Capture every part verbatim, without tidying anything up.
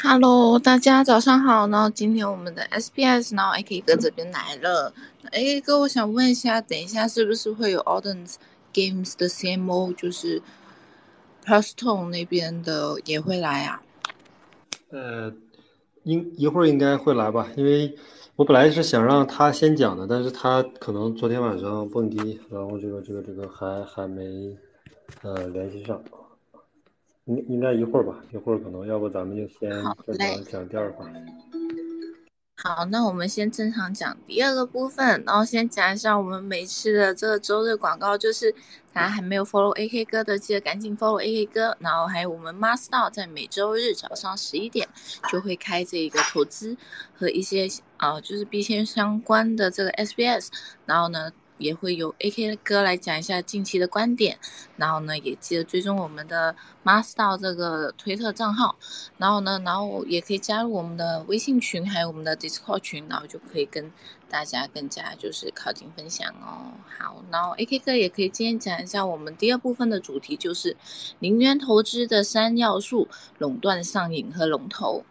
Hello，大家早上好呢。今天我们的 S B S 呢，A K 哥这边来了。A K 哥，我想问一下，等一下是不是会有 Audience Games 的 C M O，就是 Pluston 那边的也会来啊？ 呃，应一会儿应该会来吧，因为我本来是想让他先讲的，但是他可能昨天晚上蹦迪，然后这个这个这个还还没呃联系上，应应该一会儿吧，一会儿可能要不咱们就先好嘞。 正常讲第二话。 好，那我们先正常讲第二个部分，然后先讲一下我们每次的这个周日广告，就是大家还没有 follow A K 哥的，记得赶紧 follow A K 哥，然后还有我们 Master 在每周日早上十一点就会开这个投资和一些呃就是币圈相关的这个 S B S，然后呢也会有 A K 哥来讲一下近期的观点，然后呢也记得追踪我们的 Master 这个推特账号。然后呢，然后也可以加入我们的微信群，还有我们的 Discord 群，然后就可以跟大家更加就是靠近分享哦。好，然后 A K 哥也可以今天讲一下我们第二部分的主题，就是零元投资的三要素：垄断、上瘾和龙头。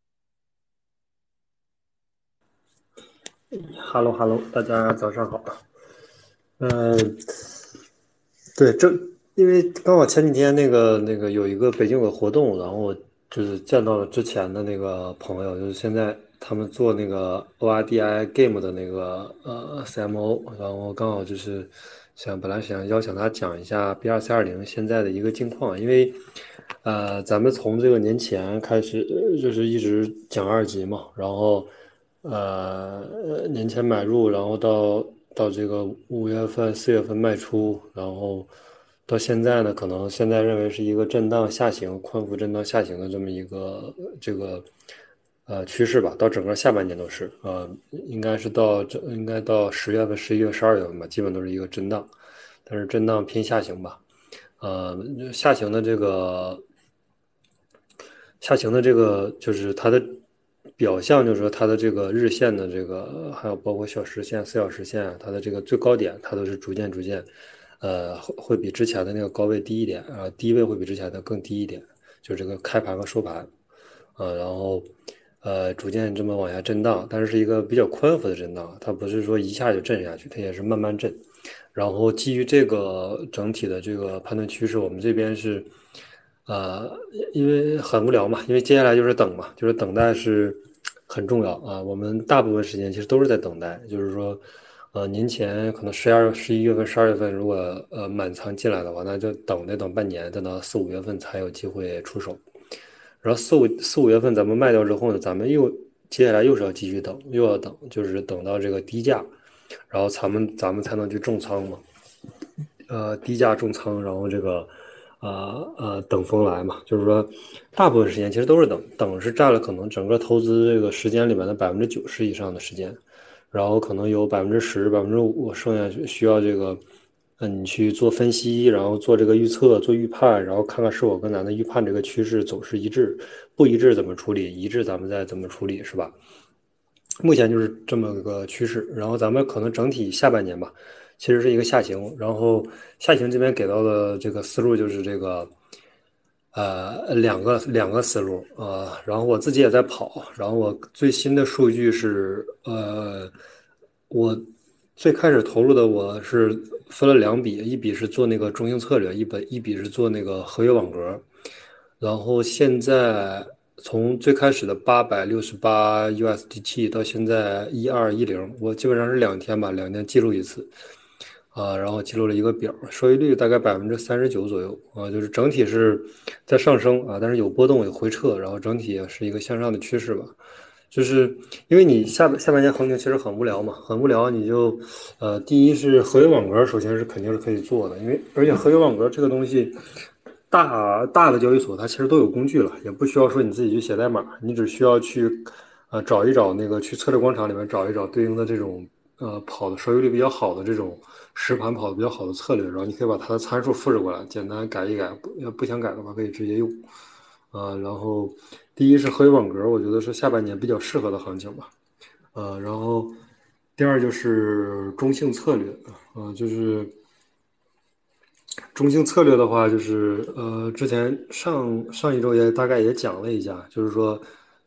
哈喽哈喽，大家早上好。嗯、呃，对，这因为刚好前几天那个那个有一个北京有个活动，然后我就是见到了之前的那个朋友，就是现在他们做那个 O R D I Game 的那个呃 C M O，然后刚好就是想本来想邀请他讲一下 B 二 C 二零现在的一个境况，因为呃咱们从这个年前开始就是一直讲二级嘛，然后呃年前买入，然后到到这个五月份、四月份卖出，然后到现在呢，可能现在认为是一个震荡下行、宽幅震荡下行的这么一个这个呃趋势吧，到整个下半年都是呃，应该是到这应该到十月份、十一月、十二月份吧，基本都是一个震荡，但是震荡偏下行吧，呃，下行的这个下行的这个就是它的表象，就是说它的这个日线的这个，还有包括小时线、四小时线啊，它的这个最高点，它都是逐渐逐渐，呃，会会比之前的那个高位低一点啊，低位会比之前的更低一点，就是这个开盘和收盘，啊，然后呃逐渐这么往下震荡，但是是一个比较宽幅的震荡，它不是说一下就震下去，它也是慢慢震。然后基于这个整体的这个判断趋势，我们这边是。呃，因为很无聊嘛，因为接下来就是等嘛，就是等待是很重要啊。我们大部分时间其实都是在等待，就是说，呃，年前可能十二、十一月份、十二月份如果呃满仓进来的话，那就等得等半年，等到四五月份才有机会出手。然后四五四五月份咱们卖掉之后呢，咱们又接下来又是要继续等，又要等，就是等到这个低价，然后咱们咱们才能去重仓嘛。呃低价重仓，然后这个呃呃等风来嘛，就是说大部分时间其实都是等，等是占了可能整个投资这个时间里面的百分之九十以上的时间，然后可能有百分之十、百分之五剩下需要这个。嗯，你去做分析，然后做这个预测、做预判，然后看看是否跟咱的预判这个趋势走势一致，不一致怎么处理，一致咱们再怎么处理，是吧？目前就是这么个趋势，然后咱们可能整体下半年吧，其实是一个下行，然后下行这边给到的这个思路就是这个，呃，两个两个思路啊、呃然后我自己也在跑，然后我最新的数据是，呃，我最开始投入的我是分了两笔，一笔是做那个中性策略，一本一笔是做那个合约网格，然后现在从最开始的八百六十八 U S D T 到现在一二一零，我基本上是两天吧，两天记录一次，啊，然后记录了一个表，收益率大概百分之三十九左右，啊，就是整体是在上升啊，但是有波动有回撤，然后整体也是一个向上的趋势吧。就是因为你下下半年行情其实很无聊嘛，很无聊，你就，呃，第一是合约网格，首先是肯定是可以做的，因为而且合约网格这个东西，大大的交易所它其实都有工具了，也不需要说你自己去写代码，你只需要去，呃，找一找那个去策略广场里面找一找对应的这种呃跑的收益率比较好的这种实盘跑的比较好的策略，然后你可以把它的参数复制过来，简单改一改，不要不想改的话可以直接用。呃，然后第一是合约网格，我觉得是下半年比较适合的行情吧。呃，然后第二就是中性策略，呃，就是中性策略的话，就是呃，之前上上一周也大概也讲了一下，就是说。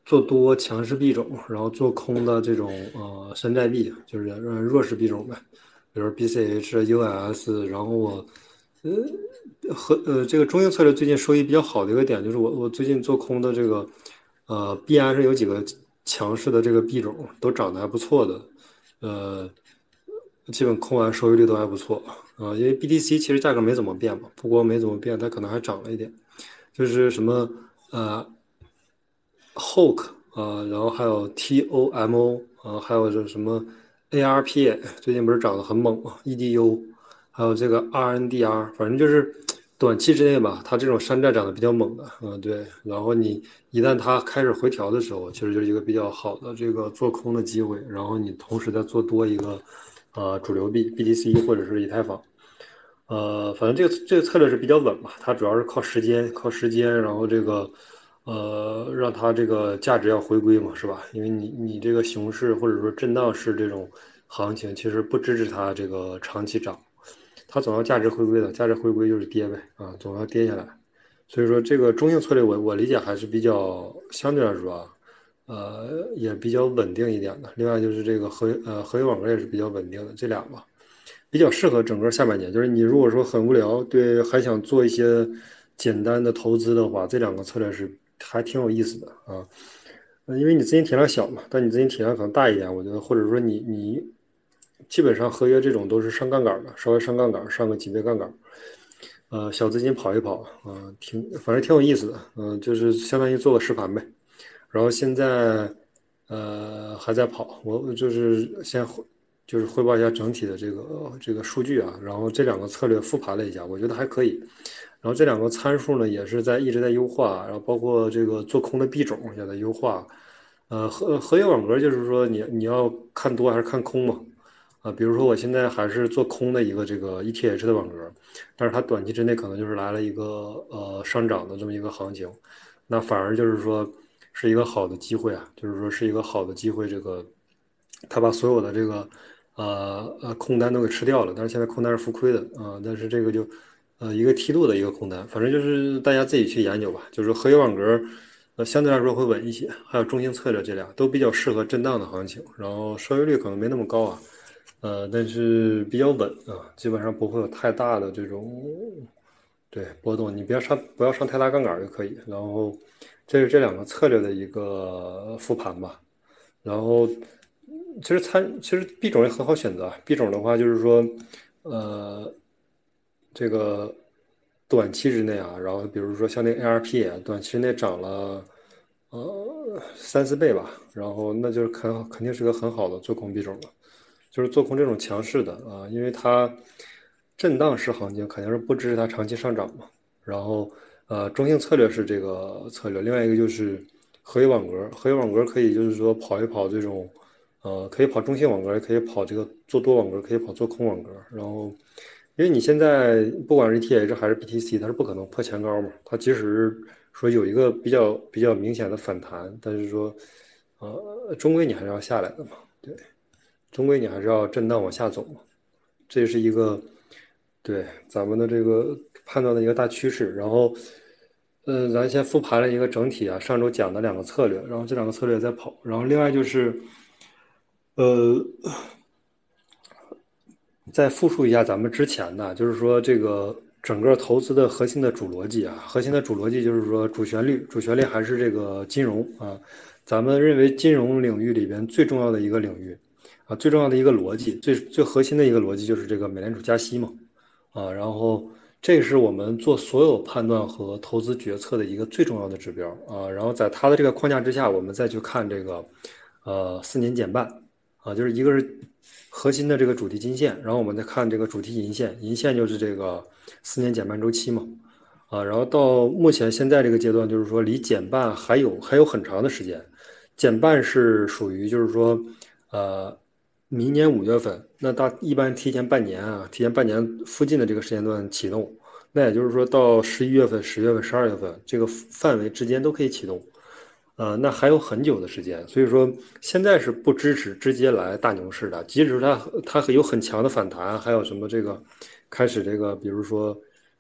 做多强势币种，然后做空的这种呃山寨币，就是呃弱势币种呗，比如 B C H、U S，然后我呃和呃这个中性策略最近收益比较好的一个点就是我我最近做空的这个呃币安是有几个强势的这个币种都涨得还不错的，呃基本空完收益率都还不错啊、呃，因为 B T C 其实价格没怎么变嘛，不光没怎么变，它可能还涨了一点，就是什么呃 Hoke 啊、呃，然后还有 T O M O 啊、呃，还有这什么 A R P， 最近不是涨得很猛嘛 ，E D U， 还有这个 R N D R， 反正就是短期之内吧，它这种山寨涨得比较猛的，嗯，对。然后你一旦它开始回调的时候，其实就是一个比较好的这个做空的机会，然后你同时再做多一个呃主流币 B T C 或者是以太坊。呃，反正这个这个策略是比较稳嘛，它主要是靠时间，靠时间，然后这个，呃，让它这个价值要回归嘛，是吧？因为你你这个熊市或者说震荡市这种行情，其实不支持它这个长期涨，它总要价值回归的，价值回归就是跌呗，啊，总要跌下来。所以说这个中性策略我，我理解还是比较相对来说啊，呃，也比较稳定一点的。另外就是这个合呃合约网格也是比较稳定的，这俩吧。比较适合整个下半年。就是你如果说很无聊，对，还想做一些简单的投资的话，这两个策略是还挺有意思的啊。因为你资金体量小嘛，但你资金体量可能大一点，我觉得或者说你你基本上合约这种都是上杠杆的，稍微上杠杆，上个几倍杠杆，呃，小资金跑一跑啊、呃，挺反正挺有意思的，嗯、呃，就是相当于做个实盘呗。然后现在呃还在跑，我就是先就是汇报一下整体的这个这个数据啊，然后这两个策略复盘了一下，我觉得还可以。然后这两个参数呢也是在一直在优化，然后包括这个做空的币种也在优化。呃，合合约网格就是说你你要看多还是看空嘛？啊，比如说我现在还是做空的一个这个 E T H 的网格，但是它短期之内可能就是来了一个呃上涨的这么一个行情，那反而就是说是一个好的机会啊，就是说是一个好的机会，这个他把所有的这个呃呃空单都给吃掉了，但是现在空单是浮亏的啊、呃，但是这个就呃一个梯度的一个空单，反正就是大家自己去研究吧，就是合约网格。呃，相对来说会稳一些，还有中性策略这俩都比较适合震荡的行情，然后收益率可能没那么高啊，呃，但是比较稳啊，基本上不会有太大的这种对波动，你不要上不要上太大杠杆就可以。然后这是这两个策略的一个复盘吧。然后其实参其实币种也很好选择，币种的话就是说，呃，这个短期之内啊，然后比如说像那个 A R P，短期之内涨了呃三四倍吧，然后那就是肯肯定是个很好的做空币种了。就是做空这种强势的啊，因为它震荡式行情肯定是不支持它长期上涨嘛。然后呃，中性策略是这个策略，另外一个就是合约网格，合约网格可以就是说跑一跑这种，呃，可以跑中性网格，也可以跑这个做多网格，可以跑做空网格。然后，因为你现在不管是 E T H 还是 B T C，它是不可能破前高嘛。它即使说有一个比较比较明显的反弹，但是说，呃，终归你还是要下来的嘛。对。终归你还是要震荡往下走嘛，这是一个对咱们的这个判断的一个大趋势。然后，呃，咱先复盘了一个整体啊，上周讲的两个策略，然后这两个策略在跑。然后另外就是，呃，再复述一下咱们之前的，就是说这个整个投资的核心的主逻辑啊，核心的主逻辑就是说主旋律，主旋律还是这个金融啊。咱们认为金融领域里边最重要的一个领域啊，最重要的一个逻辑，最最核心的一个逻辑就是这个美联储加息嘛啊，然后这是我们做所有判断和投资决策的一个最重要的指标啊。然后在它的这个框架之下，我们再去看这个呃四年减半啊，就是一个是核心的这个主题金线，然后我们再看这个主题银线，银线就是这个四年减半周期嘛，啊，然后到目前现在这个阶段，就是说离减半还有还有很长的时间，减半是属于就是说，呃，明年五月份，那大一般提前半年啊，提前半年附近的这个时间段启动，那也就是说到十一月份、十月份、十二月份这个范围之间都可以启动。呃，那还有很久的时间，所以说现在是不支持直接来大牛市的，即使它它有很强的反弹，还有什么这个开始这个，比如说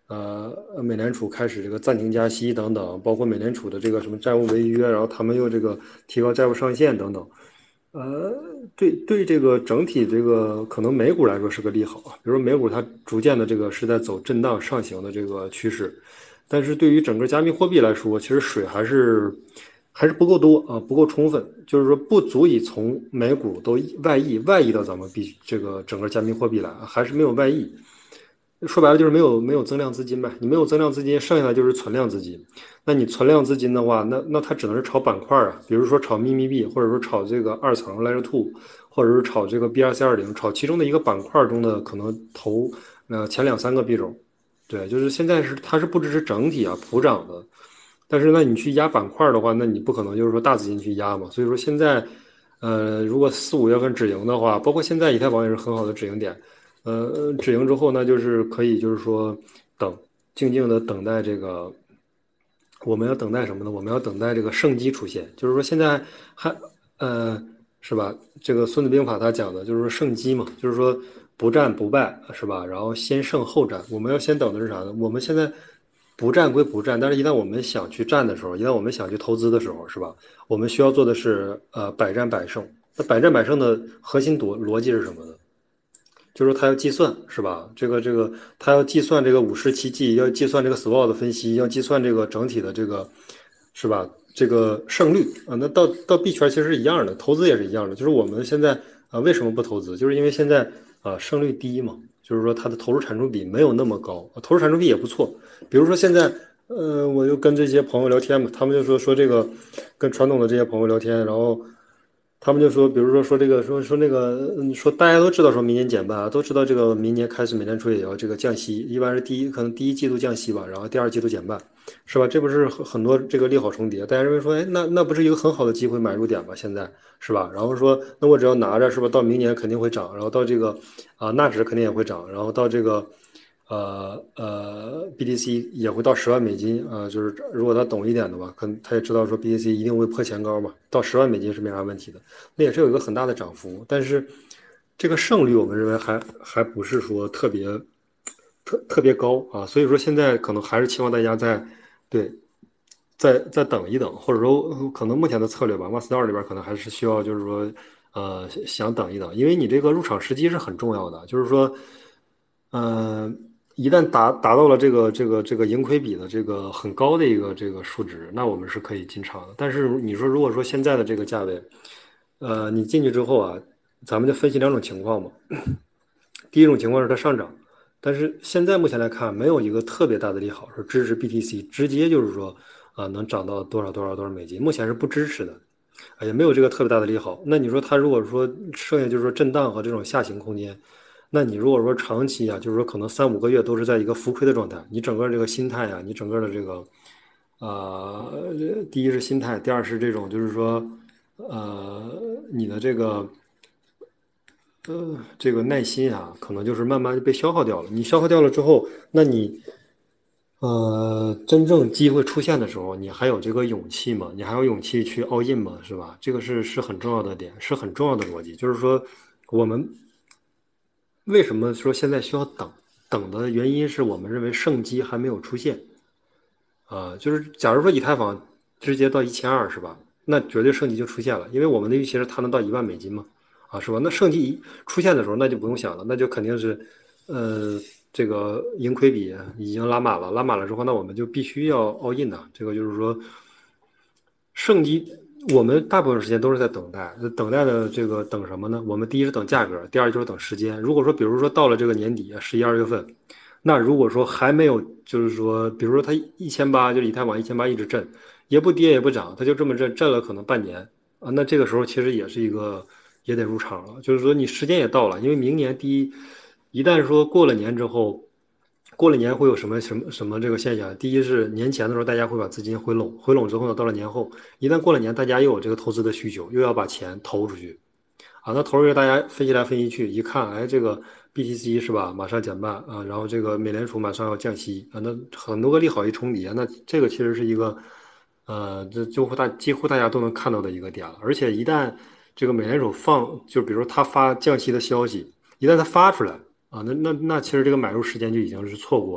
呃，美联储开始这个暂停加息等等，包括美联储的这个什么债务违约，然后他们又这个提高债务上限等等，呃，对对，这个整体这个可能美股来说是个利好啊，比如说美股它逐渐的这个是在走震荡上行的这个趋势，但是对于整个加密货币来说，其实水还是还是不够多啊，不够充分，就是说不足以从美股都外溢外溢到咱们币这个整个加密货币来，还是没有外溢。说白了就是没有没有增量资金呗，你没有增量资金，剩下的就是存量资金。那你存量资金的话，那那它只能是炒板块啊，比如说炒秘密币，或者说炒这个二层 Layer Two，或者是炒这个 B R C 二零，炒其中的一个板块中的可能头呃前两三个币种。对，就是现在是它是不支持整体啊普涨的，但是那你去压板块的话，那你不可能就是说大资金去压嘛。所以说现在，呃，如果四五月份止盈的话，包括现在以太坊也是很好的止盈点。呃，止盈之后呢，就是可以，就是说等，静静的等待这个，我们要等待什么呢？我们要等待这个圣机出现。就是说现在还，呃，是吧？这个《孙子兵法》他讲的就是说胜机嘛，就是说不战不败，是吧？然后先胜后战。我们要先等的是啥呢？我们现在不战归不战，但是一旦我们想去战的时候，一旦我们想去投资的时候，是吧？我们需要做的是呃百战百胜。那百战百胜的核心逻逻辑是什么呢？就是说他要计算是吧？这个这个他要计算这个五十奇迹，要计算这个 S W O T 的分析，要计算这个整体的这个是吧？这个胜率啊，那到到币圈其实是一样的，投资也是一样的。就是我们现在啊，为什么不投资？就是因为现在啊胜率低嘛，就是说它的投入产出比没有那么高，投入产出比也不错。比如说现在，呃，我就跟这些朋友聊天嘛，他们就说说这个跟传统的这些朋友聊天，然后。他们就说，比如说说这个，说说那个，嗯，说大家都知道，说明年减半啊，都知道这个明年开始美联储也要这个降息，一般是第一可能第一季度降息吧，然后第二季度减半，是吧？这不是很很多这个利好重叠，大家认为说，哎，那那不是一个很好的机会买入点吗？现在是吧？然后说，那我只要拿着，是吧？到明年肯定会涨，然后到这个啊纳指肯定也会涨，然后到这个。呃呃，B T C 也会到十万美金啊、呃，就是如果他懂一点的话，可能他也知道说 B T C 一定会破前高嘛，到十万美金是没啥问题的，那也是有一个很大的涨幅，但是这个胜率我们认为还还不是说特别特特别高啊，所以说现在可能还是期望大家在对再再等一等，或者说可能目前的策略吧 m a s t e r 里边可能还是需要就是说呃想等一等，因为你这个入场时机是很重要的，就是说。呃，一旦达达到了这个这个这个盈亏比的这个很高的一个这个数值，那我们是可以进场的。但是你说如果说现在的这个价位，呃，你进去之后啊，咱们就分析两种情况嘛。第一种情况是它上涨，但是现在目前来看，没有一个特别大的利好说支持 B T C 直接就是说啊、呃、能涨到多少多少多少美金，目前是不支持的，啊也没有这个特别大的利好。那你说它如果说剩下就是说震荡和这种下行空间。那你如果说长期啊，就是说可能三五个月都是在一个浮亏的状态，你整个这个心态啊，你整个的这个，呃，第一是心态，第二是这种就是说，呃，你的这个，呃，这个耐心啊，可能就是慢慢就被消耗掉了。你消耗掉了之后，那你，呃，真正机会出现的时候，你还有这个勇气吗？你还有勇气去 all in 吗？是吧？这个是是很重要的点，是很重要的逻辑，就是说我们。为什么说现在需要等？等的原因是我们认为圣机还没有出现啊、呃就是假如说以太坊直接到一千二是吧？那绝对圣机就出现了，因为我们的预期是它能到一万美金嘛，啊是吧？那圣机一出现的时候，那就不用想了，那就肯定是，呃，这个盈亏比已经拉满了，拉满了之后，那我们就必须要 all in 的，这个就是说圣机我们大部分时间都是在等待，等待的这个等什么呢？我们第一是等价格，第二就是等时间。如果说，比如说到了这个年底十一二月份，那如果说还没有，就是说，比如说它一千八，就是以太网一千八一直震，也不跌也不涨，它就这么震，震了可能半年啊，那这个时候其实也是一个也得入场了，就是说你时间也到了，因为明年第一，一旦说过了年之后。过了年会有什么什么什么这个现象？第一是年前的时候，大家会把资金回笼，回笼之后呢，到了年后，一旦过了年，大家又有这个投资的需求，又要把钱投出去，啊，那投出去，大家分析来分析去，一看，哎，这个 B T C 是吧，马上减半啊，然后这个美联储马上要降息啊，那很多个利好一重叠，那这个其实是一个，呃，这几乎大几乎大家都能看到的一个点了。而且一旦这个美联储放，就比如说他发降息的消息，一旦他发出来啊，那那那其实这个买入时间就已经是错过了。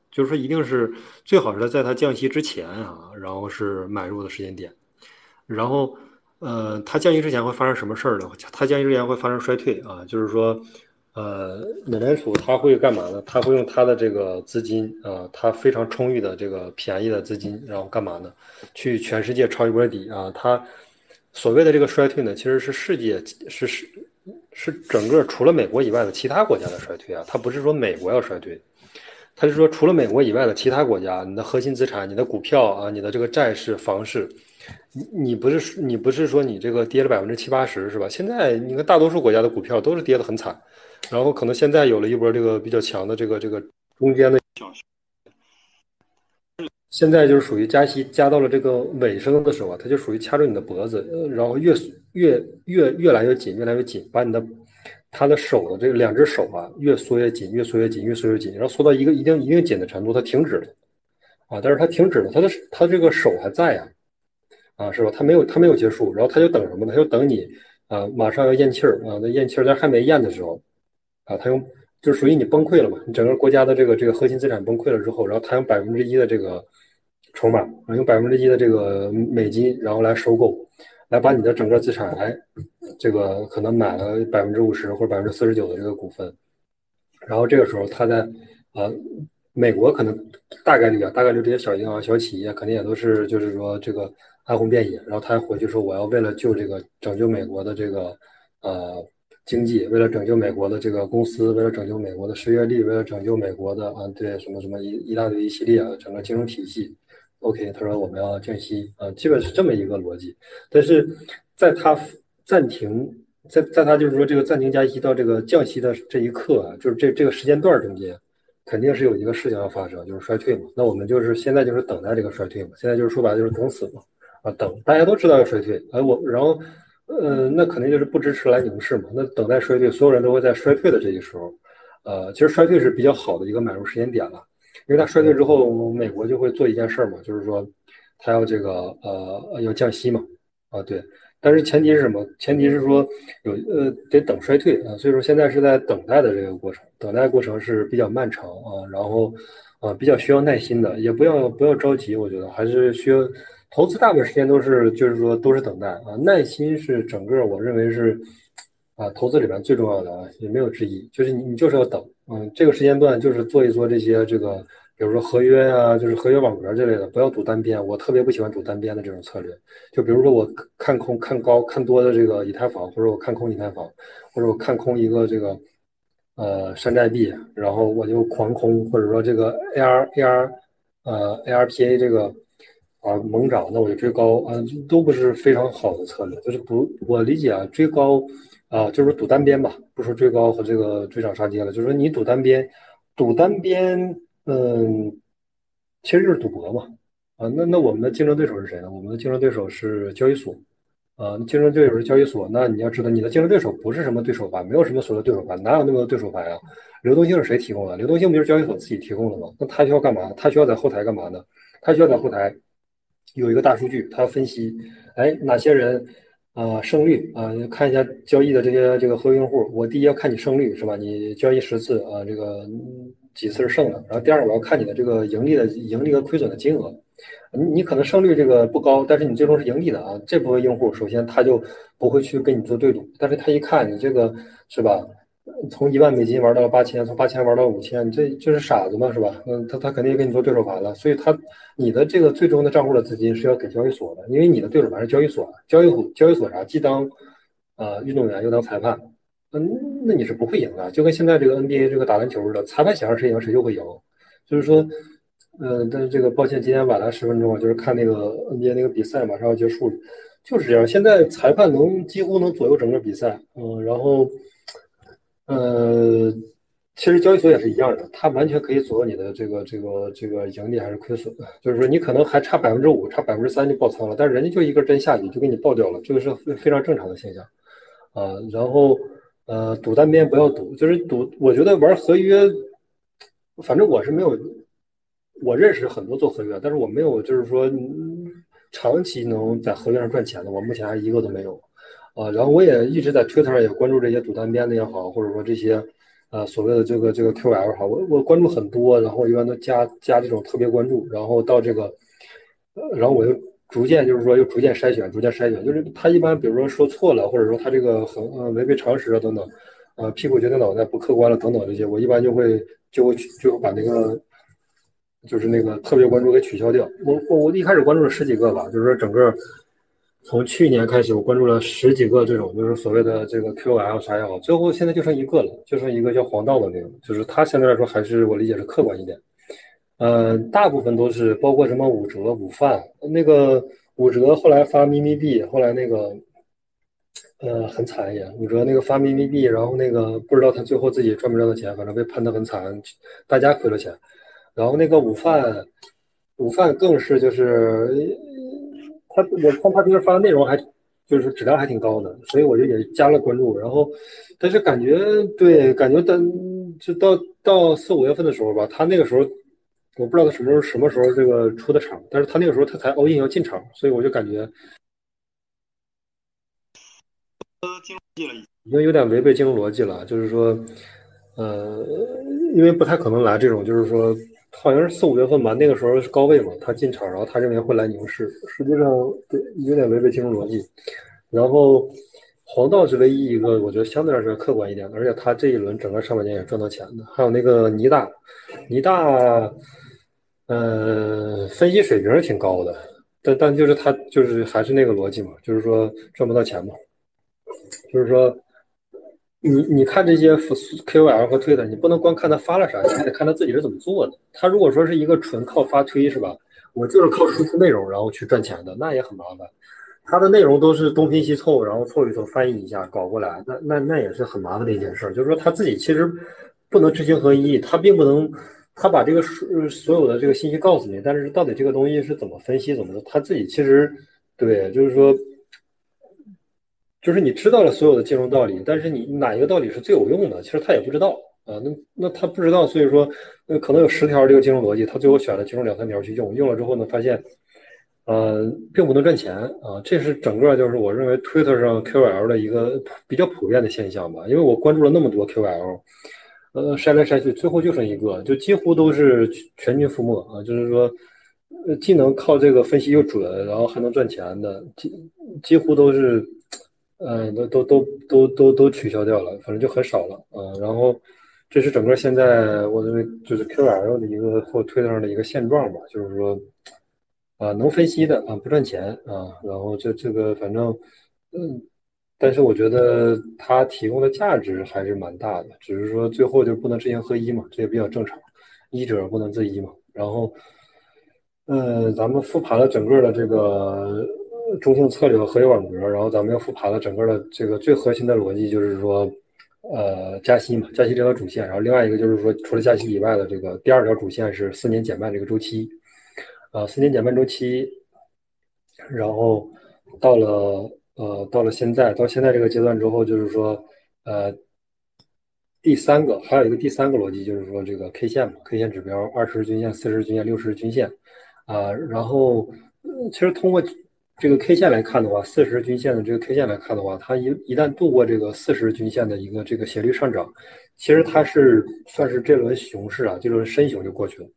就是说一定是最好是在它降息之前啊，然后是买入的时间点。然后，呃，它降息之前会发生什么事儿呢？它降息之前会发生衰退啊，就是说，呃，美联储它会干嘛呢？它会用它的这个资金啊，它非常充裕的这个便宜的资金，然后干嘛呢？去全世界抄一波底啊！它所谓的这个衰退呢，其实是世界是是是整个除了美国以外的其他国家的衰退啊，它不是说美国要衰退。他是说，除了美国以外的其他国家，你的核心资产、你的股票啊、你的这个债市、房市，你你不是你不是说你这个跌了百分之七八十是吧？现在你看大多数国家的股票都是跌得很惨，然后可能现在有了一波这个比较强的这个这个中间的，现在就是属于加息加到了这个尾声的时候啊，它就属于掐住你的脖子，呃然后越越越越来越紧，越来越紧，把你的他的手的这个两只手啊越缩越紧，越缩越紧，越缩越紧，然后缩到一个一定一定紧的程度，它停止了。啊，但是他停止了，他的他这个手还在呀，啊，是吧？他没有他没有结束，然后他就等什么呢？他就等你啊，马上要咽气儿啊，那咽气儿，但还没咽的时候，啊，他用就属于你崩溃了嘛，你整个国家的这个这个核心资产崩溃了之后，然后他用百分之一的这个筹码，啊，用百分之一的这个美金，然后来收购，来把你的整个资产，哎，这个可能买了百分之五十或者百分之四十九的这个股份，然后这个时候他在啊，美国可能大概率啊，大概率这些小银行、小企业肯定也都是就是说这个哀鸿遍野，然后他还回去说我要为了救这个拯救美国的这个呃经济，为了拯救美国的这个公司，为了拯救美国的失业率，为了拯救美国的啊对什么什么一一大堆一系列啊整个金融体系。OK，他说我们要降息啊，基本是这么一个逻辑。但是在他暂停，在在他就是说这个暂停加息到这个降息的这一刻啊，就是这这个时间段中间，肯定是有一个事情要发生，就是衰退嘛。那我们就是现在就是等待这个衰退嘛。现在就是说白了就是等死嘛，啊，等大家都知道要衰退，哎，我然后呃，那肯定就是不支持来牛市嘛。那等待衰退，所有人都会在衰退的这一时候，呃，其实衰退是比较好的一个买入时间点了。因为它衰退之后，美国就会做一件事儿嘛，就是说，它要这个呃要降息嘛，啊对，但是前提是什么？前提是说有呃得等衰退啊，所以说现在是在等待的这个过程，等待过程是比较漫长啊，然后啊比较需要耐心的，也不要不要着急，我觉得还是需要投资大部分时间都是就是说都是等待啊，耐心是整个我认为是啊投资里面最重要的啊，也没有之一，就是你你就是要等，嗯，这个时间段就是做一做这些这个。比如说合约啊，就是合约网格之类的，不要赌单边。我特别不喜欢赌单边的这种策略。就比如说我看空、看高、看多的这个以太坊，或者我看空以太坊，或者我看空一个这个呃山寨币，然后我就狂空，或者说这个 A R A R 呃 A R P A 这个啊猛涨，那我就追高啊，都不是非常好的策略。就是不，我理解啊，追高啊就是赌单边吧，不说追高和这个追涨杀跌了，就是说你赌单边，赌单边。嗯，其实就是赌博嘛。啊，那那我们的竞争对手是谁呢？我们的竞争对手是交易所。啊，竞争对手是交易所，那你要知道，你的竞争对手不是什么对手盘，没有什么所谓的对手盘，哪有那么多对手盘啊？流动性是谁提供的？流动性不就是交易所自己提供的吗？那他需要干嘛？他需要在后台干嘛呢？他需要在后台有一个大数据，他要分析，哎，哪些人啊、呃胜率啊、呃看一下交易的这些这个合约用户，我第一要看你胜率是吧？你交易十次啊、呃这个嗯几次是胜的，然后第二我要看你的这个盈利的盈利和亏损的金额。你你可能胜率这个不高，但是你最终是盈利的啊。这部分用户首先他就不会去跟你做对赌，但是他一看你这个是吧，从一万美金玩到了八千，从八千玩到五千，这这是傻子嘛是吧？嗯，他他肯定跟你做对手盘了，所以他你的这个最终的账户的资金是要给交易所的，因为你的对手盘是交易所，交易所交易所啥既当呃运动员又当裁判，嗯，那你是不会赢的，就跟现在这个 N B A 这个打篮球似的，裁判想让谁赢谁就会赢，就是说。呃，但是这个抱歉，今天晚来十分钟啊，就是看那个 N B A 那个比赛马上要结束了，就是这样。现在裁判能几乎能左右整个比赛，嗯，然后呃，其实交易所也是一样的，它完全可以左右你的这个这个这个盈利还是亏损的。就是说你可能还差百分之五，差百分之三就爆仓了，但是人家就一根针下去就给你爆掉了，这个是非非常正常的现象啊。然后呃，赌单边不要赌，就是赌，我觉得玩合约，反正我是没有。我认识很多做合约，但是我没有就是说嗯长期能在合约上赚钱的，我目前还一个都没有啊。然后我也一直在推特上也关注这些赌单边的也好，或者说这些呃所谓的这个这个 Q L 哈，我我关注很多，然后我一般都加加这种特别关注，然后到这个，呃，然后我又逐渐就是说又逐渐筛选，逐渐筛选，就是他一般比如说说错了，或者说他这个很呃违背常识啊等等，呃屁股决定脑袋不客观了等等这些，我一般就会就会就会把那个就是那个特别关注给取消掉。我我我一开始关注了十几个吧，就是说整个从去年开始，我关注了十几个这种就是所谓的这个 Q O L 啥也好，最后现在就剩一个了，就剩一个叫黄道的那个，就是它相对来说还是我理解是客观一点。呃，大部分都是包括什么武哲、武范，那个武哲后来发咪咪币，后来那个呃很惨也，武哲那个发咪咪币，然后那个不知道他最后自己赚没赚到钱，反正被喷得很惨，大家亏了钱。然后那个午饭，午饭更是就是他，我看他平时发的内容还就是质量还挺高的，所以我就也加了关注。然后，但是感觉对，感觉等就到到四五月份的时候吧，他那个时候我不知道他什么时候什么时候这个出的场，但是他那个时候他才 all in 要进场，所以我就感觉已经有点违背金融逻辑了，就是说，呃，因为不太可能来这种，就是说，好像是四五月份吧，那个时候是高位嘛，他进场，然后他认为会来牛市，实际上对有点违背金融逻辑。然后黄道是唯一一个我觉得相对来说客观一点的，而且他这一轮整个上半年也赚到钱的。还有那个尼大，尼大，呃，分析水平是挺高的，但但就是他就是还是那个逻辑嘛，就是说赚不到钱嘛，就是说。你你看这些 K O L 和推特，你不能光看他发了啥，你还得看他自己是怎么做的。他如果说是一个纯靠发推是吧？我就是靠输出内容然后去赚钱的，那也很麻烦。他的内容都是东拼西凑，然后凑一凑翻译一下搞过来，那那那也是很麻烦的一件事。就是说他自己其实不能知行合一，他并不能他把这个所有的这个信息告诉你，但是到底这个东西是怎么分析怎么的，他自己其实对，就是说就是你知道了所有的金融道理，但是你哪一个道理是最有用的，其实他也不知道啊。那那他不知道，所以说，呃，可能有十条这个金融逻辑，他最后选了其中两三条去用，用了之后呢，发现，呃，并不能赚钱啊。这是整个就是我认为 Twitter 上 Q L 的一个比较普遍的现象吧。因为我关注了那么多 Q L，呃，筛来筛去，最后就剩一个，就几乎都是全军覆没啊。就是说，呃，既能靠这个分析又准，然后还能赚钱的，几几乎都是。呃，都都都都都都取消掉了，反正就很少了啊、呃然后，这是整个现在我认为就是 Q L 的一个或推特上的一个现状吧，就是说，啊、能分析的啊、不赚钱啊、然后这这个反正，嗯，但是我觉得它提供的价值还是蛮大的，只是说最后就不能知行合一嘛，这也比较正常，医者不能自医嘛。然后，呃，咱们复盘了整个的这个呃中性策略和合约网格，然后咱们又复盘了整个的这个最核心的逻辑，就是说，呃，加息嘛，加息这条主线，然后另外一个就是说，除了加息以外的这个第二条主线是四年减半这个周期，啊、四年减半周期，然后到了呃到了现在到现在这个阶段之后，就是说，呃，第三个还有一个第三个逻辑就是说这个 K 线嘛，K 线指标，二十日均线、四十日均线、六十日均线，啊、然后呃其实通过这个 K 线来看的话，四十日均线的这个 K 线来看的话，它一一旦度过这个四十日均线的一个这个斜率上涨，其实它是算是这轮熊市啊，这轮深熊就过去了。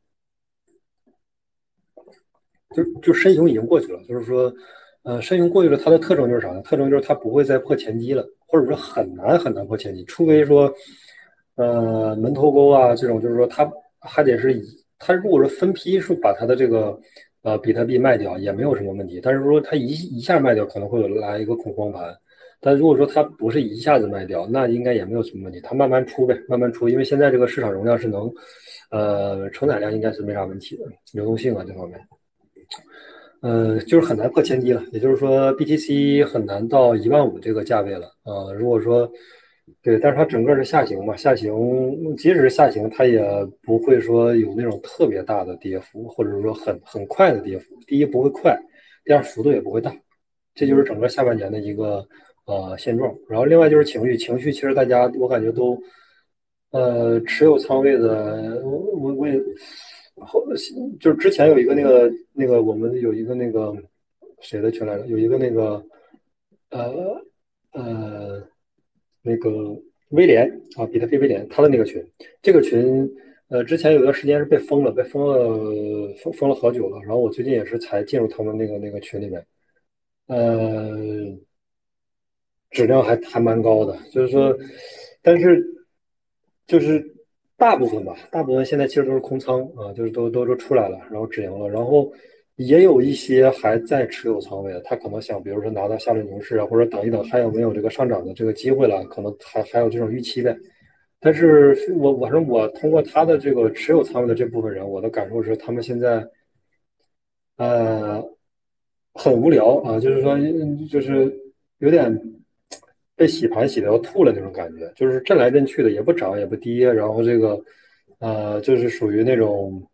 就就深熊已经过去了，就是说，呃，深熊过去了，它的特征就是啥呢？特征就是它不会再破前低了，或者说很难很难破前低，除非说，呃，门头沟啊这种，就是说它还得是以它如果说分批数把它的这个呃比特币卖掉也没有什么问题，但是说它一一下卖掉可能会有来一个恐慌盘，但如果说它不是一下子卖掉，那应该也没有什么问题，它慢慢出呗，慢慢出，因为现在这个市场容量是能，呃，承载量应该是没啥问题的，流动性啊这方面。呃，就是很难破前低了，也就是说，B T C 很难到一万五这个价位了啊、呃如果说对，但是它整个是下行嘛，下行即使是下行，它也不会说有那种特别大的跌幅，或者说很很快的跌幅。第一不会快，第二幅度也不会大，这就是整个下半年的一个呃现状。然后另外就是情绪，情绪其实大家我感觉都呃持有仓位的，我我我也后就是之前有一个那个那个我们有一个那个谁的群来着，有一个那个呃呃那个威廉啊，比特币威廉他的那个群，这个群呃之前有段时间是被封了，被封了封封了好久了，然后我最近也是才进入他们那个那个群里面，呃，质量还还蛮高的，就是说，但是就是大部分吧，大部分现在其实都是空仓啊，就是都都都出来了，然后止盈了，然后也有一些还在持有仓位的，他可能想，比如说拿到下轮牛市啊，或者等一等还有没有这个上涨的这个机会了，可能还还有这种预期呗。但是我反正我通过他的这个持有仓位的这部分人，我的感受是，他们现在呃很无聊啊，就是说嗯就是有点被洗盘洗的要吐了那种感觉，就是震来震去的，也不涨也不跌，然后这个呃就是属于那种。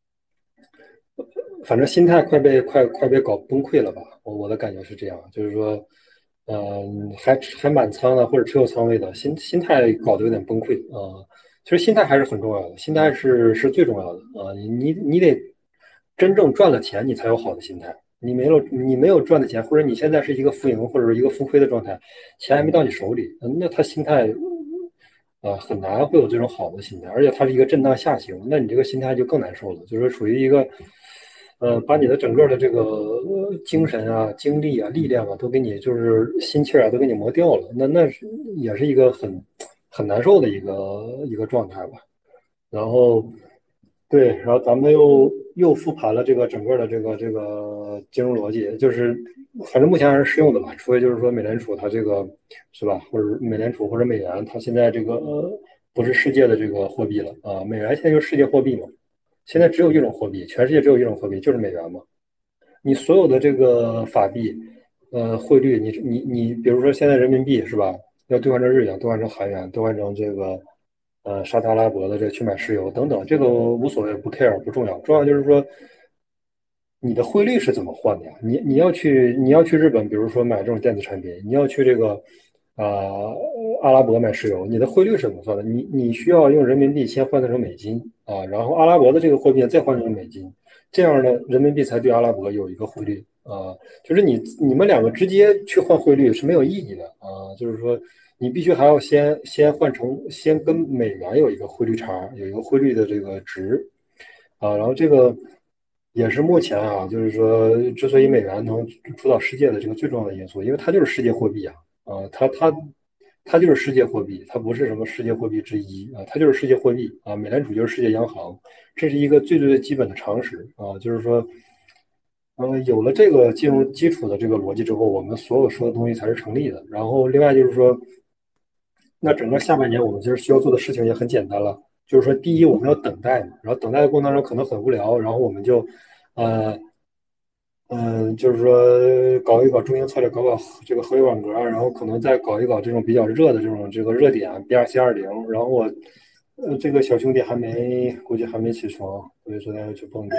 反正心态快被快快被搞崩溃了吧？我我的感觉是这样，就是说，嗯、还还满仓的或者持有仓位的心心态搞得有点崩溃啊、其实心态还是很重要的，心态是是最重要的啊、你你你得真正赚了钱，你才有好的心态。你没有你没有赚的钱，或者你现在是一个负盈或者是一个浮亏的状态，钱还没到你手里，那他心态啊、很难会有这种好的心态，而且它是一个震荡下行，那你这个心态就更难受了，就是属于一个。呃，把你的整个的这个呃精神啊、精力啊、力量啊，都给你就是心气儿啊，都给你磨掉了。那那是也是一个很很难受的一个一个状态吧。然后对，然后咱们又又复盘了这个整个的这个这个金融逻辑，就是反正目前还是适用的吧，除非就是说美联储它这个是吧，或者美联储或者美元它现在这个呃不是世界的这个货币了啊，美元现在就是世界货币嘛，现在只有一种货币，全世界只有一种货币就是美元嘛。你所有的这个法币，呃，汇率，你你你，比如说现在人民币是吧？要兑换成日元，兑换成韩元，兑换成这个呃沙特阿拉伯的这个去买石油等等，这个无所谓，不 care 不重要，重要就是说你的汇率是怎么换的呀？你你要去你要去日本，比如说买这种电子产品，你要去这个啊、呃阿拉伯买石油，你的汇率是怎么算的？你你需要用人民币先换算成美金啊，然后阿拉伯的这个货币再换成美金，这样呢，人民币才对阿拉伯有一个汇率啊。就是你你们两个直接去换汇率是没有意义的啊，就是说你必须还要先先换成先跟美元有一个汇率差，有一个汇率的这个值。啊，然后这个也是目前啊，就是说，之所以美元能主导世界的这个最重要的因素，因为它就是世界货币啊，啊，它它它就是世界货币，它不是什么世界货币之一啊，它就是世界货币啊，美联储就是世界央行，这是一个最最最基本的常识啊，就是说，呃，有了这个金融基础的这个逻辑之后，我们所有说的东西才是成立的。然后另外就是说，那整个下半年我们其实需要做的事情也很简单了，就是说，第一我们要等待嘛，然后等待的过程中可能很无聊，然后我们就，呃，嗯，就是说搞一搞中英策略，搞搞这个合约网格，然后可能再搞一搞这种比较热的这种这个热点 B 二 C 二零，然后我，呃，这个小兄弟还没，估计还没起床，所以昨天又去蹦迪，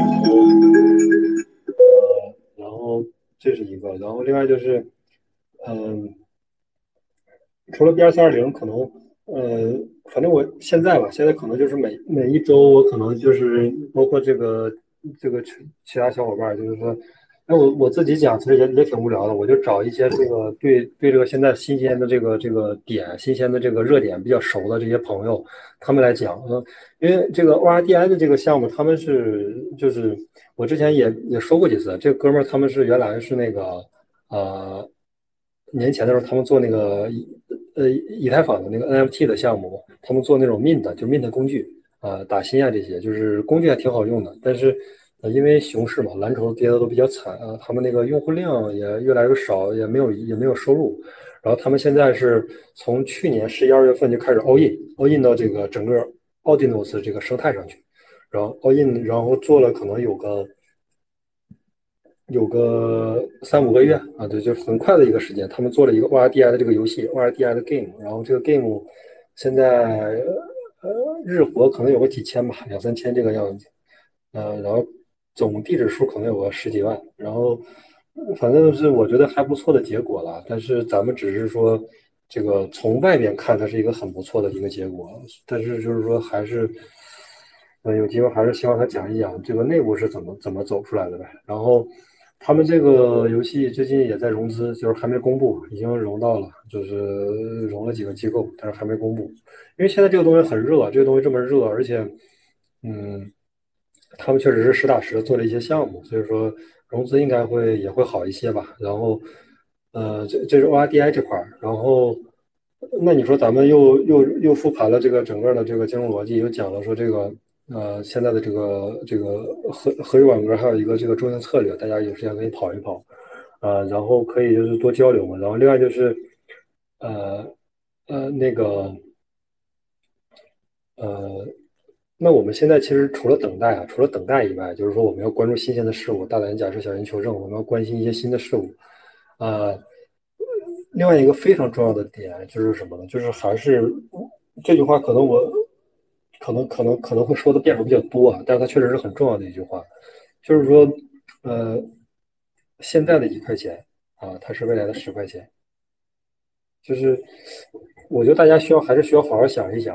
然后这是一个，然后另外就是，嗯。除了 B 二三二零，可能呃，反正我现在吧，现在可能就是每每一周，我可能就是包括这个这个其其他小伙伴就是说，那我我自己讲，其实也也挺无聊的，我就找一些这个对对这个现在新鲜的这个这个点、新鲜的这个热点比较熟的这些朋友，他们来讲，嗯，因为这个 O R D I 的这个项目，他们是就是我之前也也说过几次，这个哥们儿他们是原来是那个呃。年前的时候，他们做那个呃以太坊的那个 N F T 的项目，他们做那种 mint，就 mint 工具啊、打新啊这些，就是工具还挺好用的。但是呃因为熊市嘛，蓝筹跌的都比较惨啊，他们那个用户量也越来越少，也没有也没有收入。然后他们现在是从去年十一二月份就开始 all in all in 到这个整个 Audinos 这个生态上去，然后 all in，然后做了可能有个有个三五个月啊，对，就很快的一个时间，他们做了一个 O R D I 的这个游戏，O R D I 的 game，然后这个 game 现在呃日活可能有个几千吧，两三千这个样子，呃，然后总地址数可能有个十几万，然后反正是我觉得还不错的结果了，但是咱们只是说这个从外面看它是一个很不错的一个结果，但是就是说还是。呃，有机会还是希望他讲一讲这个内部是怎么怎么走出来的呗。然后， 他们这个游戏最近也在融资，就是还没公布，已经融到了，就是融了几个机构，但是还没公布。因为现在这个东西很热，这个东西这么热，而且，嗯，他们确实是实打实的做了一些项目，所以说融资应该会也会好一些吧。然后，呃，这这是 O R D I 这块儿，然后，那你说咱们又又又复盘了这个整个的这个金融逻辑，又讲了说这个呃现在的这个这个合合约网格，还有一个这个中性策略，大家有时间可以跑一跑，啊、然后可以就是多交流嘛。然后另外就是呃呃那个呃，那我们现在其实除了等待啊，除了等待以外，就是说我们要关注新鲜的事物，大胆假设，小心求证，我们要关心一些新的事物。啊、另外一个非常重要的点就是什么呢？就是还是这句话，可能我可能可能可能会说的变数比较多啊，但是它确实是很重要的一句话，就是说，呃，现在的一块钱啊，它是未来的十块钱，就是我觉得大家需要还是需要好好想一想，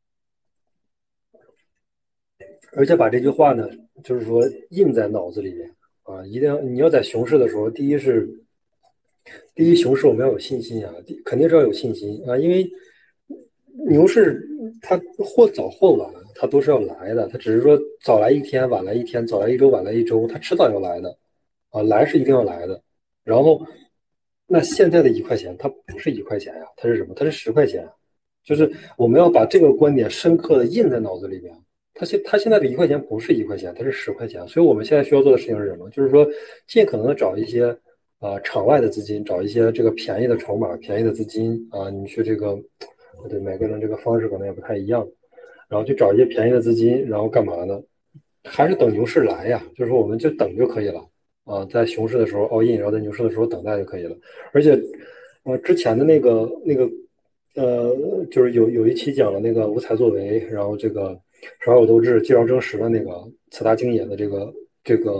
而且把这句话呢，就是说印在脑子里面啊，一定要你要在熊市的时候，第一是第一熊市我们要有信心啊，第肯定是要有信心啊，因为牛市它或早或晚它都是要来的，它只是说早来一天，晚来一天，早来一周，晚来一周，它迟早要来的啊，来是一定要来的。然后，那现在的一块钱它不是一块钱呀，它是什么？它是十块钱，就是我们要把这个观点深刻的印在脑子里边。它现它现在的一块钱不是一块钱，它是十块钱。所以我们现在需要做的事情是什么？就是说，尽可能的找一些啊、呃场外的资金，找一些这个便宜的筹码、便宜的资金啊、你去这个，对每个人这个方式可能也不太一样，然后去找一些便宜的资金，然后干嘛呢？还是等牛市来呀，就是说我们就等就可以了啊，在熊市的时候 all in，然后在牛市的时候等待就可以了。而且，呃，之前的那个那个呃，就是有有一期讲了那个无才作为，然后这个少有斗志，既饶争实的那个此大经也的这个这个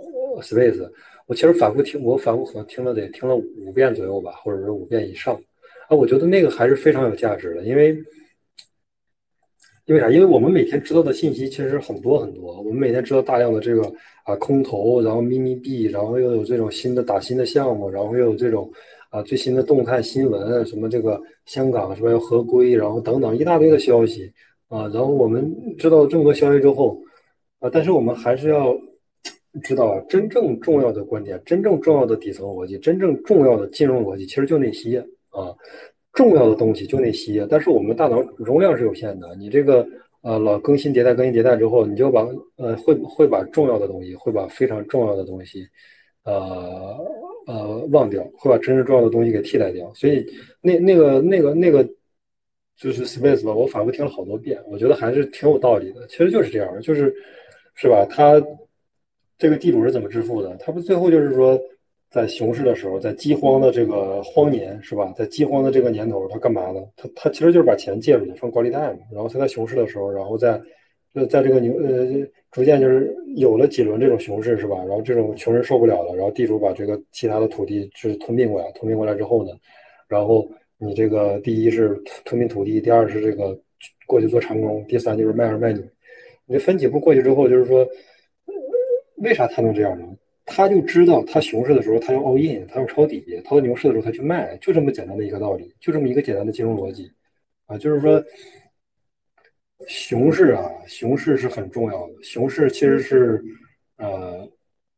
space，我其实反复听，我反复可能听了得听了五遍左右吧，或者是五遍以上啊，我觉得那个还是非常有价值的，因为因为啥？因为我们每天知道的信息其实很多很多，我们每天知道大量的这个啊空投，然后咪咪币，然后又有这种新的打新的项目，然后又有这种啊最新的动态新闻，什么这个香港是吧要合规，然后等等一大堆的消息啊，然后我们知道这么多消息之后啊，但是我们还是要知道啊，真正重要的观点，真正重要的底层逻辑，真正重要的金融逻辑，其实就那些啊。重要的东西就那些，但是我们大脑容量是有限的。你这个呃老更新迭代、更新迭代之后，你就把呃会会把重要的东西，会把非常重要的东西，呃呃忘掉，会把真正重要的东西给替代掉。所以那那个那个那个就是 Space 吧，我反复听了好多遍，我觉得还是挺有道理的。其实就是这样，就是是吧？他这个地主是怎么致富的？他不最后就是说，在熊市的时候，在饥荒的这个荒年是吧？在饥荒的这个年头，他干嘛呢？他他其实就是把钱借出去放高利贷嘛，然后他在熊市的时候，然后在呃在这个牛呃逐渐就是有了几轮这种熊市是吧？然后这种穷人受不了了，然后地主把这个其他的土地就是吞并过来，吞并过来之后呢，然后你这个第一是吞并土地，第二是这个过去做长工，第三就是卖儿卖女。你这分几步过去之后，就是说，为啥他能这样呢？他就知道他熊市的时候他要 all in，他要抄底；他到牛市的时候他去卖，就这么简单的一个道理，就这么一个简单的金融逻辑啊，就是说熊市啊，熊市是很重要的，熊市其实是呃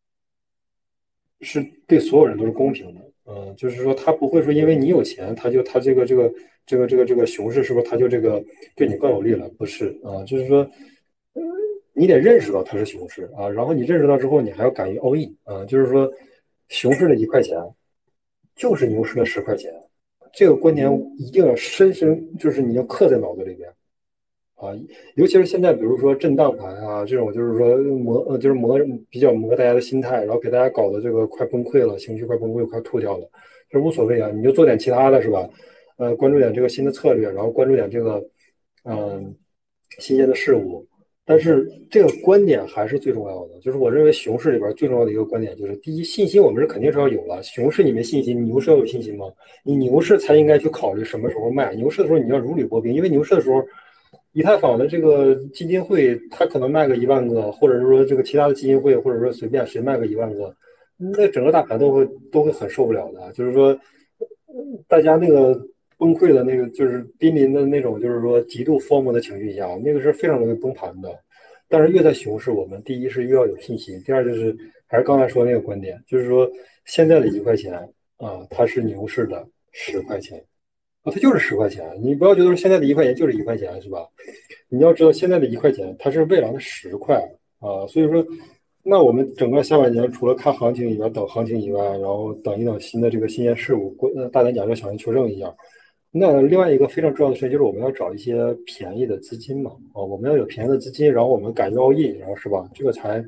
是对所有人都是公平的，嗯、就是说他不会说因为你有钱，他就他这个这个这个这个这个熊市是不是他就这个对你更有利了？不是啊、就是说，呃你得认识到它是熊市啊，然后你认识到之后，你还要敢于 all in 啊，就是说熊市的一块钱就是牛市的十块钱，这个观点一定要深深，就是你要刻在脑子里边。啊，尤其是现在，比如说震荡盘啊，这种就是说磨呃，就是磨比较磨大家的心态，然后给大家搞得这个快崩溃了，情绪快崩溃，快吐掉了，这无所谓啊，你就做点其他的是吧？呃，关注点这个新的策略，然后关注点这个嗯、呃新鲜的事物。但是这个观点还是最重要的，就是我认为熊市里边最重要的一个观点就是，第一，信心我们是肯定是要有了，熊市你没信心，牛市要有信心吗？你牛市才应该去考虑什么时候卖，牛市的时候你要如履薄冰，因为牛市的时候。以太坊的这个基金会，它可能卖个一万个，或者是说这个其他的基金会，或者说随便谁卖个一万个， 那整个大盘都会都会很受不了的。就是说，大家那个崩溃的那个，就是濒临的那种，就是说极度疯魔的情绪下，那个是非常容易崩盘的。但是越在熊市，我们第一是越要有信心，第二就是还是刚才说那个观点，就是说现在的一块钱啊，它是牛市的十块钱啊，它就是十块钱。你不要觉得说现在的一块钱就是一块钱，是吧？你要知道现在的一块钱，它是未来的十块啊，所以说，那我们整个下半年除了看行情以外，等行情以外，然后等一等新的这个新鲜事物，过呃大胆假设，小心求证一下。那另外一个非常重要的事情就是我们要找一些便宜的资金嘛，啊，我们要有便宜的资金，然后我们敢于 all in，然后是吧？这个才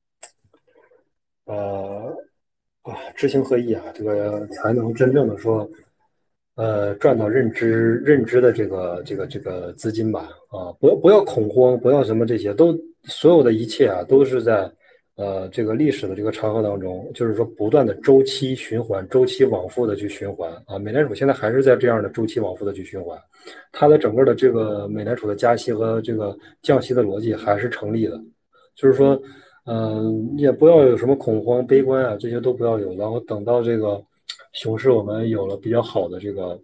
呃啊知行合一啊，这个才能真正的说。呃，赚到认知认知的这个这个这个资金吧，啊，不要不要恐慌，不要什么这些，都所有的一切啊，都是在呃这个历史的这个长河当中，就是说不断的周期循环、周期往复的去循环啊。美联储现在还是在这样的周期往复的去循环，它的整个的这个美联储的加息和这个降息的逻辑还是成立的，就是说，嗯、也不要有什么恐慌、悲观啊，这些都不要有，然后等到这个。熊市我们有了比较好的这个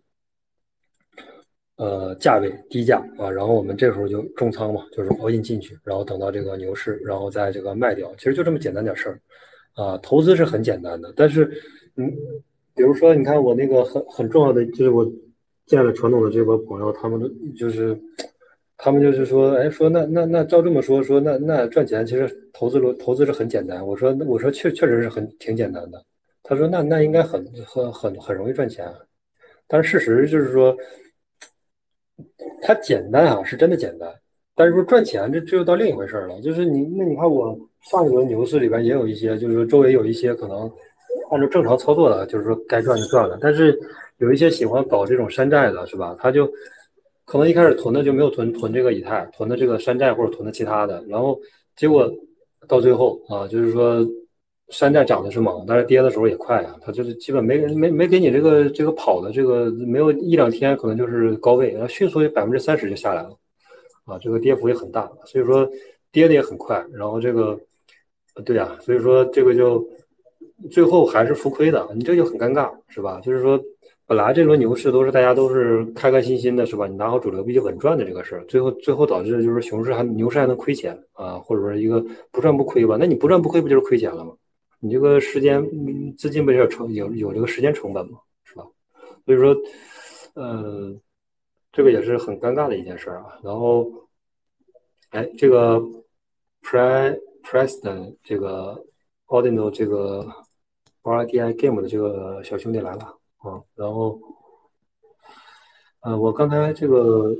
呃价位低价啊，然后我们这时候就重仓嘛，就是 all in 进去，然后等到这个牛市，然后再这个卖掉，其实就这么简单点事儿啊。投资是很简单的，但是嗯，比如说你看我那个很很重要的，就是我见了传统的这波朋友，他们都就是他们就是说，哎，说那那那照这么说，说那那赚钱其实投资投投资是很简单。我说我说确确实是很挺简单的。他说那那应该很很很很容易赚钱啊，但是事实就是说，它简单啊，是真的简单。但是说赚钱，这这又到另一回事儿了。就是你，那你看我上一轮牛市里边也有一些，就是说周围有一些可能按照正常操作的，就是说该赚就赚了。但是有一些喜欢搞这种山寨的，是吧？他就可能一开始囤的就没有囤囤这个以太，囤的这个山寨或者囤的其他的，然后结果到最后啊，就是说山寨涨的是猛，但是跌的时候也快啊，它就是基本没没没给你这个这个跑的这个没有一两天可能就是高位，然后迅速百分之三十就下来了啊，这个跌幅也很大，所以说跌的也很快，然后这个对啊，所以说这个就最后还是浮亏的，你这就很尴尬，是吧？就是说本来这轮牛市都是大家都是开开心心的，是吧？你拿好主流币就稳赚的这个事儿，最后最后导致就是熊市还牛市还能亏钱啊，或者说一个不赚不亏吧？那你不赚不亏不就是亏钱了吗？你这个时间资金不是有成有有这个时间成本吗？是吧？所以说，呃，这个也是很尴尬的一件事儿啊。然后，哎，这个 Pre Preston 这个 Ordinal 这个 R D I Game 的这个小兄弟来了啊。然后，呃，我刚才这个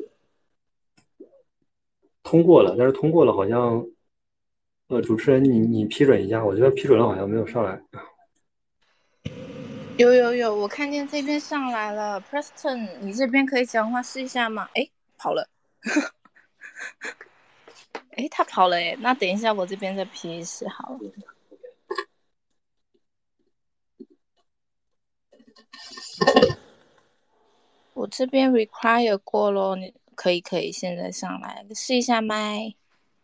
通过了，但是通过了好像，呃，主持人你你批准一下，我觉得批准了好像没有上来。 有有有，我看见这边上来了，Preston，你这边可以讲话试一下吗？哎，跑了，哎，他跑了哎，那等一下我这边再 P 一次好了。我这边 require 过咯，你可以可以，现在上来试一下麦，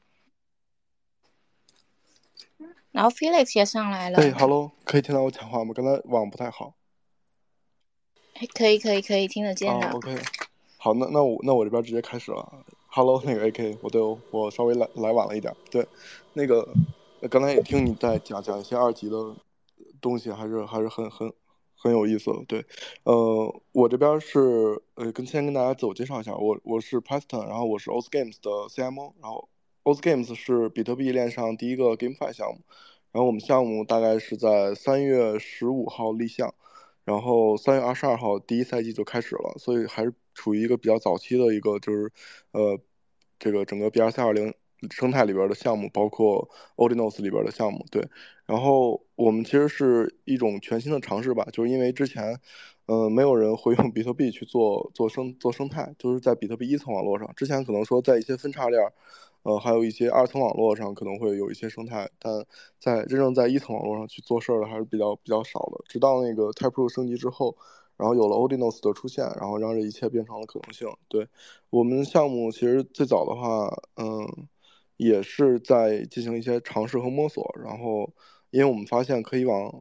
然后 Felix 也上来了。 哎，Hello，可以听到我讲话吗？刚才网不太好。 哎，可以可以可以，听得见的。 哦，OK，好，那那我那我这边直接开始了。Hello，那个 A K，我对我稍微来来晚了一点。对，那个刚才也听你在讲讲一些二级的东西，还是还是很很很有意思的。对，呃，我这边是呃跟先跟大家自我介绍一下，我我是 Preston，然后我是 O S Games 的 C M O，然后 O S Games 是比特币链上第一个 GameFi 项目，然后我们项目大概是在三月十五号立项。然后三月二十二号第一赛季就开始了，所以还是处于一个比较早期的一个就是，呃，这个整个 B R C 二零生态里边的项目，包括 Ordinals 里边的项目，对。然后我们其实是一种全新的尝试吧，就是因为之前，呃，没有人会用比特币去做做生做生态，就是在比特币一层网络上，之前可能说在一些分叉链。呃，还有一些二层网络上可能会有一些生态，但在真正在一层网络上去做事儿的还是比较比较少的。直到那个 Taproot 升级之后，然后有了 Ordinals 的出现，然后让这一切变成了可能性。对，我们项目其实最早的话，嗯，也是在进行一些尝试和摸索，然后因为我们发现可以往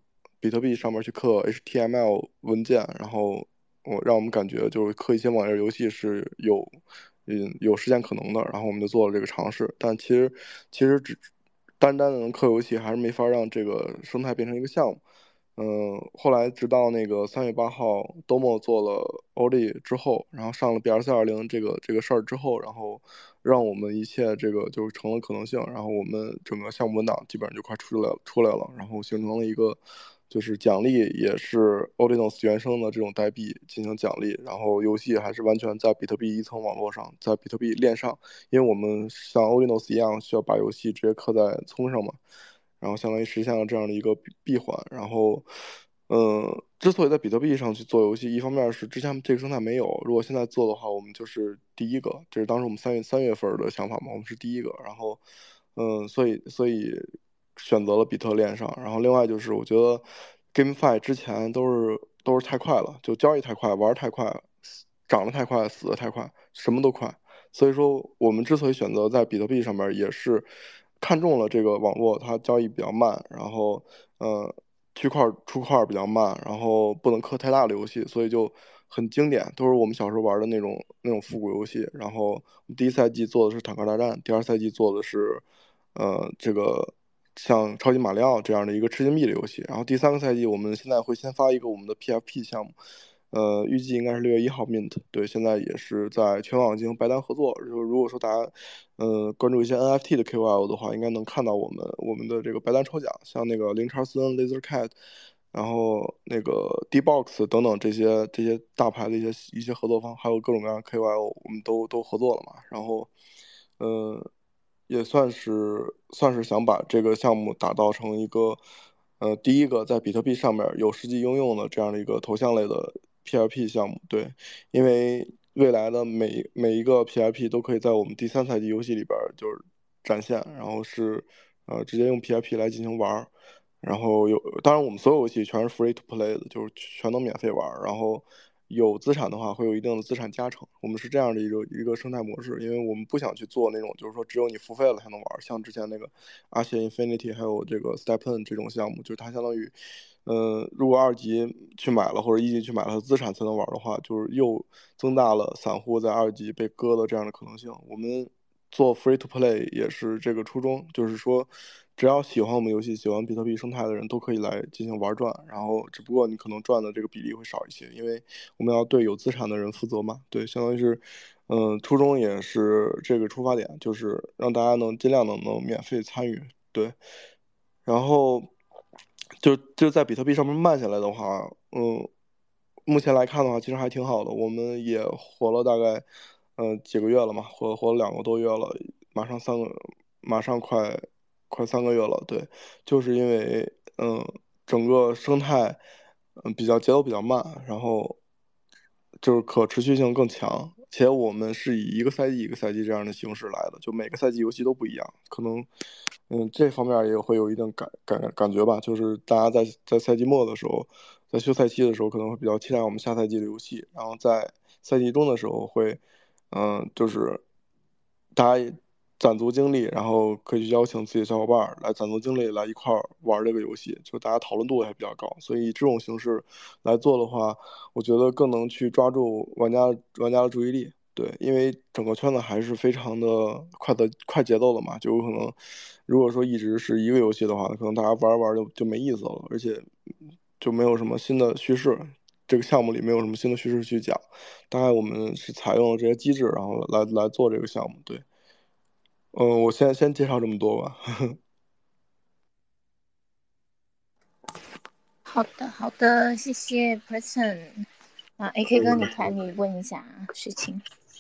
比特币上面去刻 H T M L 文件，然后我让我们感觉就是刻一些网页游戏是有嗯有实现可能的，然后我们就做了这个尝试。但其实其实只单单的能刻游戏还是没法让这个生态变成一个项目。嗯，后来直到那个三月八号 Domo 做了 O L I 之后，然后上了 B R C 二零这个这个事儿之后，然后让我们一切这个就是成了可能性，然后我们整个项目文档基本上就快出来了出来了，然后形成了一个就是奖励也是 Ordinals 原生的这种代币进行奖励，然后游戏还是完全在比特币一层网络上，在比特币链上，因为我们像 Ordinals 一样需要把游戏直接刻在葱上嘛。然后相当于实现了这样的一个闭环。然后，嗯，之所以在比特币上去做游戏，一方面是之前这个生态没有，如果现在做的话，我们就是第一个。这是当时我们三月三月份的想法嘛，我们是第一个。然后，嗯，所以所以选择了比特链上。然后另外就是我觉得 GameFi 之前都是都是太快了，就交易太快，玩太快，涨得太快，死得太快，什么都快。所以说，我们之所以选择在比特币上面，也是看中了这个网络，它交易比较慢，然后呃区块出块比较慢，然后不能氪太大的游戏，所以就很经典，都是我们小时候玩的那种那种复古游戏。然后第一赛季做的是坦克大战，第二赛季做的是呃这个像超级马里奥这样的一个吃金币的游戏。然后第三个赛季，我们现在会先发一个我们的 P F P 项目。呃，预计应该是六月一号 mint，对，现在也是在全网进行白单合作。就如果说大家，呃，关注一些 N F T 的 K O L 的话，应该能看到我们我们的这个白单抽奖，像那个林查森、Laser Cat，然后那个 D-Box 等等这些这些大牌的一些一些合作方，还有各种各样的 K O L，我们都都合作了嘛。然后，呃，也算是算是想把这个项目打造成一个，呃，第一个在比特币上面有实际应用的这样的一个头像类的 P L P 项目。对，因为未来的每每一个 P L P 都可以在我们第三赛季游戏里边就是展现，然后是呃直接用 P L P 来进行玩。然后有，当然我们所有游戏全是 free to play 的，就是全都免费玩。然后有资产的话，会有一定的资产加成。我们是这样的一个一个生态模式，因为我们不想去做那种就是说只有你付费了才能玩，像之前那个阿谢 Infinity 还有这个 Stepn 这种项目，就是它相当于，呃，如果二级去买了或者一级去买了资产才能玩的话，就是又增大了散户在二级被割的这样的可能性。我们做 free to play 也是这个初衷，就是说只要喜欢我们游戏、喜欢比特币生态的人都可以来进行玩转，然后只不过你可能赚的这个比例会少一些，因为我们要对有资产的人负责嘛。对，相当于是，嗯、呃，初衷也是这个出发点，就是让大家能尽量能能免费参与。对，然后就就在比特币上面慢下来的话，嗯，目前来看的话，其实还挺好的。我们也活了大概，呃，几个月了嘛，活活了两个多月了，马上三个，马上快快三个月了。对，就是因为嗯，整个生态嗯比较节奏比较慢，然后就是可持续性更强，且我们是以一个赛季一个赛季这样的形式来的，就每个赛季游戏都不一样，可能嗯这方面也会有一定感感感觉吧，就是大家在在赛季末的时候，在休赛期的时候可能会比较期待我们下赛季的游戏，然后在赛季中的时候会嗯就是大家攒足精力，然后可以去邀请自己的小伙伴来攒足精力来一块玩这个游戏，就大家讨论度也比较高，所以这种形式来做的话，我觉得更能去抓住玩家玩家的注意力。对，因为整个圈子还是非常的快的快节奏的嘛，就有可能如果说一直是一个游戏的话，可能大家玩玩就就没意思了，而且就没有什么新的叙事。这个项目里没有什么新的叙事去讲，大概我们是采用了这些机制，然后来来做这个项目。对。嗯，我先先介绍这么多吧。 好的，好的，谢谢 Preston。啊，A K 哥，你看你问一下事情。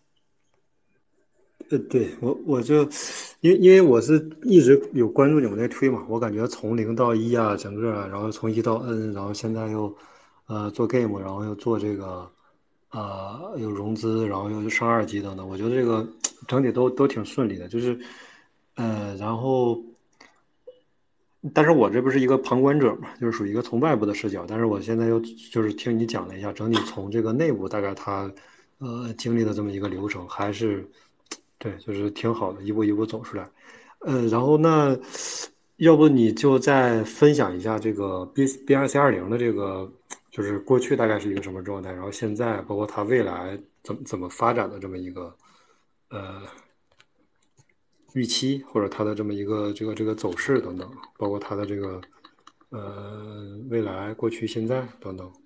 呃，对我我就，因为因为我是一直有关注你们在推嘛，我感觉从零到一啊，整个啊，然后从一到 N，然后现在又，呃，做 game，然后又做这个，呃，有融资，然后又上二级等等，我觉得这个整体都都挺顺利的，就是，呃，然后，但是我这不是一个旁观者嘛，就是属于一个从外部的视角，但是我现在又就是听你讲了一下，整体从这个内部大概它，呃，经历的这么一个流程，还是。对，就是挺好的，一步一步走出来。呃，然后那要不你就再分享一下这个 B B R C 二零的这个，就是过去大概是一个什么状态，然后现在包括它未来怎么怎么发展的这么一个呃预期，或者它的这么一个这个这个走势等等，包括它的这个呃未来、过去、现在等等。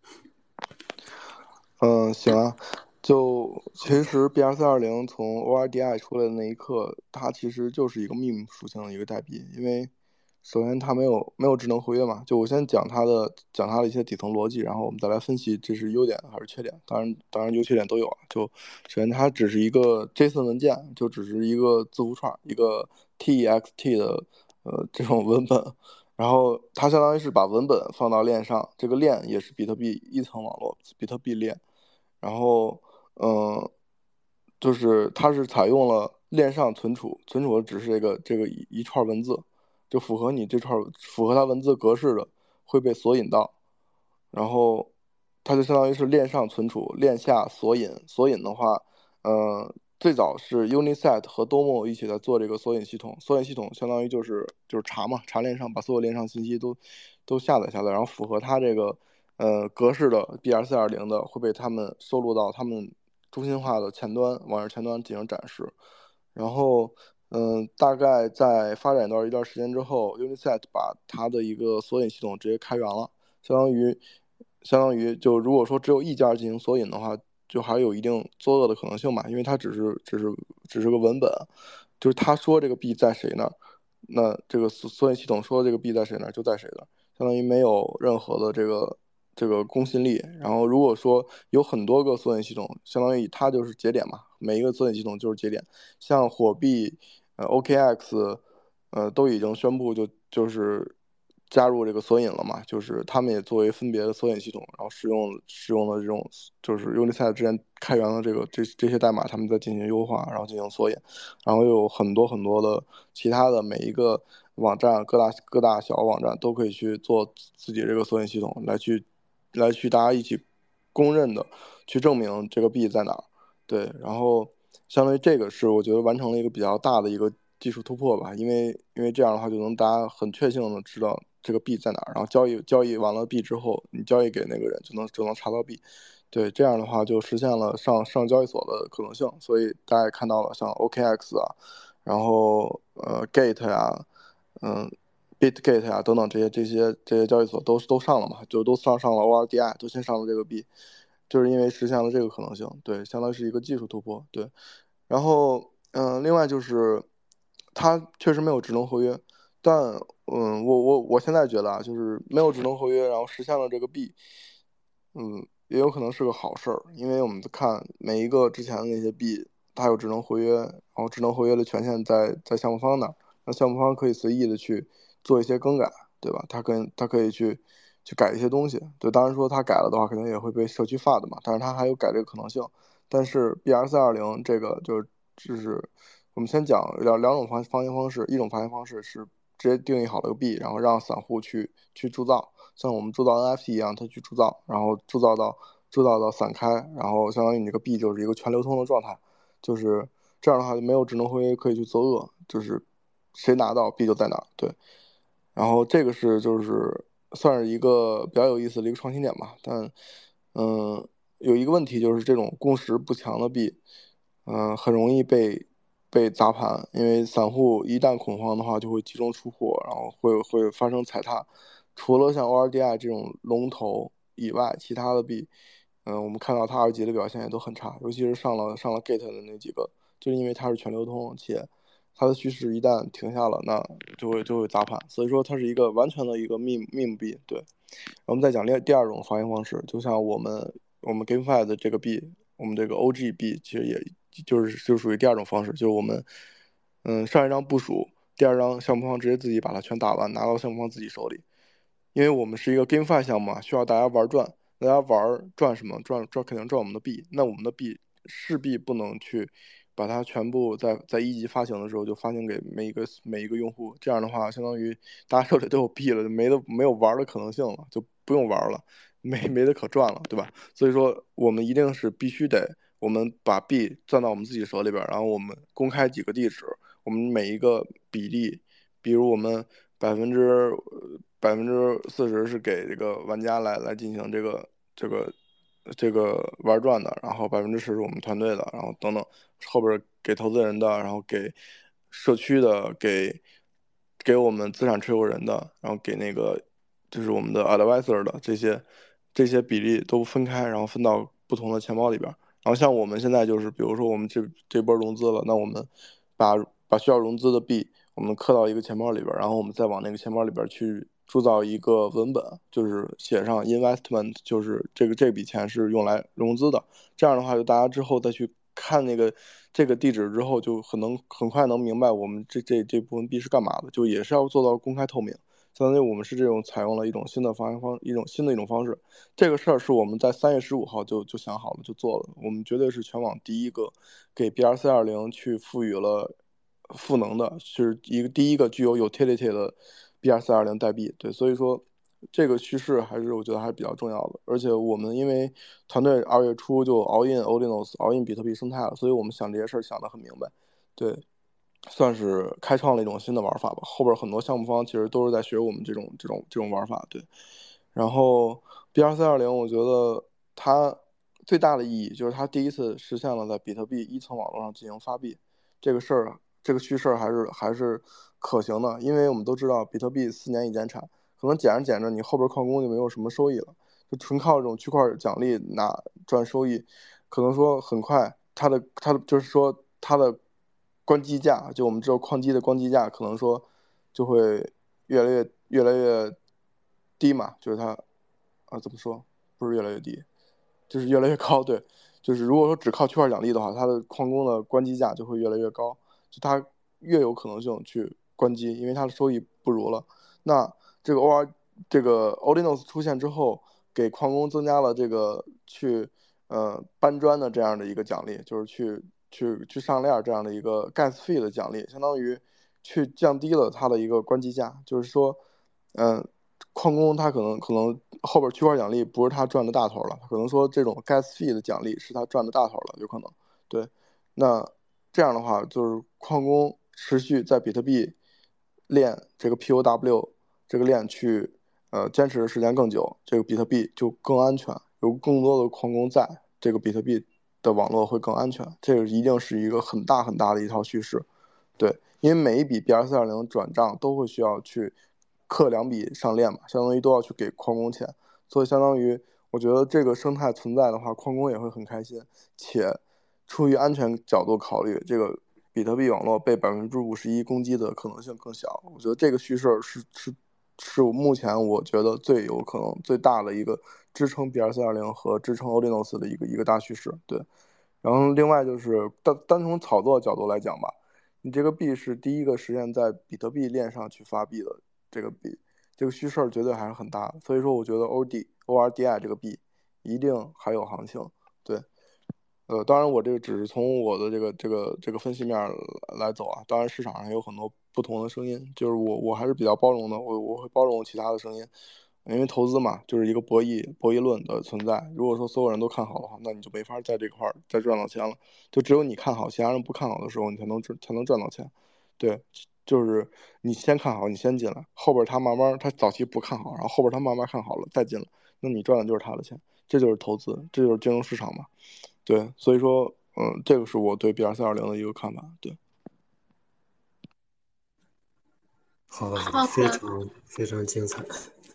嗯，行啊，就其实 B R C 二零从 O R D I 出来的那一刻，它其实就是一个 meme 属性的一个代币，因为首先它没有没有智能合约嘛，就我先讲它的讲它的一些底层逻辑，然后我们再来分析这是优点还是缺点，当然当然优缺点都有啊。就首先它只是一个 JSON 文件，就只是一个字符串，一个 T X T 的呃这种文本。然后它相当于是把文本放到链上，这个链也是比特币一层网络，比特币链。然后，嗯，就是它是采用了链上存储，存储的只是这个这个一一串文字，就符合你这串符合它文字格式的会被索引到，然后它就相当于是链上存储，链下索引。索引的话，呃，最早是 Unisat 和 Domo 一起在做这个索引系统，索引系统相当于就是就是查嘛，查链上把所有链上信息都都下载下来，然后符合它这个呃格式的 B R C 二零的会被他们收录到他们中心化的前端网页前端进行展示，然后嗯、呃，大概在发展到一段时间之后 ，Unisat 把它的一个索引系统直接开源了，相当于相当于就如果说只有一家进行索引的话，就还有一定作恶的可能性吧，因为它只是只是只是个文本，就是他说这个币在谁那儿，那这个索引系统说这个币在谁那儿就在谁那儿，相当于没有任何的这个这个公信力。然后如果说有很多个索引系统，相当于它就是节点嘛，每一个索引系统就是节点。像火币、呃 O K X，呃都已经宣布就就是加入这个索引了嘛，就是他们也作为分别的索引系统，然后使用使用了这种就是 Unisat 之前开源的这个这这些代码，他们在进行优化，然后进行索引，然后又有很多很多的其他的每一个网站各大各大小网站都可以去做自己这个索引系统来去来去大家一起公认的去证明这个币在哪儿。对，然后相当于这个是我觉得完成了一个比较大的一个技术突破吧，因为因为这样的话就能大家很确信的知道这个币在哪儿，然后交易交易完了币之后，你交易给那个人就能就能查到币。对，这样的话就实现了上上交易所的可能性，所以大家也看到了像 O K X 啊，然后呃 Gate 呀，嗯 Bitgate 呀等等这些这些这些交易所都都上了嘛，就都上上了 O R D I， 都先上了这个币，就是因为实现了这个可能性，对，相当于是一个技术突破，对。然后嗯、呃，另外就是它确实没有智能合约，但嗯，我我我现在觉得啊，就是没有智能合约，然后实现了这个币，嗯，也有可能是个好事儿，因为我们看每一个之前的那些币，它有智能合约，然后智能合约的权限在在项目方那儿，那项目方可以随意的去做一些更改，对吧？他跟他可以去去改一些东西，对，当然说他改了的话，肯定也会被社区发的嘛，但是他还有改这个可能性。但是 B R C 二零这个就是就是我们先讲两两种发发行方式，一种发行方式是直接定义好了个币，然后让散户去去铸造。像我们铸造 N F T 一样，它去铸造，然后铸造到铸造到散开，然后相当于你这个币就是一个全流通的状态，就是这样的话就没有智能合约可以去作恶，就是谁拿到币就在哪，对。然后这个是就是算是一个比较有意思的一个创新点吧，但嗯，有一个问题就是这种共识不强的币，嗯，很容易被被砸盘，因为散户一旦恐慌的话就会集中出货，然后会会发生踩踏。除了像 O R D I 这种龙头以外，其他的币，嗯，我们看到它二级的表现也都很差，尤其是上了上了 Gate 的那几个，就是因为它是全流通，且它的趋势一旦停下了，那就会就会砸盘，所以说它是一个完全的一个 meme meme 币。对，我们再讲第第二种发行方式，就像我们我们 GameFi 的这个币，我们这个 O G 币其实也就是就属于第二种方式，就是我们嗯上一张部署，第二张项目方直接自己把它全打完，拿到项目方自己手里。因为我们是一个 GameFi 项目嘛，需要大家玩转，大家玩赚什么？赚赚肯定赚我们的币。那我们的币势必不能去把它全部在在一级发行的时候就发行给每一个每一个用户，这样的话，相当于大家手里都有币了，就没得没有玩的可能性了，就不用玩了，没没得可赚了，对吧？所以说我们一定是必须得我们把币攥到我们自己手里边，然后我们公开几个地址，我们每一个比例。比如我们百分之百分之四十是给这个玩家来来进行这个这个这个玩转的，然后百分之十是我们团队的，然后等等后边给投资人的，然后给社区的，给给我们资产持有人的，然后给那个就是我们的 advisor 的这些这些比例都分开，然后分到不同的钱包里边。然后像我们现在就是，比如说我们这这波融资了，那我们把把需要融资的币我们刻到一个钱包里边，然后我们再往那个钱包里边去铸造一个文本，就是写上 investment， 就是这个这笔钱是用来融资的。这样的话，就大家之后再去看那个这个地址之后，就很能很快能明白我们这这这部分币是干嘛的，就也是要做到公开透明。相当于我们是这种采用了一种新的发行方一种新的一种方式。这个事儿是我们在三月十五号就就想好了就做了，我们绝对是全网第一个给 B R C 二零去赋予了赋能的，是一个第一个具有 utility 的 B R C 二零代币。对，所以说这个趋势还是我觉得还是比较重要的。而且我们因为团队二月初就 all in Ordinals all in 比特币生态了，所以我们想这些事儿想得很明白。对，算是开创了一种新的玩法吧。后边很多项目方其实都是在学我们这种这种这种玩法。对，然后 B R C 二零我觉得它最大的意义就是它第一次实现了在比特币一层网络上进行发币，这个事儿这个趋势还是还是可行的。因为我们都知道比特币四年一减产，可能减着减着你后边矿工就没有什么收益了，就纯靠这种区块奖励拿赚收益，可能说很快它的它的就是说它的关机价，就我们知道矿机的关机价可能说就会越来越越来越低嘛，就是它啊怎么说，不是越来越低，就是越来越高。对，就是如果说只靠区块奖励的话，它的矿工的关机价就会越来越高，就它越有可能性去关机，因为它的收益不如了。那这个 O R 这个 Ordinals 出现之后，给矿工增加了这个去呃搬砖的这样的一个奖励，就是去去去上链这样的一个 gas fee 的奖励，相当于去降低了它的一个关机价。就是说，嗯、呃，矿工他可能可能后边区块奖励不是他赚的大头了，可能说这种 gas fee 的奖励是他赚的大头了，有可能。对，那这样的话就是矿工持续在比特币链这个 P O W 这个链去呃坚持的时间更久，这个比特币就更安全，有更多的矿工在，这个比特币的网络会更安全。这个一定是一个很大很大的一套叙事。对，因为每一笔 B R C 二零转账都会需要去刻两笔上链嘛，相当于都要去给矿工钱，所以相当于我觉得这个生态存在的话，矿工也会很开心。且出于安全角度考虑，这个比特币网络被百分之五十一攻击的可能性更小。我觉得这个趋势是是是目前我觉得最有可能最大的一个支撑 B R C 二零和支撑 Ordinals 的一个一个大趋势。对，然后另外就是单单从炒作角度来讲吧，你这个币是第一个实现在比特币链上去发币的这个币，这个趋势绝对还是很大的。所以说，我觉得 O D O R D I 这个币一定还有行情。对。呃，当然我这个只是从我的这个这个这个分析面来走啊，当然市场上有很多不同的声音，就是我我还是比较包容的，我我会包容其他的声音，因为投资嘛，就是一个博弈博弈论的存在。如果说所有人都看好的话，那你就没法在这块儿再赚到钱了，就只有你看好，其他人不看好的时候，你才能赚才能赚到钱。对，就是你先看好，你先进来，后边他慢慢他早期不看好，然后后边他慢慢看好了再进来，那你赚的就是他的钱，这就是投资，这就是金融市场嘛。对，所以说，嗯，这个是我对 B R C 二零的一个看法。对， 好的，好的， 好的， 非常非常精彩。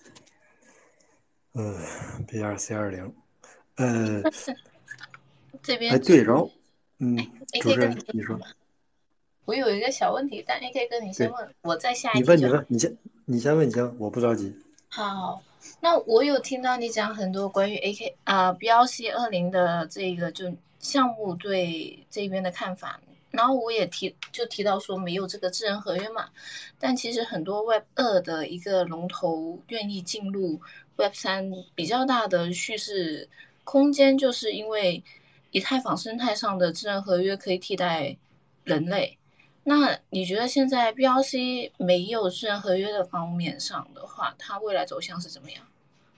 嗯，B R C 二零，呃，哎， 这边对，然后，嗯，主 ，A K 持跟你先人你说， 问吧。我有一个小问题，但 A K 跟你先对， 问，我再下一题就好。 你问你问，你先你先问，你先问，我不着急。 好，那我有听到你讲很多关于 A K 啊、B R C 二零的这个就项目对这边的看法，然后我也提就提到说没有这个智能合约嘛，但其实很多 Web 二的一个龙头愿意进入 Web 三比较大的叙事空间，就是因为以太坊生态上的智能合约可以替代人类。那你觉得现在 B R C 没有智能合约的方面上的话，它未来走向是怎么样？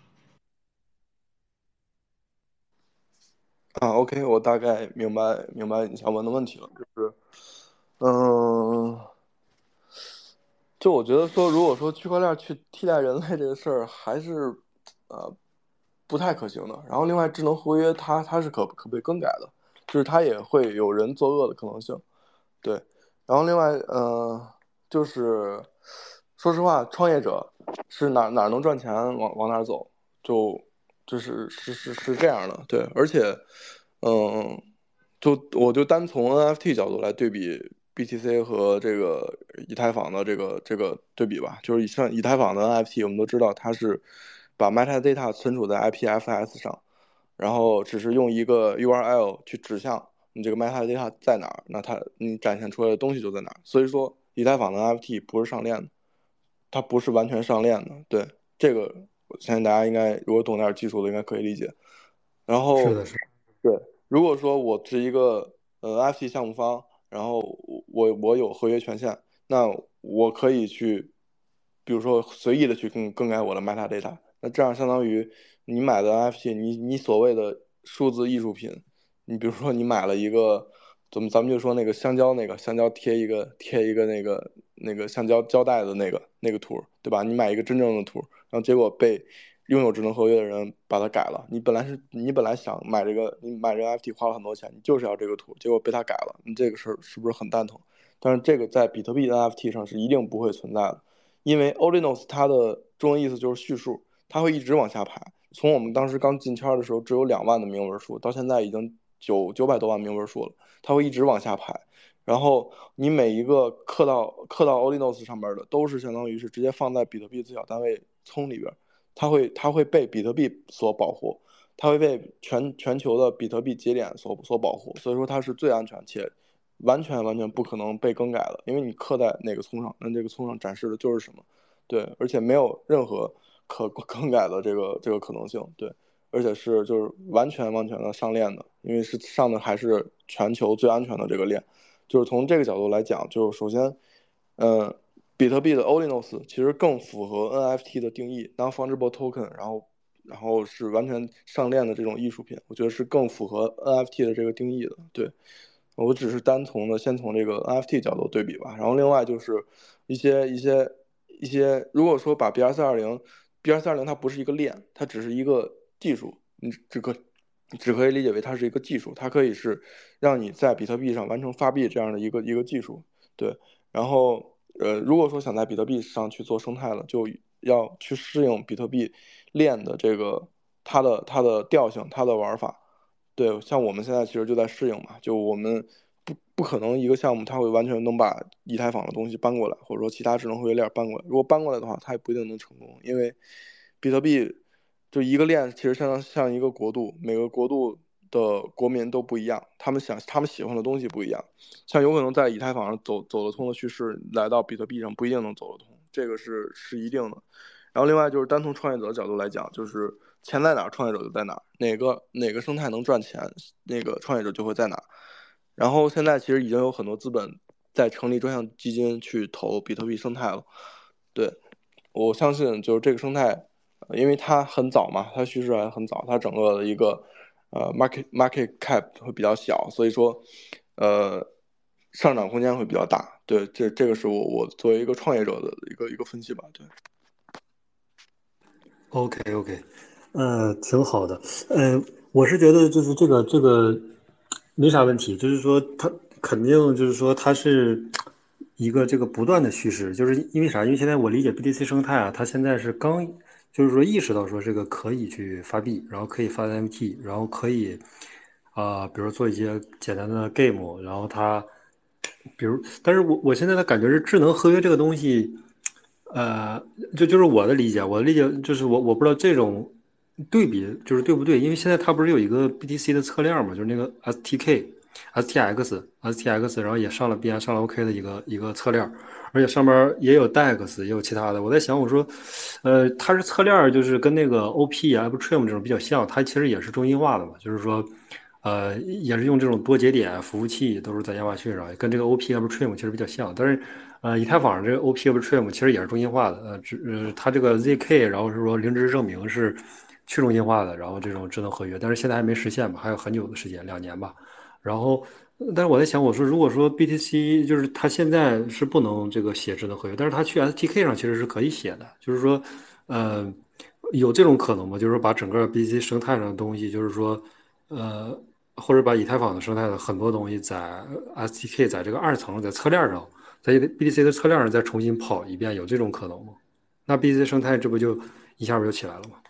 啊，OK，我大概明白明白你想问的问题了，就是，嗯， 就我觉得说，如果说区块链去替代人类这个事儿，还是呃不太可行的。然后另外，智能合约它它是可可被更改的，就是它也会有人作恶的可能性。对，然后另外呃就是说实话，创业者是哪哪能赚钱往往哪走，就就是是是是这样的。对，而且嗯。就我就单从 N F T 角度来对比 B T C 和这个以太坊的这个这个对比吧，就是像以太坊的 N F T，我们都知道它是把 metadata 存储在 I P F S 上，然后只是用一个 U R L 去指向你这个 metadata 在哪儿，那它你展现出来的东西就在哪儿。所以说，以太坊的 N F T 不是上链的，它不是完全上链的。对，这个我相信大家应该如果懂点技术的应该可以理解。然后， 是的，是的。 对，如果说我是一个呃 N F T 项目方，然后我我有合约权限，那我可以去，比如说随意的去更更改我的 metadata，那这样相当于你买的 N F T，你你所谓的数字艺术品，你比如说你买了一个，怎么咱们就说那个香蕉那个香蕉贴一个贴一个那个那个橡胶胶带的那个那个图，对吧？你买一个真正的图，然后结果被拥有智能合约的人把它改了。你本来是你本来想买这个，你买这个 N F T 花了很多钱，你就是要这个图，结果被他改了，你这个事儿是不是很蛋疼？但是这个在比特币 N F T 上是一定不会存在的，因为 Ordinals 它的中文意思就是叙述，它会一直往下排。从我们当时刚进圈的时候只有两万的铭文数，到现在已经九九百多万铭文数了，它会一直往下排。然后你每一个刻到刻到 Ordinals 上面的，都是相当于是直接放在比特币最小单位聪里边。它会它会被比特币所保护，它会被全全球的比特币节点所所保护，所以说它是最安全且完全完全不可能被更改的，因为你刻在哪个葱上，那这个葱上展示的就是什么，对，而且没有任何可更改的这个这个可能性，对，而且是就是完全完全的上链的，因为是上的还是全球最安全的这个链，就是从这个角度来讲，就是首先，嗯。比特币的 Ordinals 其实更符合 N F T 的定义 ，non-fungible token， 然后然后是完全上链的这种艺术品，我觉得是更符合 N F T 的这个定义的。对，我只是单从的先从这个 N F T 角度对比吧。然后另外就是一些一些一些，如果说把 B R 四二零，B R 四二零它不是一个链，它只是一个技术，你只可只可以理解为它是一个技术，它可以是让你在比特币上完成发币这样的一个一个技术。对，然后。呃，如果说想在比特币上去做生态了，就要去适应比特币链的这个它的它的调性、它的玩法。对，像我们现在其实就在适应嘛，就我们不不可能一个项目它会完全能把以太坊的东西搬过来，或者说其他智能合约链搬过来。如果搬过来的话，它也不一定能成功，因为比特币就一个链其实相当像一个国度，每个国度的国民都不一样，他们想他们喜欢的东西不一样，像有可能在以太坊上走走得通的叙事，来到比特币上不一定能走得通，这个是是一定的。然后另外就是单从创业者的角度来讲，就是钱在哪儿，创业者就在哪儿，哪个哪个生态能赚钱，那个创业者就会在哪儿。然后现在其实已经有很多资本在成立专项基金去投比特币生态了。对，我相信就是这个生态，因为它很早嘛，它叙事还很早，它整个的一个呃 market market cap 会比较小，所以说呃上涨空间会比较大。对，这这个是我我作为一个创业者的一个一个分析吧。对。 OK OK，呃，挺好的。呃，我是觉得就是这个这个没啥问题，就是说它肯定就是说它是一个这个不断的叙事，就是因为啥？因为现在我理解 B T C 生态啊，它现在是刚就是说意识到说这个可以去发币，然后可以发 N F T，然后可以啊、比如做一些简单的 game，然后它比如，但是我我现在的感觉是智能合约这个东西。呃，这就是我的理解，我的理解就是我我不知道这种对比就是对不对，因为现在它不是有一个 B T C 的侧链嘛，就是那个 S T K、S T X、S T X，然后也上了 B I 上了 OK 的一个一个侧链，而且上面也有 D E X，也有其他的。我在想，我说，呃，它是侧链，就是跟那个 O P 啊、Arbitrum 这种比较像，它其实也是中心化的嘛，就是说。呃，也是用这种多节点服务器，都是在亚马逊上，跟这个 O P Arbitrum 其实比较像。但是，呃，以太坊上这个 O P Arbitrum 其实也是中心化的。呃，只呃，它这个 Z K，然后是说零知识证明是去中心化的，然后这种智能合约，但是现在还没实现吧，还有很久的时间，两年吧。然后， 但是我在想，我说如果说 B T C 就是它现在是不能这个写智能合约，但是它去 S T K 上其实是可以写的，就是说，呃，有这种可能吗？就是说把整个 B T C 生态上的东西，就是说，呃，或者把以太坊的生态的很多东西在 S T K 在这个二层在侧链上，在 B T C 的侧链上再重新跑一遍，有这种可能吗？那 B T C 生态这不就一下不就起来了吗？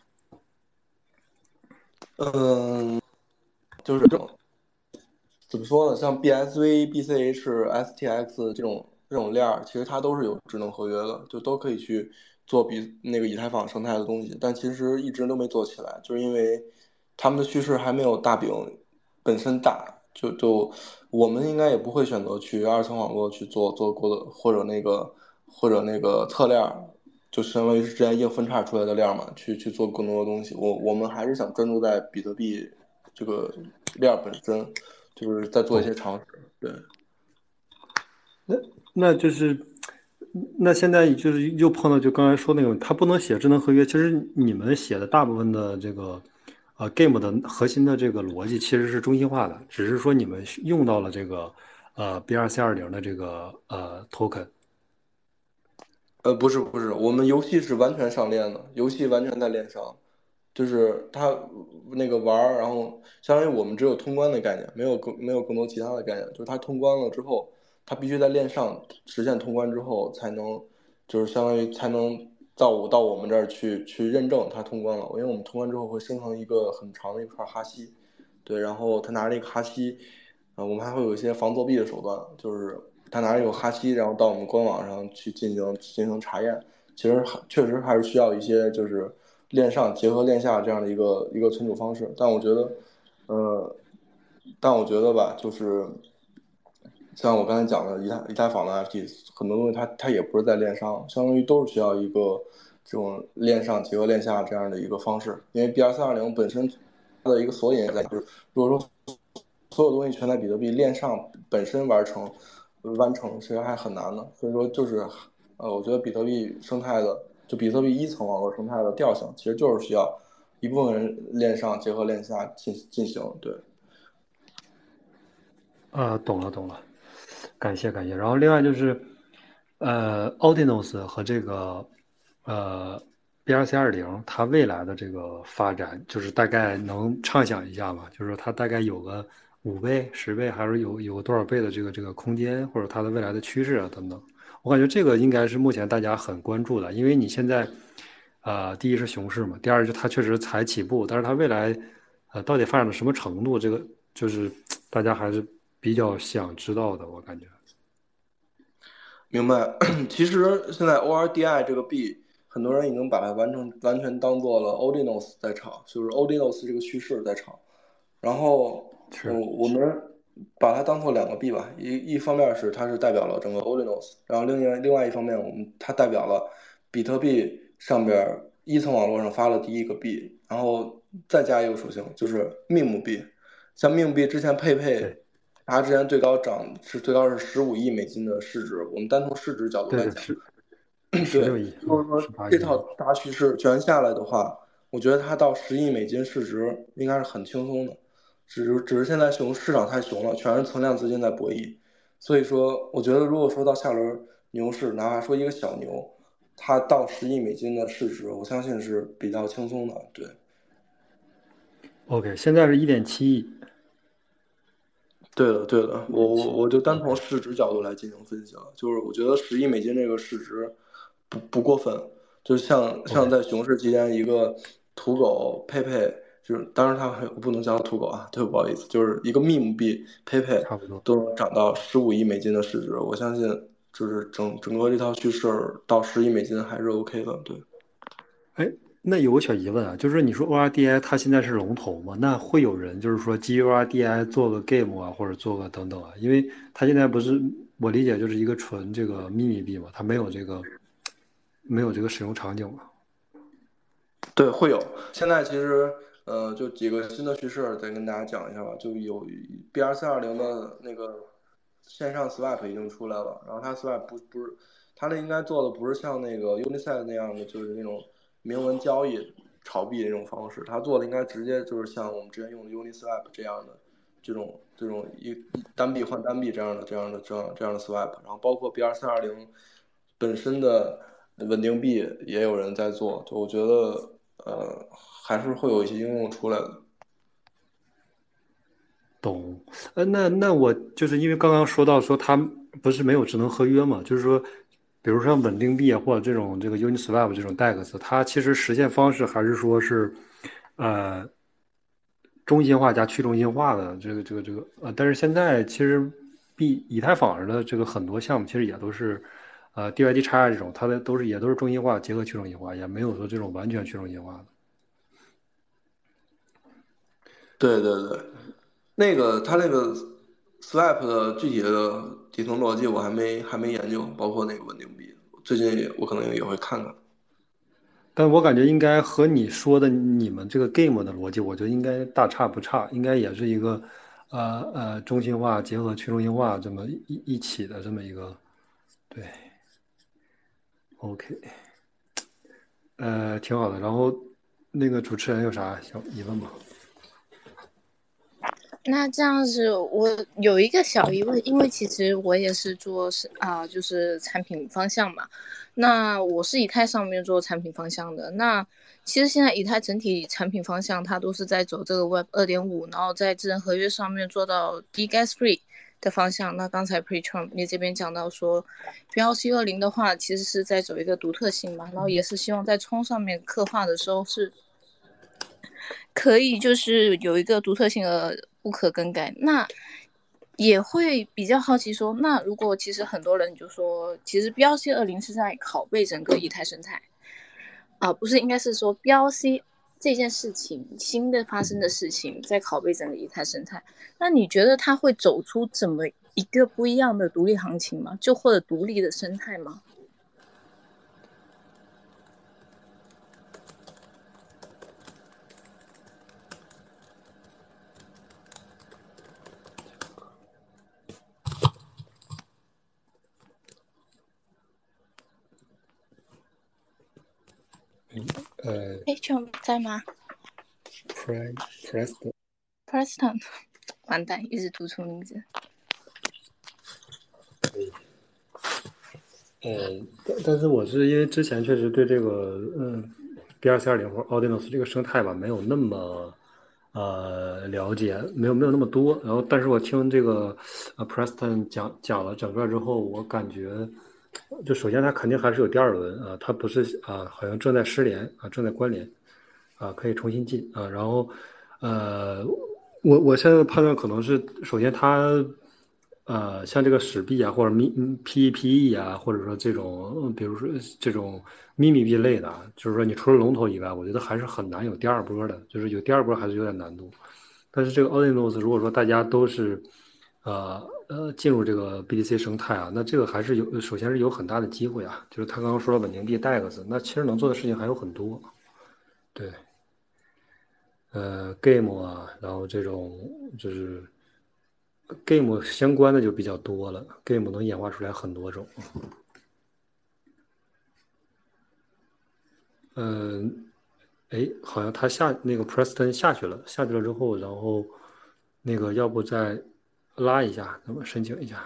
嗯，就是这种怎么说呢？像 B S V、B C H、S T X 这种这种链儿，其实它都是有智能合约的，就都可以去做比那个以太坊生态的东西，但其实一直都没做起来，就是因为他们的趋势还没有大饼本身大。就就我们应该也不会选择去二层网络去做做过的，或者那个或者那个侧链儿，就相当于是之前硬分叉出来的链嘛，去去做更多的东西。我我们还是想专注在比特币这个链本身。就是在做一些尝试，对。 那那就是那现在就是又碰到就刚才说那种，它不能写智能合约。其实你们写的大部分的这个呃 game 的核心的这个逻辑其实是中心化的，只是说你们用到了这个呃 B R C 二零的这个呃 token。 呃，不是不是，我们游戏是完全上链的，游戏完全在链上，就是它那个玩儿，然后相当于我们只有通关的概念，没有更没有更多其他的概念，就是它通关了之后，它必须在链上实现通关之后才能，就是相当于才能到我到我们这儿去去认证它通关了，因为我们通关之后会生成一个很长的一块哈希，对，然后他拿着一个哈希，啊、我们还会有一些防作弊的手段，就是他拿着一个哈希，然后到我们官网上去进行进行查验。其实确实还是需要一些就是链上结合链下这样的一个一个存储方式。但我觉得，呃，但我觉得吧，就是像我刚才讲的以太以太坊的 F T，很多东西它它也不是在链上，相当于都是需要一个这种链上结合链下这样的一个方式。因为 B R 四二零本身它的一个索引也在，就是如果说所有东西全在比特币链上本身完成完成，其实还很难的。所以说就是，呃，我觉得比特币生态的，就比特币一层网络生态的调性，其实就是需要一部分人链上结合链下进进行。对。 啊，懂了懂了，感谢感谢。然后另外就是，呃，Ordinals 和这个呃 B R C 二零，它未来的这个发展，就是大概能畅想一下吗？就是说它大概有个五倍、十倍，还是有有多少倍的这个这个空间，或者它的未来的趋势啊等等。我感觉这个应该是目前大家很关注的，因为你现在，呃，第一是熊市嘛，第二就它确实才起步，但是它未来，呃，到底发展到什么程度，这个就是大家还是比较想知道的，我感觉。 明白。其实现在 O R D I 这个币，很多人已经把它完成完全当做了 Ordinals 在炒，就是 Ordinals 这个趋势在炒。然后，我是， 我们把它当做两个币吧，一一方面是它是代表了整个 Ordinals，然后另外另外一方面，我们它代表了比特币上边一层网络上发了第一个币，然后再加一个属性，就是 meme 币。像 meme 币之前佩佩， 对它之前最高涨是最高是十五亿美金的市值，我们单从市值角度对对， 来讲。 十对， 十六亿，嗯， 如果说十八亿， 这套大趋势全下来的话，我觉得它到十亿美金市值应该是很轻松的。只是只是现在熊市场太熊了，全是存量资金在博弈。所以说，我觉得如果说到下轮牛市，哪怕说一个小牛，它到十亿美金的市值，我相信是比较轻松的。对， OK，现在是一点七亿， 对的，对的，我我一点七我就单从 ，OK， 市值角度来进行分析了，就是我觉得十亿美金这个市值不不过分，就像像 OK， 在熊市期间一个土狗佩佩，就是当然它还不能叫它土狗啊，对，不好意思，就是一个 meme 币佩佩差不多。 都能涨到十五亿美金的市值，我相信就是整整个这套趋势到十亿美金还是 OK 的，对。 哎，那有个小疑问啊，就是你说 O R D I 它现在是龙头嘛？那会有人就是说基于 O R D I 做个 game 啊，或者做个等等啊？因为它现在不是我理解就是一个纯这个秘密币嘛，它没有这个没有这个使用场景嘛。 对，会有。现在其实，呃，就几个新的趋势，再跟大家讲一下吧。就有 B R C 二零的那个线上 swap 已经出来了，然后它 swap 不不是，它那应该做的不是像那个 Unisat 那样的，就是那种明文交易炒币那种方式，它做的应该直接就是像我们之前用的 Uniswap 这样的， 这种这种一单币换单币这样的这样的这样这样的 swap，然后包括 B R C 二零本身的稳定币也有人在做，就我觉得呃还是会有一些应用出来的。 懂，呃，那那我就是因为刚刚说到说它不是没有智能合约嘛，就是说，比如说稳定币啊，或者这种这个 Uniswap 这种 D E X，它其实实现方式还是说是，呃，中心化加去中心化的这个这个这个呃，但是现在其实币以太坊上的这个很多项目其实也都是，呃，D Y D X 这种，它的都是也都是中心化结合去中心化，也没有说这种完全去中心化的。 对对对，那个它那个 swap 的具体的底层逻辑我还没还没研究，包括那个稳定币，最近也我可能也会看看。 但我感觉应该和你说的你们这个 game 的逻辑，我觉得应该大差不差，应该也是一个，呃呃，中心化结合去中心化这么一一起的这么一个，对，OK，呃，挺好的。然后那个主持人有啥小疑问吗？ 那这样子，我有一个小疑问，因为其实我也是做是啊、呃，就是产品方向嘛。那我是以太上面做产品方向的。那其实现在以太整体产品方向，它都是在走这个 Web 二点五，然后在智能合约上面做到 D gas free 的方向。那刚才 Pre-Trump 你这边讲到说 B L C 二零的话，其实是在走一个独特性嘛，然后也是希望在冲上面刻画的时候是可以就是有一个独特性的不可更改。那也会比较好奇说，那如果其实很多人就说，其实 B L C 二零是在拷贝整个以太生态啊、呃，不是，应该是说 B L C 这件事情新的发生的事情在拷贝整个以太生态。那你觉得它会走出怎么一个不一样的独立行情吗？就或者独立的生态吗？ 呃哎，全在吗 ，Pre Preston， ？Preston， 完蛋，一直读错名字。 呃，但但是我是因为之前确实对这个嗯 B R C 二零或者 Audinos 这个生态吧没有那么呃了解，没有没有那么多。然后，但是我听这个呃 Preston 讲讲了整个之后，我感觉就首先它肯定还是有第二轮啊，它不是啊，好像正在失联啊，正在关联啊，可以重新进啊。然后呃，我我现在的判断可能是，首先它。呃，像这个史币啊，或者咪 P E P E 啊，或者说这种，比如说这种秘密币类的啊，就是说你除了龙头以外，我觉得还是很难有第二波的，就是有第二波还是有点难度。但是这个 Ordinals 如果说大家都是，呃呃进入这个 B T C 生态啊，那这个还是有，首先是有很大的机会啊。就是他刚刚说了稳定币 D E X，那其实能做的事情还有很多。对，呃，Game 啊，然后这种就是。Game 相关的就比较多了，Game 能演化出来很多种。嗯，哎，好像他下那个 Preston 下去了，下去了之后，然后那个要不再拉一下，那么申请一下。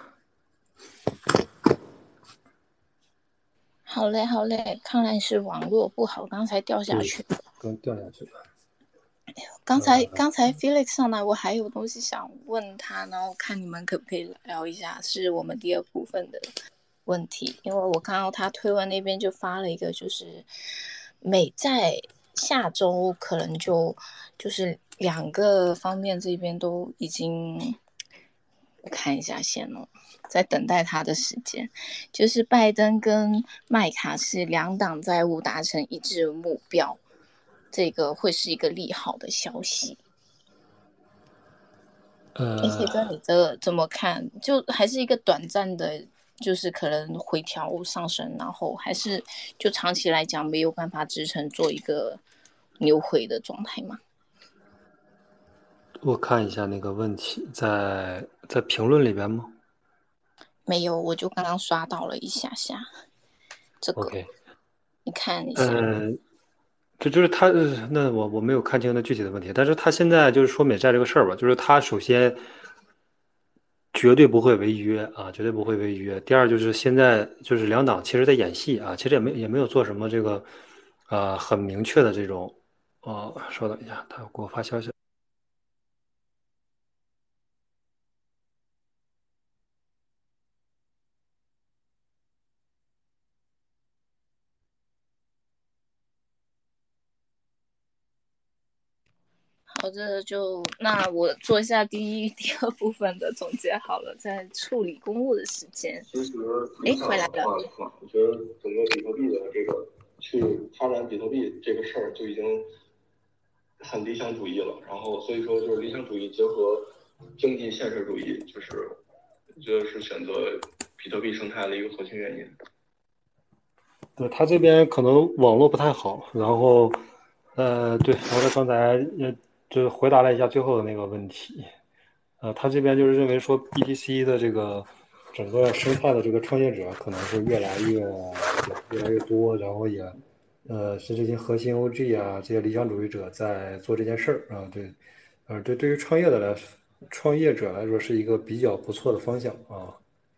好嘞，好嘞，看来是网络不好，刚才掉下对， 去。 刚掉下去了。 刚才刚才 Felix 上来，我还有东西想问他，然后看你们可不可以聊一下，是我们第二部分的问题。因为我看到他推文那边就发了一个，就是美在下周可能就就是两个方面这边都已经，我看一下先哦，在等待他的时间，就是拜登跟麦卡锡两党债务达成一致目标。这个会是一个利好的消息。 呃， 而且跟你这怎么看？就还是一个短暂的，就是可能回调上升，然后还是就长期来讲没有办法支撑做一个牛回的状态嘛？ 我看一下那个问题，在在评论里边吗没有，我就刚刚刷到了一下下这个， ？OK， 你看一下。 嗯， 这就是他，呃那我我没有看清他具体的问题，但是他现在就是说美债这个事儿吧，就是他首先绝对不会违约啊，绝对不会违约。第二就是现在就是两党其实在演戏啊，其实也没也没有做什么这个呃很明确的这种，哦，稍等一下，他给我发消息。 好，这就那我做一下第一、第二部分的总结好了，在处理公务的时间。 其实哎，回来了。 我觉得整个比特币的这个去发展比特币这个事儿就已经很理想主义了。然后所以说就是理想主义结合经济现实主义，就是我觉得是选择比特币生态的一个核心原因。 对，他这边可能网络不太好，然后呃对，然后他刚才也就回答了一下最后的那个问题。呃，他这边就是认为说 B T C 的这个整个生态的这个创业者可能是越来越越来越多，然后也呃是这些核心 O G 啊这些理想主义者在做这件事儿啊，对，呃对，对于创业的来创业者来说是一个比较不错的方向啊。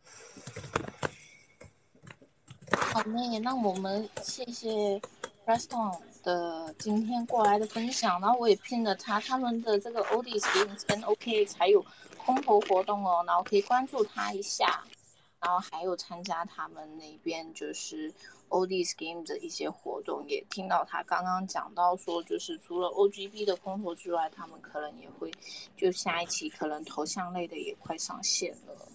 好嘞，那我们谢谢 Preston 的今天过来的分享，然后我也拼了他，他们的这个 O D Scheme 跟 O K 才有空投活动哦，然后可以关注他一下，然后还有参加他们那边就是 O D Scheme 的一些活动，也听到他刚刚讲到说，就是除了 O G B 的空投之外，他们可能也会就下一期可能头像类的也快上线了。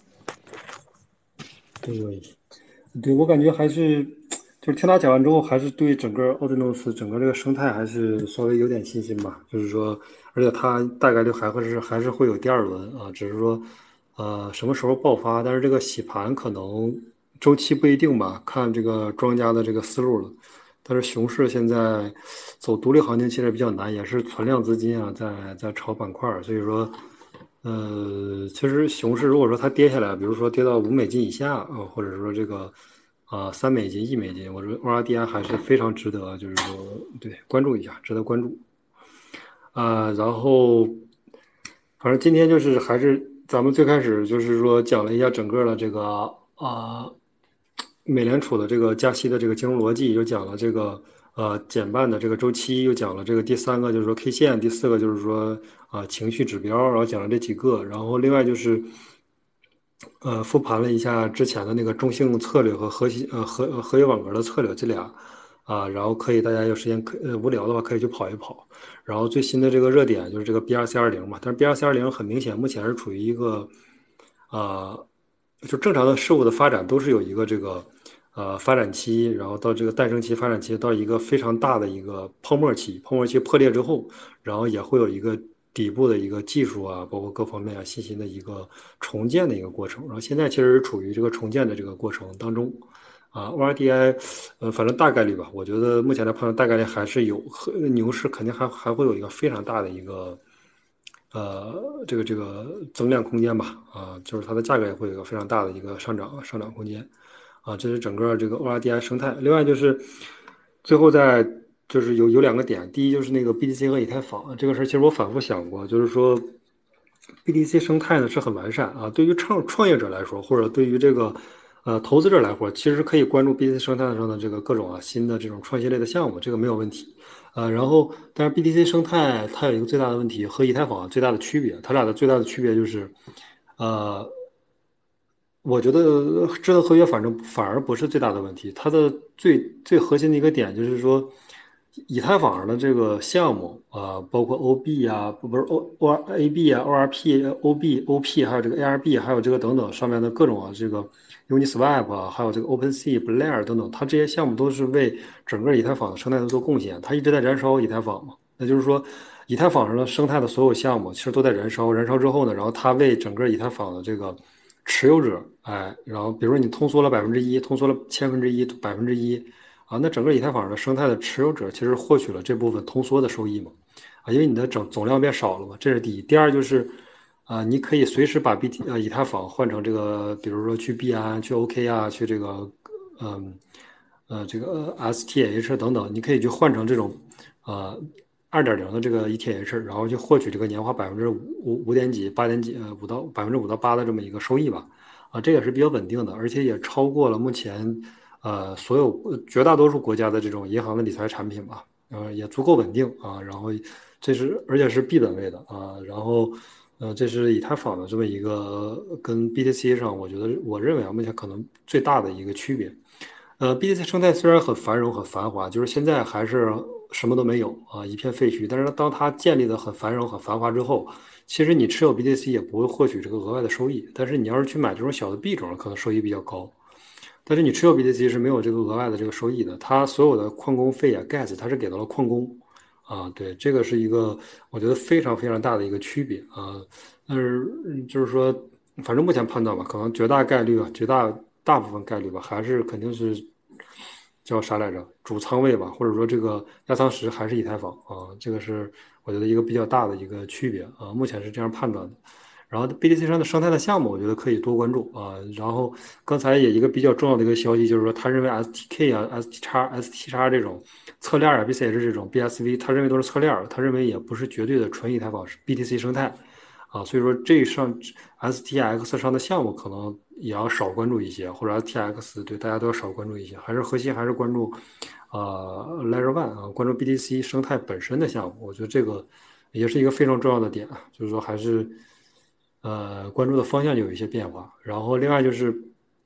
对，对我感觉还是，就是听他讲完之后，还是对整个奥特诺斯整个这个生态还是稍微有点信心吧。就是说，而且它大概率还会是还是会有第二轮啊，只是说，呃，什么时候爆发？但是这个洗盘可能周期不一定吧，看这个庄家的这个思路了。但是熊市现在走独立行情其实比较难，也是存量资金啊在在炒板块，所以说。呃，其实熊市如果说它跌下来，比如说跌到五美金以下啊、呃，或者说这个啊三、美金、一美金，我觉得 O R D I 还是非常值得，就是说对关注一下，值得关注啊、然后反正今天就是还是咱们最开始就是说讲了一下整个的这个啊、美联储的这个加息的这个金融逻辑，又讲了这个呃减半的这个周期，又讲了这个第三个就是说 K 线，第四个就是说啊、情绪指标，然后讲了这几个，然后另外就是呃复盘了一下之前的那个中性策略和核心呃合呃合约网格的策略这俩啊、然后可以大家有时间可呃无聊的话可以去跑一跑，然后最新的这个热点就是这个 B R C 二零嘛，但是 B R C 二零很明显目前是处于一个啊。就正常的事物的发展都是有一个这个呃发展期，然后到这个诞生期、发展期到一个非常大的一个泡沫期，泡沫期破裂之后，然后也会有一个底部的一个技术啊，包括各方面啊信心的一个重建的一个过程。然后现在其实是处于这个重建的这个过程当中。啊，O R D I，呃，反正大概率吧，我觉得目前来判断，大概率还是有牛市，肯定还还会有一个非常大的一个呃，这个这个增量空间吧，啊，就是它的价格也会有一个非常大的一个上涨上涨空间，啊，这是整个这个 O R D I 生态。另外就是最后再就是有有两个点，第一就是那个 B T C 和以太坊这个事儿，其实我反复想过，就是说 B T C 生态呢是很完善啊，对于创创业者来说，或者对于这个呃投资者来说，其实可以关注 B T C 生态上的这个各种啊新的这种创新类的项目，这个没有问题。呃，然后，但是 B T C 生态它有一个最大的问题和以太坊最大的区别，它俩的最大的区别就是，呃，我觉得智能合约反正反而不是最大的问题，它的最最核心的一个点就是说，以太坊上的这个项目啊、呃包括 O B 啊，不不是 O O R A B 啊，O R P、O B、O P，还有这个 A R B，还有这个等等上面的各种啊，这个 Uniswap 啊，还有这个 OpenSea、Blur 等等，它这些项目都是为整个以太坊的生态做贡献，它一直在燃烧以太坊嘛。那就是说，以太坊上的生态的所有项目其实都在燃烧，燃烧之后呢，然后它为整个以太坊的这个持有者，哎，然后比如说你通缩了百分之一，通缩了千分之一、百分之一，啊，那整个以太坊的生态的持有者其实获取了这部分通缩的收益嘛，啊，因为你的整总量变少了嘛，这是第一。第二就是，啊，你可以随时把 B T 呃以太坊换成这个，比如说去币安、去 O K 啊、去这个，嗯呃这个 S T H 等等，你可以去换成这种呃二点零的这个 E T H， 然后就获取这个年化百分之五五点几八点几呃五到百分之五到八的这么一个收益吧，啊，这也是比较稳定的，而且也超过了目前呃所有绝大多数国家的这种银行的理财产品吧，呃也足够稳定啊，然后这是而且是 B 本位的啊，然后呃这是以太坊的这么一个跟 B T C 上，我觉得我认为啊目前可能最大的一个区别。呃，B T C 生态虽然很繁荣、很繁华，就是现在还是什么都没有啊，一片废墟。但是当它建立的很繁荣、很繁华之后，其实你持有 B T C 也不会获取这个额外的收益。但是你要是去买这种小的币种，可能收益比较高。但是你持有 B T C 是没有这个额外的这个收益的，它所有的矿工费啊、gas 它是给到了矿工啊，对，这个是一个我觉得非常非常大的一个区别啊。但是就是说，反正目前判断吧，可能绝大概率啊，绝大大部分概率吧，还是肯定是叫啥来着？主仓位吧，或者说这个压仓石还是以太坊啊，这个是我觉得一个比较大的一个区别啊，目前是这样判断的。然后 B T C 上的生态的项目，我觉得可以多关注啊。然后刚才也一个比较重要的一个消息，就是说他认为 S T K 啊、S T X、S T X 这种侧链啊、B C H 这种 B S V，他认为都是侧链，他认为也不是绝对的纯以太坊 B T C 生态啊。所以说这上 S T X 上的项目可能也要少关注一些，或者 S T X 对大家都要少关注一些，还是核心还是关注呃 Layer One 啊，关注 B T C 生态本身的项目。我觉得这个也是一个非常重要的点，就是说还是。呃，关注的方向就有一些变化，然后另外就是，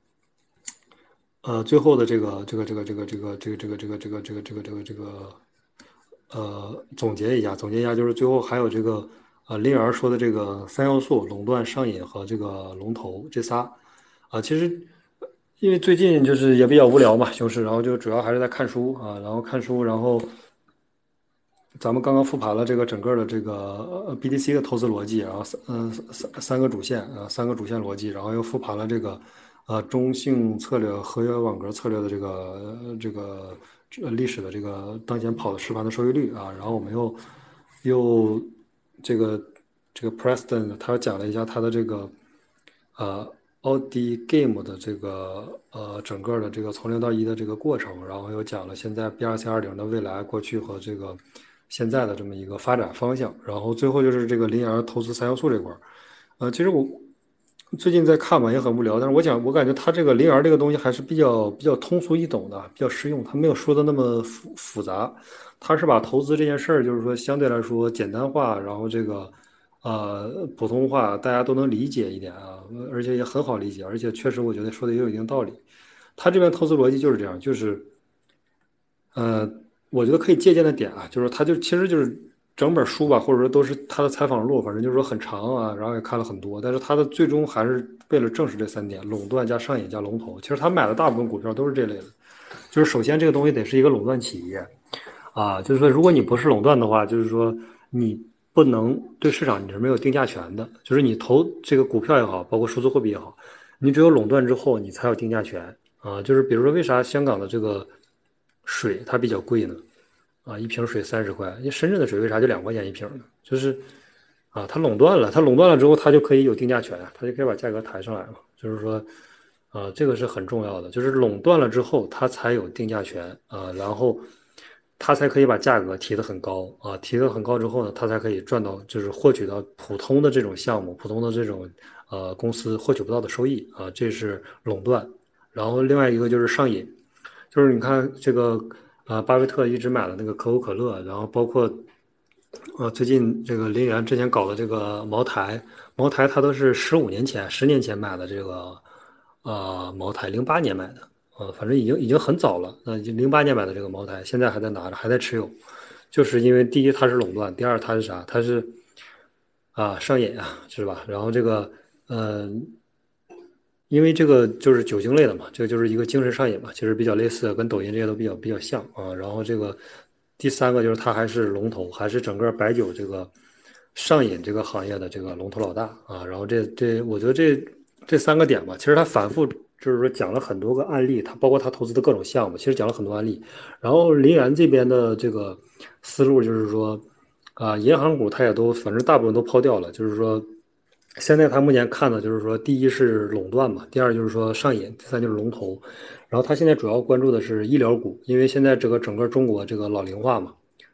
呃，最后的这个这个这个这个这个这个这个这个这个这个这个这个这个呃，总结一下，总结一下就是最后还有这个呃林儿说的这个三要素：垄断、上瘾和这个龙头这仨啊。其实因为最近就是也比较无聊嘛，熊市，然后就主要还是在看书啊，然后看书，然后。咱们刚刚复盘了这个整个的这个呃 B T C 的投资逻辑，然后三嗯三三个主线啊三个主线逻辑，然后又复盘了这个呃中性策略、合约网格策略的这个这个历史的这个当前跑的实盘的收益率啊，然后我们又又这个这个 Preston 他讲了一下他的这个呃奥迪 Game 的这个呃整个的这个从零到一的这个过程，然后又讲了现在 B R C 二零的未来、过去和这个。现在的这么一个发展方向，然后最后就是这个林阳投资三要素这块儿，呃，其实我最近在看嘛，也很无聊，但是我讲我感觉他这个林阳这个东西还是比较比较通俗易懂的，比较实用，他没有说的那么复复杂，他是把投资这件事儿就是说相对来说简单化，然后这个呃普通话大家都能理解一点啊，而且也很好理解，而且确实我觉得说的也有一定道理，他这边投资逻辑就是这样，就是呃。我觉得可以借鉴的点啊，就是他就其实就是整本书吧，或者说都是他的采访录，反正就是说很长啊，然后也看了很多，但是他的最终还是为了证实这三点：垄断加上瘾加龙头。其实他买的大部分股票都是这类的，就是首先这个东西得是一个垄断企业啊，就是说如果你不是垄断的话，就是说你不能对市场你是没有定价权的，就是你投这个股票也好，包括数字货币也好，你只有垄断之后你才有定价权啊。就是比如说为啥香港的这个水它比较贵呢？啊，一瓶水三十块，那深圳的水为啥就两块钱一瓶呢？就是啊，它垄断了，它垄断了之后，它就可以有定价权，它就可以把价格抬上来嘛。就是说，啊，这个是很重要的，就是垄断了之后，它才有定价权啊，然后它才可以把价格提得很高啊，提得很高之后呢，它才可以赚到，就是获取到普通的这种项目、普通的这种呃公司获取不到的收益啊，这是垄断。然后另外一个就是上瘾，就是你看这个。啊，巴菲特一直买了那个可口可乐，然后包括，呃，最近这个林园之前搞的这个茅台，茅台它都是十五年前、十年前买的这个，呃，茅台，零八年买的，呃，反正已经已经很早了，那就零八年买的这个茅台，现在还在拿着，还在持有，就是因为第一它是垄断，第二它是啥？它是啊上瘾啊，是吧？然后这个，嗯、呃。因为这个就是酒精类的嘛，这个就是一个精神上瘾嘛，其实比较类似，跟抖音这些都比较比较像啊。然后这个第三个就是它还是龙头，还是整个白酒这个上瘾这个行业的这个龙头老大啊。然后这这，我觉得这这三个点吧，其实他反复就是说讲了很多个案例，他包括他投资的各种项目，其实讲了很多案例。然后林园这边的这个思路就是说啊，银行股他也都反正大部分都抛掉了，就是说。现在他目前看的就是说，第一是垄断嘛，第二就是说上瘾，第三就是龙头。然后他现在主要关注的是医疗股，因为现在这个整个中国这个老龄化嘛，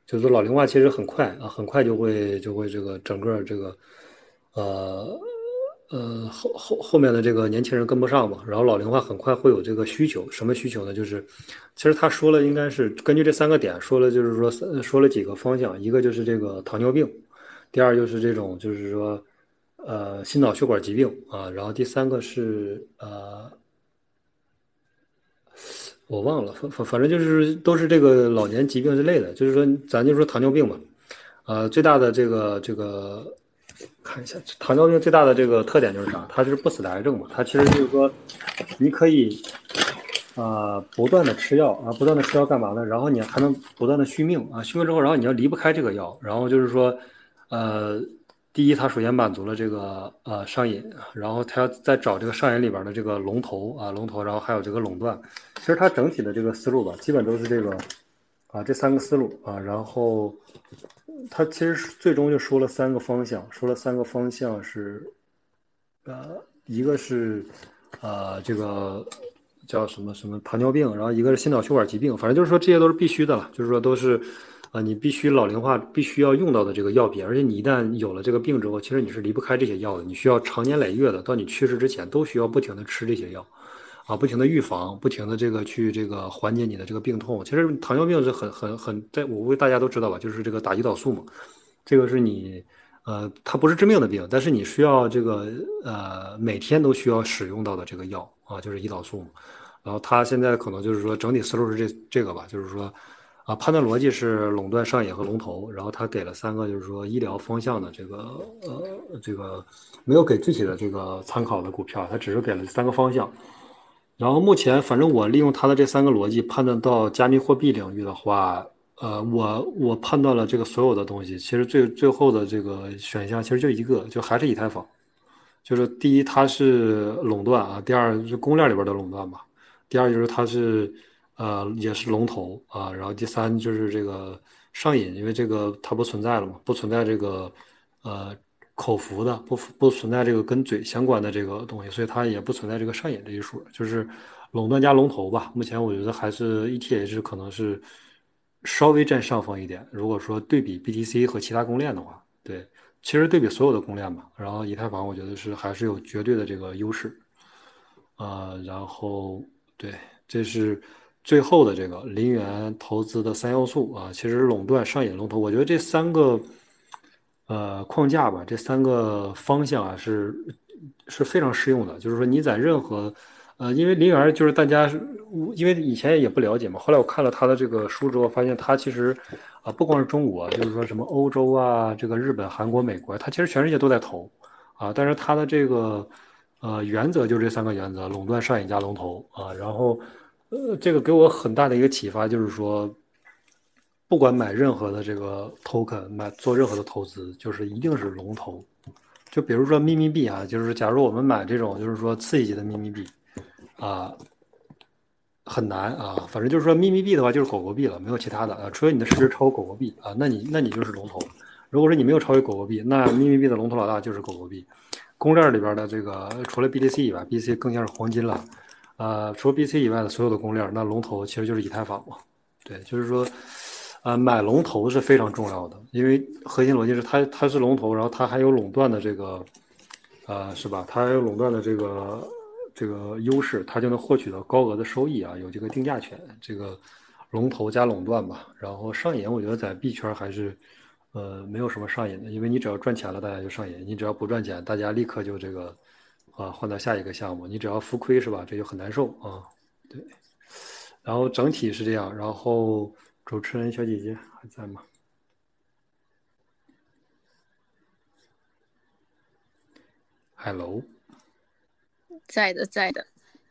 就是说老龄化其实很快啊，很快就会就会这个整个这个呃呃后后后面的这个年轻人跟不上嘛，然后老龄化很快会有这个需求，什么需求呢？就是其实他说了，应该是根据这三个点说了，就是说说了几个方向，一个就是这个糖尿病，第二就是这种就是说呃心脑血管疾病啊，然后第三个是呃。我忘了，反反反正就是都是这个老年疾病之类的，就是说咱就说糖尿病吧，呃，最大的这个这个看一下糖尿病最大的这个特点就是啥？它是不死的癌症嘛，它其实就是说你可以啊、呃不断的吃药啊，不断的吃药干嘛呢？然后你还能不断的续命啊，续命之后，然后你要离不开这个药，然后就是说呃。第一，它首先满足了这个呃上瘾，然后它要再找这个上瘾里边的这个龙头啊龙头，然后还有这个垄断。其实它整体的这个思路吧，基本都是这个啊这三个思路啊，然后它其实最终就说了三个方向，说了三个方向是呃一个是呃这个叫什么什么糖尿病，然后一个是心脑血管疾病，反正就是说这些都是必须的了，就是说都是。啊，你必须老龄化必须要用到的这个药品，而且你一旦有了这个病之后，其实你是离不开这些药的，你需要长年累月的，到你去世之前都需要不停的吃这些药，啊，不停的预防，不停的这个去这个缓解你的这个病痛。其实糖尿病是很很很，在我估计大家都知道吧，就是这个打胰岛素嘛，这个是你呃，它不是致命的病，但是你需要这个呃每天都需要使用到的这个药啊，就是胰岛素嘛。然后它现在可能就是说整体思路是这这个吧，就是说。啊，判断逻辑是垄断、上瘾和龙头，然后他给了三个，就是说医疗方向的这个呃这个没有给具体的这个参考的股票，他只是给了三个方向。然后目前反正我利用他的这三个逻辑判断到加密货币领域的话，呃，我我判断了这个所有的东西，其实最最后的这个选项其实就一个，就还是以太坊。就是第一它是垄断啊，第二是公链里边的垄断吧，第二就是它是。呃，也是龙头啊，然后第三就是这个上瘾，因为这个它不存在了嘛，不存在这个呃口服的，不不存在这个跟嘴相关的这个东西，所以它也不存在这个上瘾这一说，就是垄断加龙头吧。目前我觉得还是 E T H 可能是稍微占上风一点。如果说对比 B T C 和其他公链的话，对，其实对比所有的公链吧，然后以太坊我觉得是还是有绝对的这个优势啊、呃，然后对，这是。最后的这个林园投资的三要素啊，其实垄断、上瘾、龙头，我觉得这三个呃框架吧，这三个方向啊是是非常适用的。就是说你在任何呃，因为林园就是大家是因为以前也不了解嘛，后来我看了他的这个书之后，发现他其实啊不光是中国，就是说什么欧洲啊、这个日本、韩国、美国，他其实全世界都在投啊，但是他的这个呃原则就是这三个原则：垄断、上瘾加龙头啊，然后。呃，这个给我很大的一个启发，就是说，不管买任何的这个 token，买做任何的投资，就是一定是龙头。就比如说秘密币啊，就是假如我们买这种就是说次一级的秘密币啊，很难啊。反正就是说秘密币的话就是狗狗币了，没有其他的啊，除非你的市值超过狗狗币啊，那你那你就是龙头。如果说你没有超越狗狗币，那秘密币的龙头老大就是狗狗币。公链里边的这个除了 B T C 以外，B T C 更像是黄金了。呃，除了 B C 以外的所有的公链，那龙头其实就是以太坊嘛。对，就是说，呃，买龙头是非常重要的，因为核心逻辑是它它是龙头，然后它还有垄断的这个，呃，是吧？它还有垄断的这个这个优势，它就能获取到高额的收益啊，有这个定价权。这个龙头加垄断吧，然后上瘾，我觉得在币圈还是呃没有什么上瘾的，因为你只要赚钱了，大家就上瘾；你只要不赚钱，大家立刻就这个。啊，换到下一个项目，你只要浮亏是吧？这就很难受啊。对，然后整体是这样。然后主持人小姐姐还在吗 ？Hello， 在的，在的。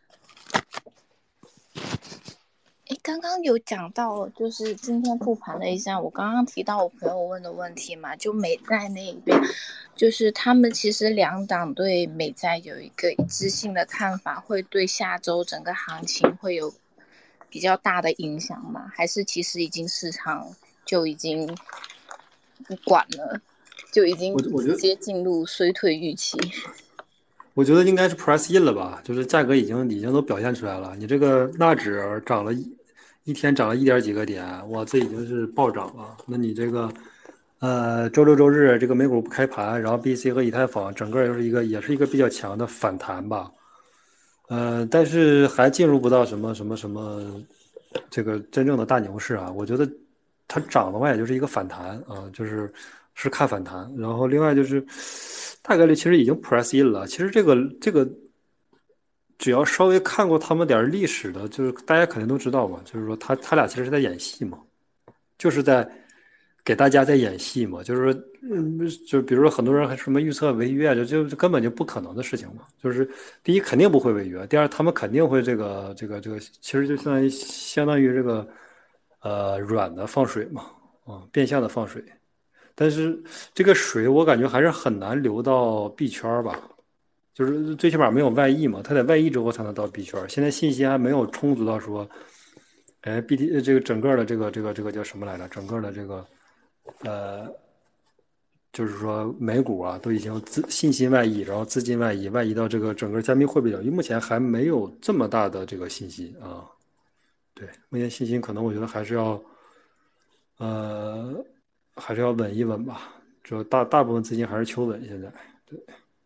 哎，刚刚有讲到，就是今天复盘了一下，我刚刚提到我朋友问的问题嘛，就美债那一边，就是他们其实两党对美债有一个一致性的看法，会对下周整个行情会有比较大的影响吗？还是其实已经市场就已经不管了，就已经直接进入衰退预期？ 我觉得应该是 price in 了吧，就是价格已经已经都表现出来了。你这个纳指涨了一一天涨了一点几个点，哇，这已经是暴涨了。那你这个，呃，周六周日这个美股不开盘，然后 B C 和以太坊整个又是一个也是一个比较强的反弹吧，呃，但是还进入不到什么什么什么这个真正的大牛市啊。我觉得它涨的话也就是一个反弹啊，就是是看反弹。然后另外就是大概率其实已经 press in 了。其实这个这个。只要稍微看过他们点历史的，就是大家肯定都知道嘛，就是说他他俩其实是在演戏嘛，就是在给大家在演戏嘛，就是说，嗯，就比如说很多人还什么预测违约，就就根本就不可能的事情嘛。就是第一肯定不会违约，第二他们肯定会这个这个这个，其实就相当于相当于这个呃软的放水嘛，啊，变相的放水。但是这个水我感觉还是很难流到币圈吧。就是最起码没有外溢嘛，它得外溢之后才能到币圈。现在信息还没有充足到说，哎，B T 这个整个的这个这个这个叫什么来着？整个的这个呃，就是说美股啊都已经资信息外溢，然后资金外溢，外溢到这个整个加密货币领域，目前还没有这么大的这个信息啊。对，目前信心可能我觉得还是要呃还是要稳一稳吧，主要大大部分资金还是求稳现在。对。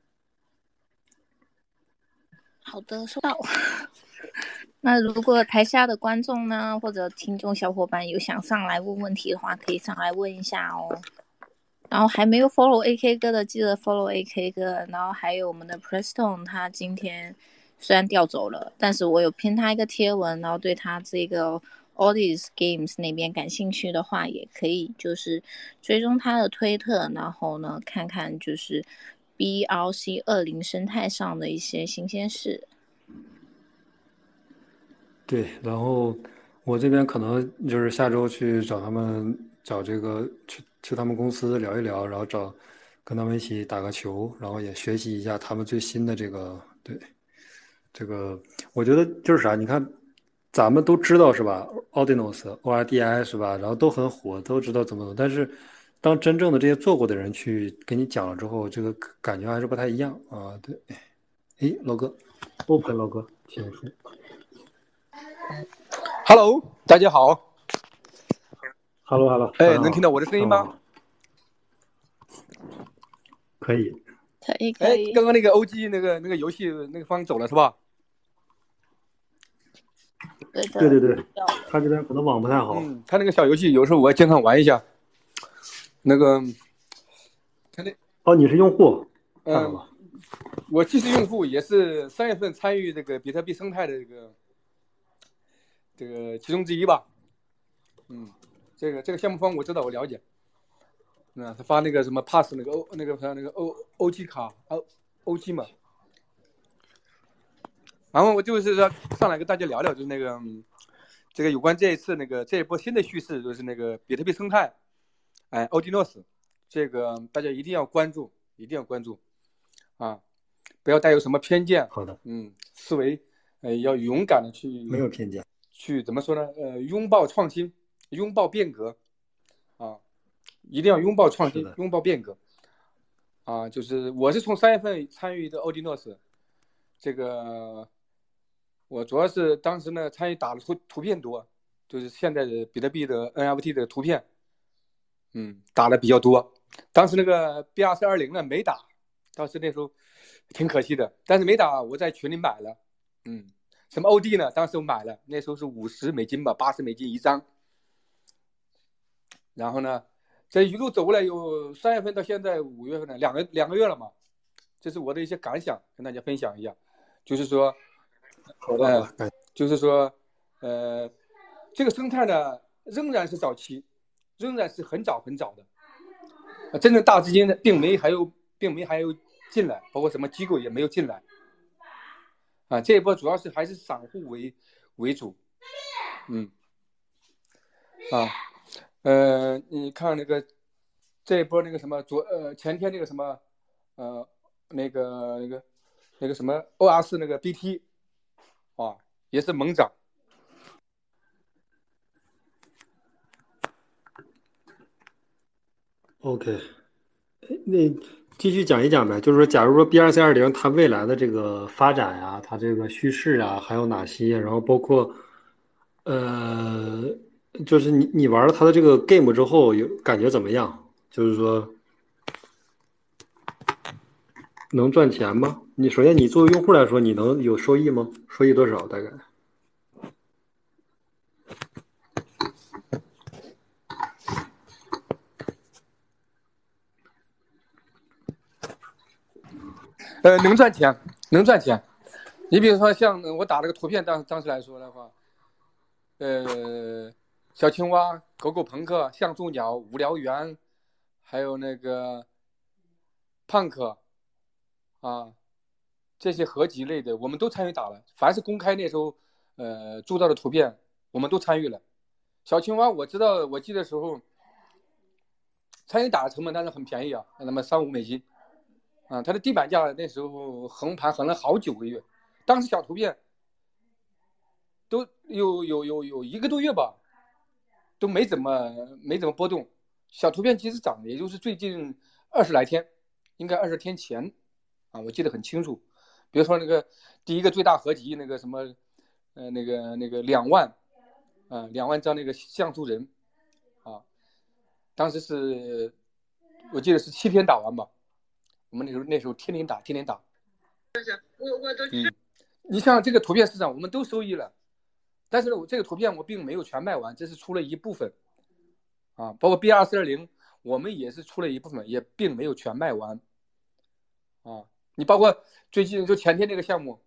好的，收到。那如果台下的观众呢，或者听众小伙伴有想上来问问题的话，可以上来问一下哦。然后还没有 follow A K 哥的，记得 follow A K 哥。然后还有我们的 Preston， 他今天虽然调走了，但是我有拼他一个贴文，然后对他这个 Audis Games 那边感兴趣的话，也可以就是追踪他的推特，然后呢看看就是 B R C 二零生态上的一些新鲜事。 对，然后我这边可能就是下周去找他们，找这个去去他们公司聊一聊，然后找跟他们一起打个球，然后也学习一下他们最新的这个，对，这个我觉得就是啥，你看咱们都知道是吧？Ordinals、O R D I 是吧？然后都很火，都知道怎么怎么，但是当真正的这些做过的人去给你讲了之后，这个感觉还是不太一样啊。对，哎，老哥，Open 老哥，请说。 Hello， 大家好。 Hello，Hello， 哎，能听到我的声音吗？ 可以， 可以，可以。 哎，刚刚那个 O G 那个那个游戏那个方走了是吧？ 对的。 对对对，他这边可能网不太好。 嗯，他那个小游戏有时候我要经常玩一下。那个，他那哦，你是用户？ 嗯、呃，我既是用户，也是三月份参与这个比特币生态的这个。这个其中之一吧，嗯，这个这个项目方我知道，我了解。嗯，他发那个什么 pass 那个 O 那个他那个 O O G 卡 O O G 嘛，然后我就是说上来跟大家聊聊，就是那个、嗯、这个有关这一次那个这一波新的叙事，就是那个比特币生态，哎 Ordinals， 这个大家一定要关注，一定要关注啊，不要带有什么偏见。 好的， 嗯，思维呃要勇敢的去没有偏见。 去怎么说呢？呃，拥抱创新，拥抱变革，啊，一定要拥抱创新，拥抱变革，啊，就是我是从三月份参与的 Ordinals， 这个我主要是当时呢参与打的图图片多，就是现在的比特币的 N F T 的图片，嗯，打的比较多。当时那个 B R C 二零呢没打，当时那时候挺可惜的，但是没打，我在群里买了，嗯。什么 O D 呢？当时我买了，那时候是五十美金吧，八十美金一张。然后呢，这一路走过来有三月份到现在五月份了，两个两个月了嘛。这是我的一些感想，跟大家分享一下。就是说，呃，就是说，呃，这个生态呢仍然是早期，仍然是很早很早的。呃、真正大资金呢，并没还有，并没还有进来，包括什么机构也没有进来。啊，这一波主要是还是散户为为主，嗯，啊，呃，你看那个这一波那个什么昨呃前天那个什么呃那个那个那个什么 O R 四那个 B T， 啊，也是猛涨。 OK， 那继续讲一讲呗，就是说，假如说 B R C 二零它未来的这个发展呀，它这个趋势啊，还有哪些？然后包括呃，就是你你玩了它的这个 game 之后，有感觉怎么样？就是说能赚钱吗？你首先你作为用户来说，你能有收益吗？收益多少大概？ 呃，能赚钱，能赚钱。你比如说像我打了个图片，当当时来说的话，呃，小青蛙、狗狗朋克、象猪鸟、无聊猿，还有那个胖克啊，这些合集类的，我们都参与打了。凡是公开那时候，呃，铸造的图片，我们都参与了。小青蛙，我知道，我记得时候参与打的成本，但是很便宜啊，那么三五美金啊，它的地板价那时候横盘横了好九个月，当时小图片都有有有有一个多月吧，都没怎么没怎么波动。小图片其实涨的，也就是最近二十来天，应该二十天前啊，我记得很清楚。比如说那个第一个最大合集那个什么，呃，那个那个两万，啊、呃，两万张那个像素人，啊，当时是我记得是七天打完吧。我们那时候那时候天天打，天天打。我我都嗯，你像这个图片市场，我们都收益了。但是呢，我这个图片我并没有全卖完，这是出了一部分啊，包括 B 二四二零，我们也是出了一部分，也并没有全卖完啊。你包括最近就前天这个项目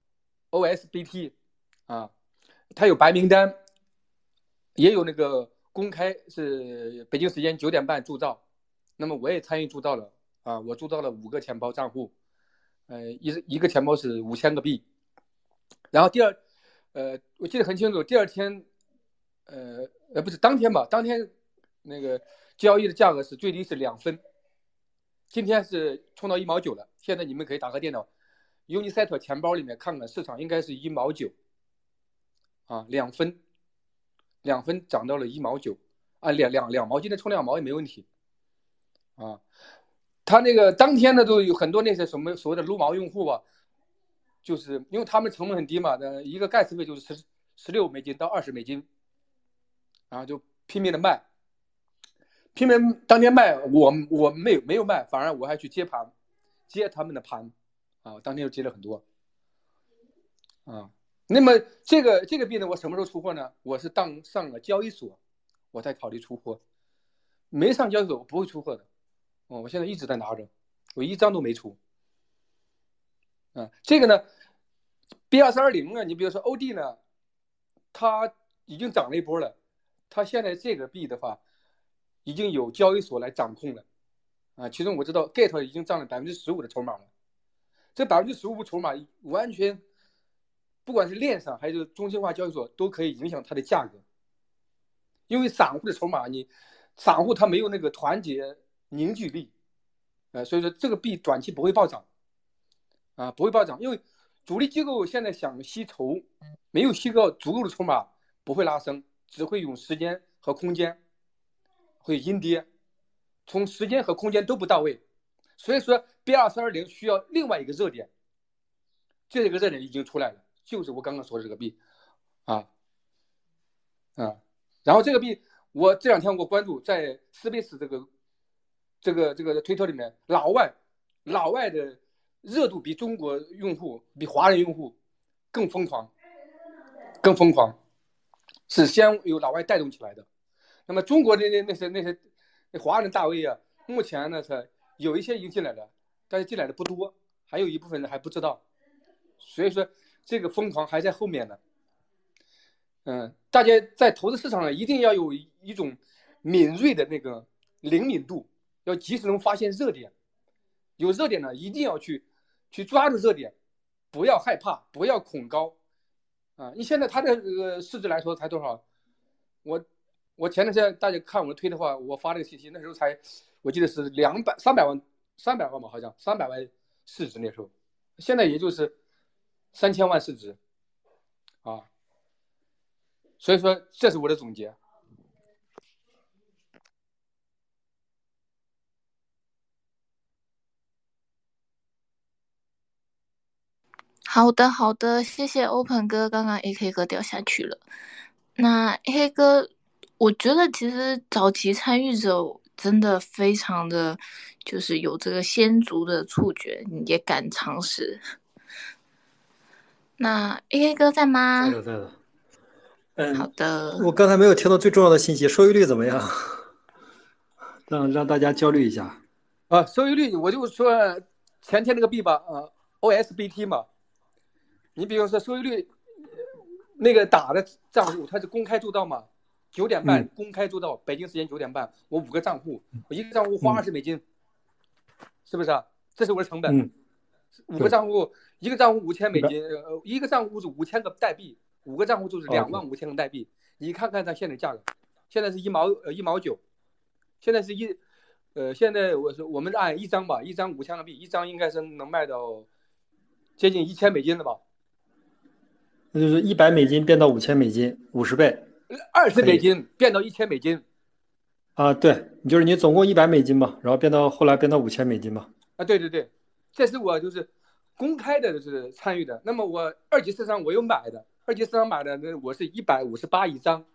O S B T 啊，它有白名单，也有那个公开，是北京时间九点半铸造，那么我也参与铸造了啊，我铸造了五个钱包账户，呃，一一个钱包是五千个币，然后第二。呃，我记得很清楚，第二天，呃呃，不是当天吧？当天那个交易的价格是最低是两分，今天是冲到一毛九了。现在你们可以打开电脑 ，Uniset 钱包里面看看市场，应该是一毛九，啊，两分，两分涨到了一毛九，啊，两两两毛，今天冲两毛也没问题，啊，他那个当天呢都有很多那些什么所谓的撸毛用户吧。就是因为他们成本很低嘛，一个盖茨费就是十十六美金到二十美金，然后就拼命的卖，拼命当天卖，我我没有没有卖，反而我还去接盘，接他们的盘，啊，当天就接了很多，啊，那么这个这个币呢，我什么时候出货呢？我是当上了交易所，我才考虑出货，没上交易所我不会出货的，哦，我现在一直在拿着，我一张都没出，啊，这个呢。B 二四二零呢？你比如说 O D 呢，它已经涨了一波了。它现在这个币的话，已经有交易所来掌控了啊。其中我知道 Gate 已经占了百分之十五的筹码了。这百分之十五筹码完全，不管是链上还是中心化交易所，都可以影响它的价格。因为散户的筹码，你散户他没有那个团结凝聚力，呃，所以说这个币短期不会暴涨啊，不会暴涨，因为。主力机构现在想吸筹，没有吸够足够的筹码，不会拉升，只会用时间和空间，会阴跌，从时间和空间都不到位，所以说 B 二四二零需要另外一个热点，这个热点已经出来了，就是我刚刚说的这个币，啊，啊，然后这个币我这两天我关注在 Space 这个这个这个推特里面，老外老外的。热度比中国用户、比华人用户更疯狂，更疯狂，是先由老外带动起来的。那么中国的那那些那些华人大 V 啊，目前呢是有一些已经进来了，但是进来的不多，还有一部分人还不知道。所以说这个疯狂还在后面呢。嗯，大家在投资市场上一定要有一种敏锐的那个灵敏度，要及时能发现热点。有热点呢，一定要去。去抓住热点，不要害怕，不要恐高，啊！你现在它的这个市值来说才多少？我我前段时间大家看我的推的话，我发这个信息，那时候才我记得是两百三百万三百万吧，好像三百万市值那时候，现在也就是三千万市值，啊！所以说这是我的总结。 好的，好的，谢谢 Open 哥，刚刚 A K 哥掉下去了。 那黑哥，我觉得其实早期参与者真的非常的，就是有这个先足的触觉，你也敢尝试。那 A K 哥在吗？ 在的，在的。嗯， 好的。 我刚才没有听到最重要的信息，收益率怎么样？让让大家焦虑一下。 啊，收益率我就说前天那个币吧，啊 ，O S B T 嘛，你比如说收益率，那个打的账户它是公开做到嘛，九点半公开做到，北京时间九点半，我五个账户，我一个账户花二十美金，是不是啊？这是我的成本。 嗯， 五个账户，一个账户五千美金，呃，一个账户是五千个代币，五个账户就是两万五千个代币。你看看它现在价格，现在是一毛呃一毛九，现在是一，呃，现在我说我们按一张吧，一张五千个币，一张应该是能卖到接近一千美金的吧？ 那就是一百美金变到五千美金，五十倍。 二十美金变到一千美金。 啊，对，就是你总共一百美金嘛，然后变到后来变到五千美金嘛。 啊，对对对，这是我就是公开的，就是参与的。那么我二级市场我有买的，二级市场买的那我是一百五十八一张。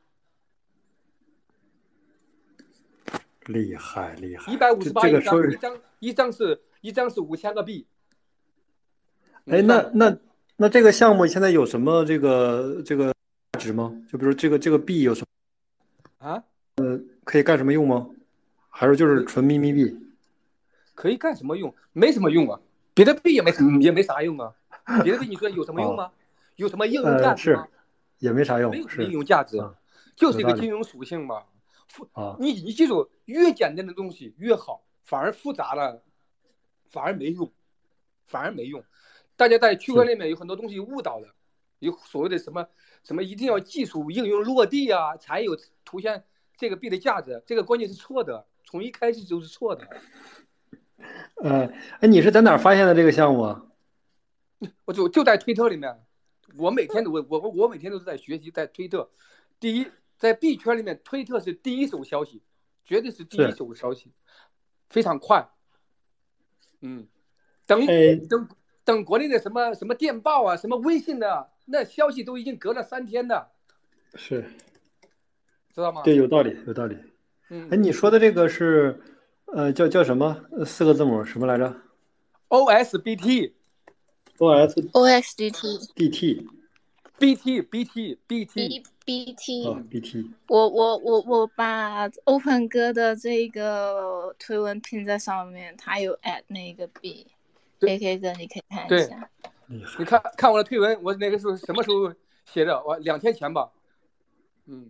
厉害厉害， 一百五十八一张， 这个、 一张一张是一张是五千个币。 哎，那那那这个项目现在有什么这个这个价值吗？就比如这个这个币有什么啊？ 呃，可以干什么用吗？还是就是纯咪咪币？ 可以干什么用？没什么用啊，别的币也没什么也没啥用啊。别的币你说有什么用吗？有什么应用价值吗？ 呃、是，也没啥用， 没有什么应用价值， 啊、 就是一个金融属性嘛。 啊， 你你记住，越简单的东西越好，反而复杂了，反而没用，反而没用。大家在区块链里面有很多东西误导了，有所谓的什么什么一定要技术应用落地啊，才有凸显这个币的价值，这个观念是错的，从一开始就是错的。 呃，哎，你是在哪儿发现的这个项目啊？ 我就就在推特里面，我每天都我我我每天都是在学习，在推特。第一，在币圈里面，推特是第一手消息，绝对是第一手消息，非常快。嗯，等、 哎、 等等，国内的什么什么电报啊，什么微信的，那消息都已经隔了三天的。 是， 知道吗？ 对，有道理，有道理。 嗯， 哎，你说的这个是，呃，叫叫什么？四个字母什么来着 ？O S B T。O S O X D T D T B T B T B T B T 哦 B T。 我我我我把 Open 哥的这个推文拼在上面，他有 at 那个币 ，A K 哥你可以看一下。 你看看我的推文，我那个时候什么时候写的？我两天前吧。嗯。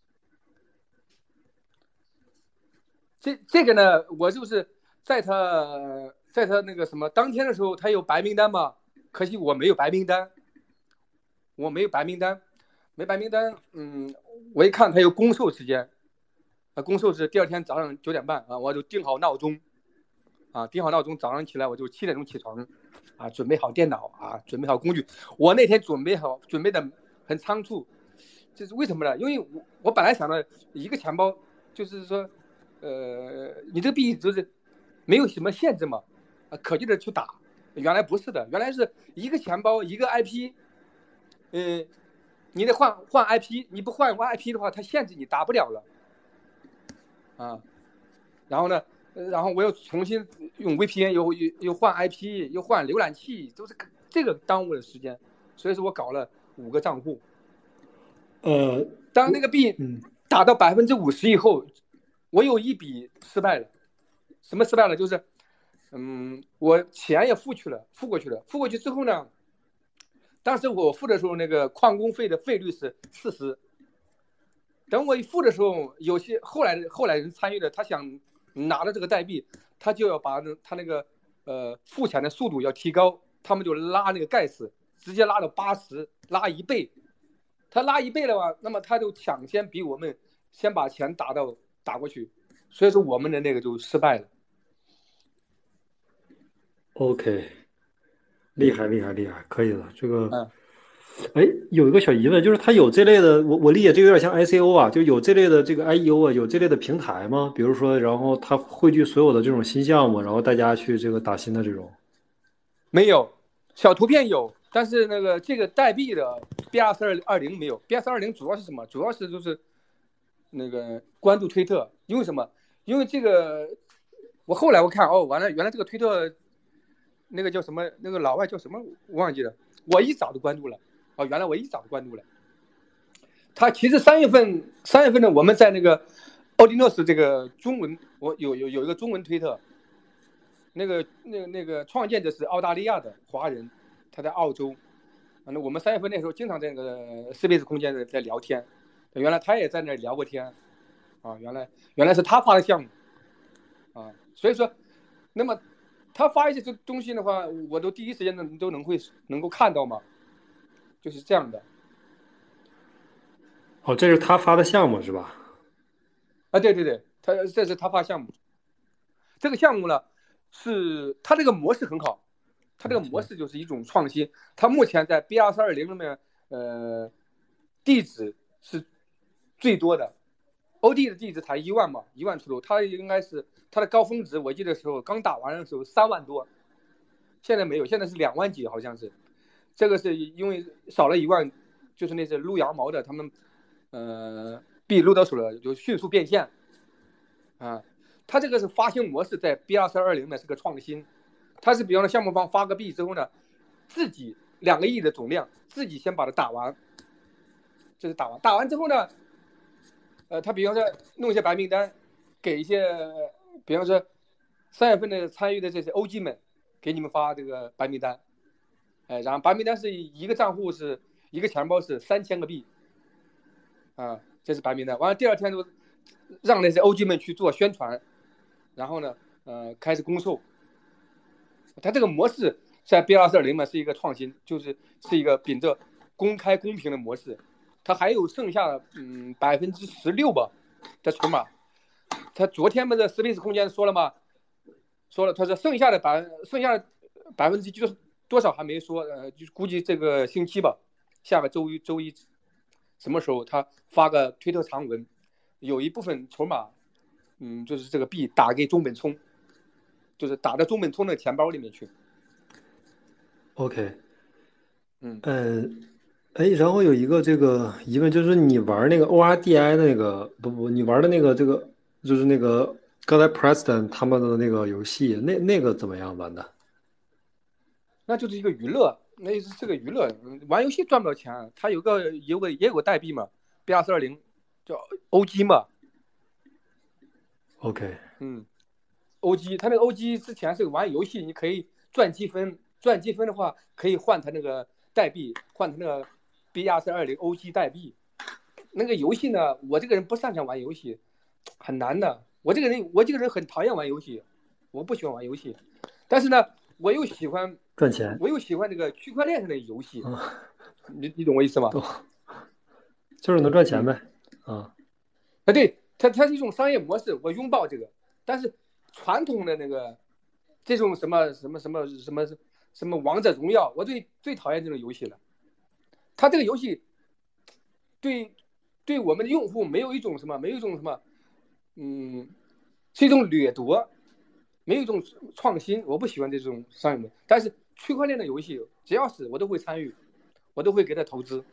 这这个呢，我就是在他在他那个什么当天的时候，他有白名单嘛？可惜我没有白名单，我没有白名单，没白名单。嗯，我一看他有公售时间，啊，公售是第二天早上九点半啊，我就定好闹钟，啊，定好闹钟，早上起来我就七点钟起床，啊，准备好电脑啊，准备好工具。我那天准备好，准备的很仓促，这是为什么呢？因为我我本来想的一个钱包，就是说。呃，你这个币就是没有什么限制嘛，啊，可劲的去打。原来不是的，原来是一个钱包一个 I P， 呃，你得换换 I P， 你不换换 I P 的话，它限制你打不了了，啊，然后呢，然后我又重新用 V P N， 又又又换 I P， 又换浏览器，都是这个耽误了时间，所以说我搞了五个账户。 呃， 当那个币打到百分之五十以后。我有一笔失败了，什么失败了？就是，嗯，我钱也付去了，付过去了，付过去之后呢，当时我付的时候，那个矿工费的费率是四十。等我一付的时候，有些后来后来人参与的，他想拿了这个代币，他就要把他那个呃付钱的速度要提高，他们就拉那个盖斯，直接拉到八十，拉一倍。他拉一倍的话，那么他就抢先比我们先把钱打到。打过去，所以说我们的那个就失败了。 OK， 厉害厉害厉害，可以了。这个， 嗯， 哎，有一个小疑问，就是它有这类的，我我理解这个有点像 I C O 啊，就有这类的这个 I E O 啊，有这类的平台吗？比如说，然后它汇聚所有的这种新项目，然后大家去这个打新的这种。 没有，小图片有， 但是那个这个代币的 B R 四二零没有 ，B R 四二零主要是什么？主要是就是那个关注推特，因为什么？因为这个我后来我看哦，完了，原来这个推特那个叫什么？那个老外叫什么？我忘记了。我一早就关注了，哦，原来我一早就关注了。他其实三月份，三月份呢，我们在那个奥迪诺斯这个中文，我有有有一个中文推特，那个那个那个创建者是澳大利亚的华人，他在澳洲。反正我们三月份那时候经常在那个 Space 空间在聊天，原来他也在那聊过天，啊，原来原来是他发的项目，啊，所以说，那么他发一些这东西的话，我都第一时间都都能会能够看到嘛，就是这样的。 哦，这是他发的项目是吧？ 啊，对对对，他这是他发项目，这个项目呢是他这个模式很好。它这个模式就是一种创新，它目前在 B R 四二零里面，呃，地址是最多的 ，O D 的地址才一万嘛，一万出头，它应该是它的高峰值，我记得时候刚打完的时候三万多，现在没有，现在是两万几好像是，这个是因为少了一万，就是那些撸羊毛的，他们呃币撸到手了就迅速变现，啊，它这个是发行模式在 B R 四二零里面是个创新。他是比方说项目方发个币之后呢，自己两个亿的总量，自己先把它打完，这是打完，打完之后呢，呃，他比方说弄一些白名单，给一些，比方说三月份的参与的这些 O G 们，给你们发这个白名单，哎、呃，然后白名单是一个账户是一个钱包是三千个币，啊，这是白名单。完了第二天就让那些 O G 们去做宣传，然后呢，呃，开始公售。它这个模式在 B R 四二零嘛是一个创新，就是是一个秉着公开公平的模式。它还有剩下的嗯百分之十六吧的筹码。他昨天不是 Space 空间说了吗？说了，他说剩下的百剩下的百分之就是多少还没说，呃，就估计这个星期吧，下个周一周一什么时候他发个推特长文，有一部分筹码，嗯，就是这个币打给中本聪。就是打到中本聪的钱包里面去。 OK， 嗯呃，哎，然后有一个这个疑问，就是你玩那个 O R D I 的那个不不，你玩的那个这个就是那个刚才 Preston 他们的那个游戏，那那个怎么样玩的？ 那就是一个娱乐，那是这个娱乐，玩游戏赚不了钱。它有个有个也有个代币嘛 ，B R 四二零叫 O G 嘛。 OK， 嗯。O G， 他那个 O G 之前是玩游戏，你可以赚积分，赚积分的话可以换他那个代币，换他那个 B R 四二零 O G 代币。那个游戏呢，我这个人不擅长玩游戏，很难的。我这个人，我这个人很讨厌玩游戏，我不喜欢玩游戏。但是呢，我又喜欢赚钱， 我又喜欢这个区块链上的游戏。 嗯、 你你懂我意思吗？ 懂，就是能赚钱呗。 嗯、 啊， 啊，对，它它是一种商业模式，我拥抱这个，但是。传统的那个这种什么什么什么什么什么王者荣耀，我最最讨厌这种游戏了。它这个游戏对对我们的用户没有一种什么，没有一种什么，嗯，是一种掠夺，没有一种创新。我不喜欢这种商业模式。但是区块链的游戏，只要是我都会参与，我都会给他投资。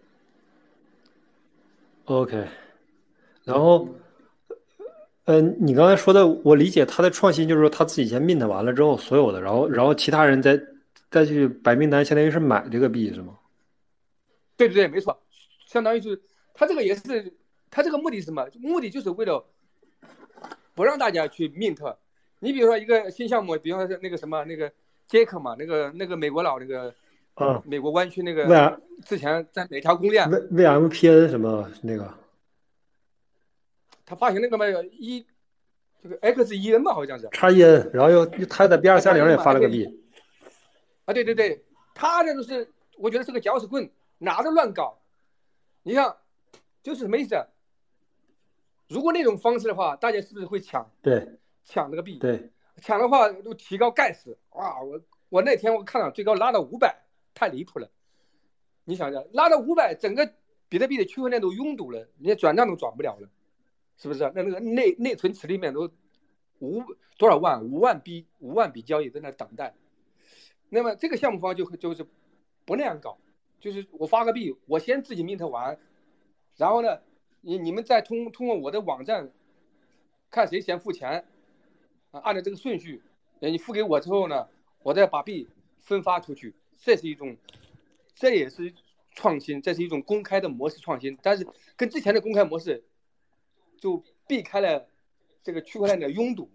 OK， 然后。呃，你刚才说的，我理解他的创新就是说他自己先 mint 完了之后，所有的，然后然后其他人再再去白名单，相当于是买这个币是吗？ 对对对，没错，相当于是他这个也是，他这个目的是什么？目的就是为了不让大家去 mint。你比如说一个新项目，比方说那个什么那个杰克嘛，那个那个美国佬那个啊， 美国湾区那个之前在哪条公链 V V M P N 什么那个。 他发行那个嘛一这个 X 一 N 吧，好像是叉 E N， 然后又他在 B 二三零也发了个币啊，对对对，他这就是我觉得是个搅屎棍，拿着乱搞。你看，就是什么意思？如果那种方式的话，大家是不是会抢？ 对， 抢这个币。 对， 抢的话都提高盖死。哇，我我那天我看到最高拉到五百，太离谱了。你想想，拉到五百，整个比特币的区块链都拥堵了，人家转账都转不了了。是不是？那那个内内存池里面都五多少万？五万笔五万笔交易在那等待。那么这个项目方就就是不那样搞，就是我发个币，我先自己 mint 完，然后呢，你你们再通通过我的网站看谁先付钱，啊，按照这个顺序，你付给我之后呢，我再把币分发出去，这是一种，这也是创新，这是一种公开的模式创新，但是跟之前的公开模式就避开了这个区块链的拥堵。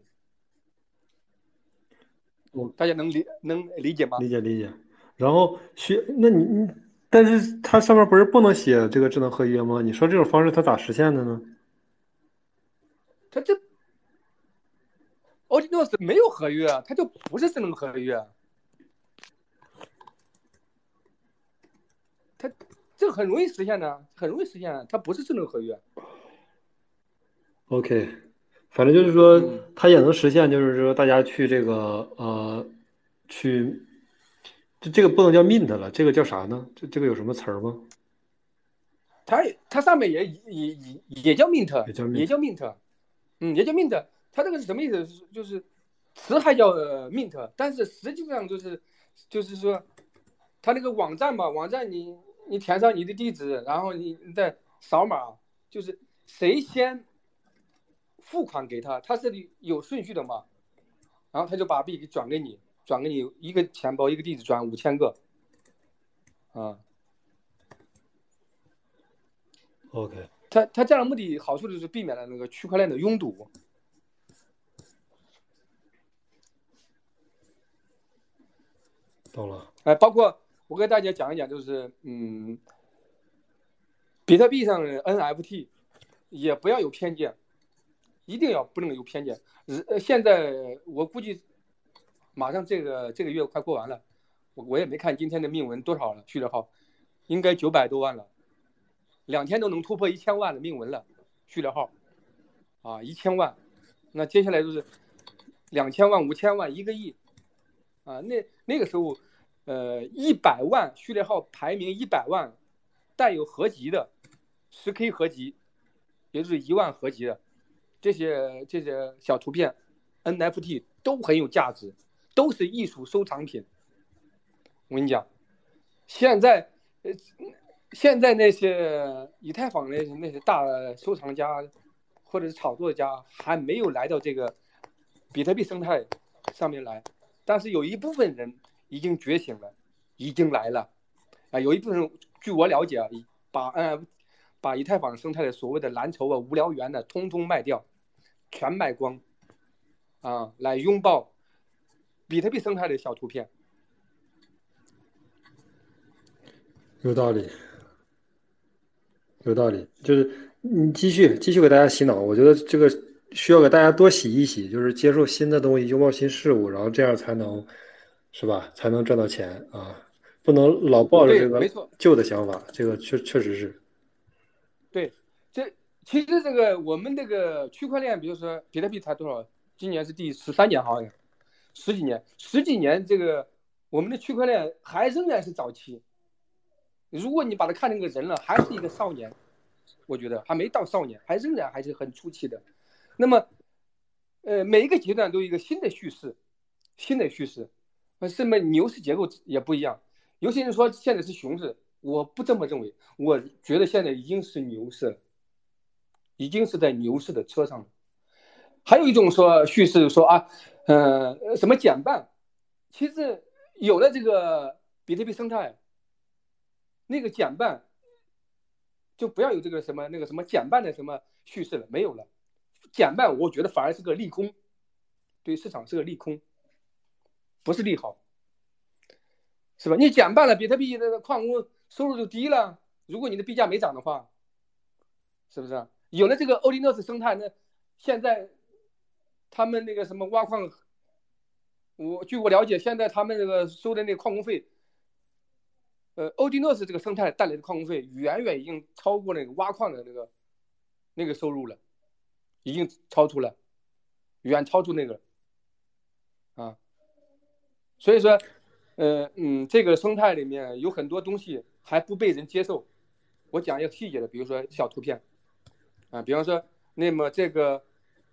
大家能理能理解吗？ 理解理解。然后学，那你你，但是它上面不是不能写这个智能合约吗？你说这种方式它咋实现的呢？ 它这 Ordinals 没有合约啊，它就不是智能合约啊。它这个很容易实现的，很容易实现，它不是智能合约。 OK，反正就是说， 嗯它也能实现，就是说大家去这个呃，去，这这个不能叫 mint 了，这个叫啥呢？这这个有什么词儿吗？ 它它上面也也也也叫 mint， 也叫 mint， 也叫 mint，嗯，也叫 mint。它这个是什么意思？就是词还叫 mint，但是实际上就是就是说，它那个网站嘛，网站你你填上你的地址，然后你你再扫码，就是谁先付款给他，他是有顺序的嘛，然后他就把币给转给你，转给你一个钱包一个地址转五千个，啊。 OK， 它它这样的目的好处就是避免了那个区块链的拥堵。 懂了。 哎，包括我给大家讲一讲，就是嗯，比特币上的 N F T 也不要有偏见，一定要不能有偏见。呃，现在我估计马上这个这个月快过完了，我我也没看今天的命文多少了，序列号应该九百多万了，两天都能突破一千万的命文了，序列号啊，一千万，那接下来就是两千万、五千万、一个亿啊，那那个时候。呃，一百万序列号排名一百万，带有合集的，十 K 合集，也就是一万合集的，这些这些小图片 N F T 都很有价值，都是艺术收藏品。我跟你讲，现在呃，现在那些以太坊那些那些大收藏家或者是炒作家还没有来到这个比特币生态上面来，但是有一部分人。已经觉醒了，已经来了，啊，有一部分人，据我了解啊，把嗯，把以太坊生态的所谓的蓝筹啊、无聊猿的，通通卖掉，全卖光，啊，来拥抱比特币生态的小图片。 有道理，有道理，就是你继续继续给大家洗脑，我觉得这个需要给大家多洗一洗，就是接受新的东西，拥抱新事物，然后这样才能。是吧？才能赚到钱啊！不能老抱着这个旧的想法，这个确确实是。 对，这其实这个我们这个区块链，比如说比特币才多少？今年是第十三年，好像十几年，十几年这个我们的区块链还仍然是早期。如果你把它看成个人了，还是一个少年，我觉得还没到少年，还仍然还是很初期的。那么，呃，每一个阶段都有一个新的叙事，新的叙事。什么牛市结构也不一样，有些人说现在是熊市，我不这么认为，我觉得现在已经是牛市了，已经是在牛市的车上了。还有一种说叙事说啊，呃，什么减半，其实有了这个比特币生态，那个减半就不要有这个什么那个什么减半的什么叙事了，没有了。减半我觉得反而是个利空，对市场是个利空。不是利好，是吧？你减半了，比特币的矿工收入就低了。如果你的币价没涨的话，是不是？有了这个 Ordinals 生态，那现在他们那个什么挖矿，我据我了解，现在他们这个收的那个矿工费，呃 ，Ordinals 这个生态带来的矿工费远远已经超过那个挖矿的那个那个收入了，已经超出了，远超出那个啊。所以说，呃嗯，这个生态里面有很多东西还不被人接受。我讲一个细节的，比如说小图片，啊，比方说，那么这个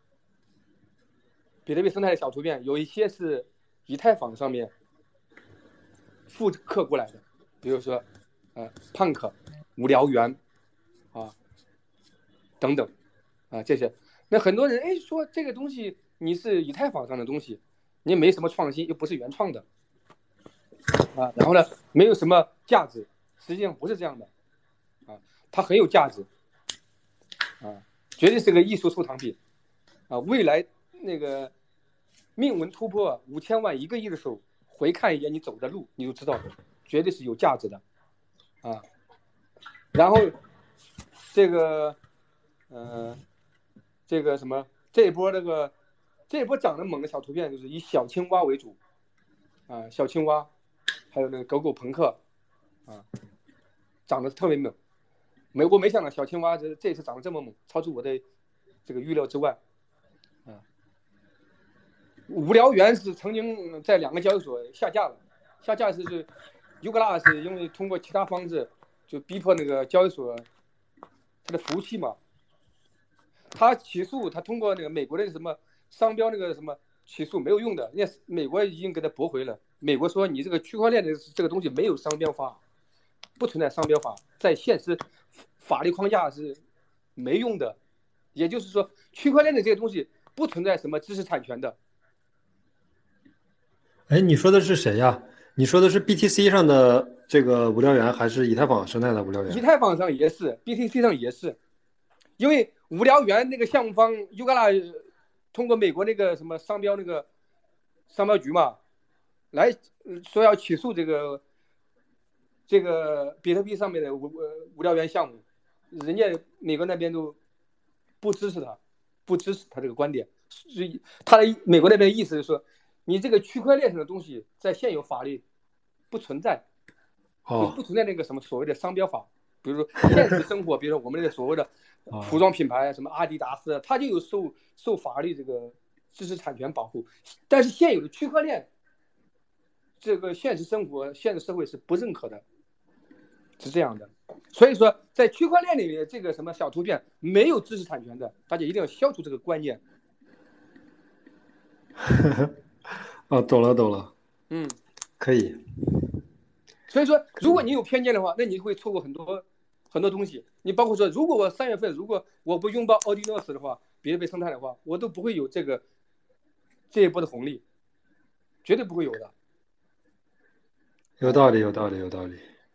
比特币生态的小图片，有一些是以太坊上面复刻过来的， 比如说呃 Punk 无聊猿啊等等啊这些。那很多人哎说这个东西你是以太坊上的东西，你没什么创新，又不是原创的啊，然后呢没有什么价值，实际上不是这样的啊，它很有价值啊，绝对是个艺术收藏品啊，未来那个命文突破五千万一个亿的时候，回看一眼你走的路，你就知道绝对是有价值的啊。然后这个呃这个什么这一波那个这一波涨得猛的小图片就是以小青蛙为主啊，小青蛙还有那个狗狗朋克啊，涨得特别猛。没我没想到小青蛙这这次涨得这么猛，超出我的这个预料之外啊。无聊猿是曾经在两个交易所下架了，下架是是 Yuga 是因为通过其他方式就逼迫那个交易所它的服务器嘛，他起诉他通过那个美国的什么商标那个什么起诉没有用的，人家美国已经给他驳回了。美国说你这个区块链的这个东西没有商标法，不存在商标法，在现实法律框架是没用的。也就是说，区块链的这个东西不存在什么知识产权的。 哎，你说的是谁呀？你说的是 B T C 上的这个无聊猿，还是以太坊生态的无聊猿？ 以太坊上也是 ，B T C 上也是，因为无聊猿那个项目方 Yuga 通过美国那个什么商标那个商标局嘛，来说要起诉这个这个比特币上面的无无聊猿项目，人家美国那边都不支持他，不支持他这个观点。所以他的美国那边的意思是说，你这个区块链上的东西在现有法律不存在， 哦， 不存在那个什么所谓的商标法。比如说现实生活，比如说我们那个所谓的服装品牌，什么阿迪达斯，它就有受受法律这个知识产权保护。但是现有的区块链，这个现实生活、现实社会是不认可的，是这样的。所以说，在区块链里面，这个什么小图片没有知识产权的，大家一定要消除这个观念。 哦，懂了懂了， 嗯， 可以。 所以说，如果你有偏见的话，那你会错过很多很多东西。你包括说，如果我三月份如果我不拥抱奥迪诺斯的话，比特币生态的话，我都不会有这个这一波的红利，绝对不会有的。 有道理，有道理，有道理。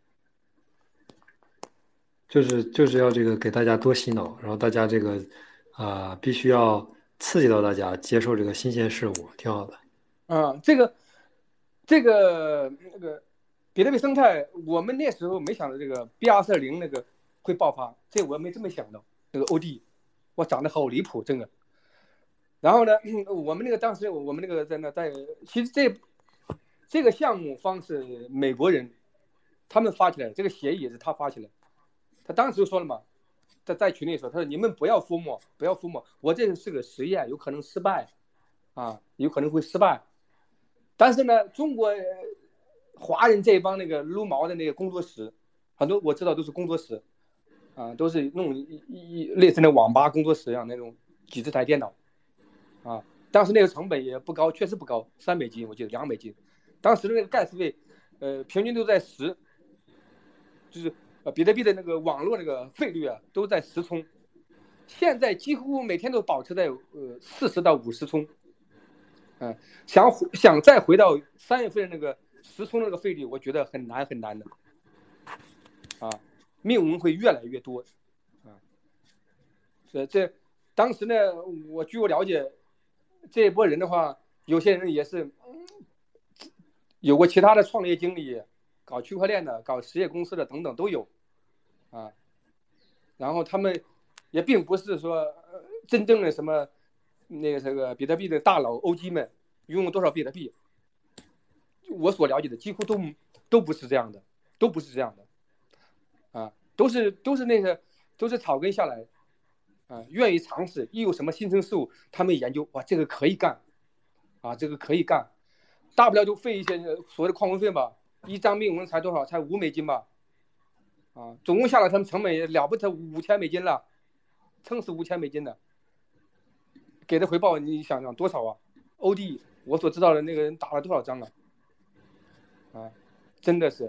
就是就是要这个给大家多洗脑，然后大家这个啊、呃、必须要刺激到大家接受这个新鲜事物，挺好的。 啊、嗯，这个这个那个比特币生态，我们那时候没想到这个 B 二四零那个会爆发，这我没这么想到。那个 O D， 我涨得好离谱，真的。然后呢，我们那个当时我们那个在那在，其实这这个项目方是美国人，他们发起来的，这个协议也是他发起来的。他当时就说了嘛，在在群里说，他说你们不要疯魔，不要疯魔，我这是个实验，有可能失败，啊，有可能会失败。但是呢，中国华人这一帮那个撸毛的那个工作室，很多我知道都是工作室，啊，都是那种一一类似的网吧工作室一样那种几十台电脑，啊，当时那个成本也不高，确实不高，三美金我记得两美金，当时的那个 gas 费，呃，平均都在十，就是呃比特币的那个网络那个费率啊，都在十冲，现在几乎每天都保持在呃四十到五十冲。嗯，想想再回到三月份的那个十冲那个费率，我觉得很难很难的，啊，命运会越来越多，啊，这这当时呢，我据我了解，这一波人的话，有些人也是有过其他的创业经历，搞区块链的、搞实业公司的等等都有，啊，然后他们也并不是说真正的什么。那个这个比特币的大佬 O G 们拥有多少比特币？我所了解的几乎都都不是这样的，都不是这样的，啊，都是都是那个都是草根下来，啊，愿意尝试，一有什么新生事物，他们研究，哇，这个可以干，啊，这个可以干，大不了就费一些所谓的矿工费吧，一张命文才多少？才五美金吧，啊，总共下来他们成本也了不得五千美金了，撑死五千美金的。给的回报你想想多少啊 ？O D 我所知道的那个人打了多少张啊？啊，真的是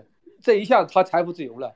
这一下他财富自由了。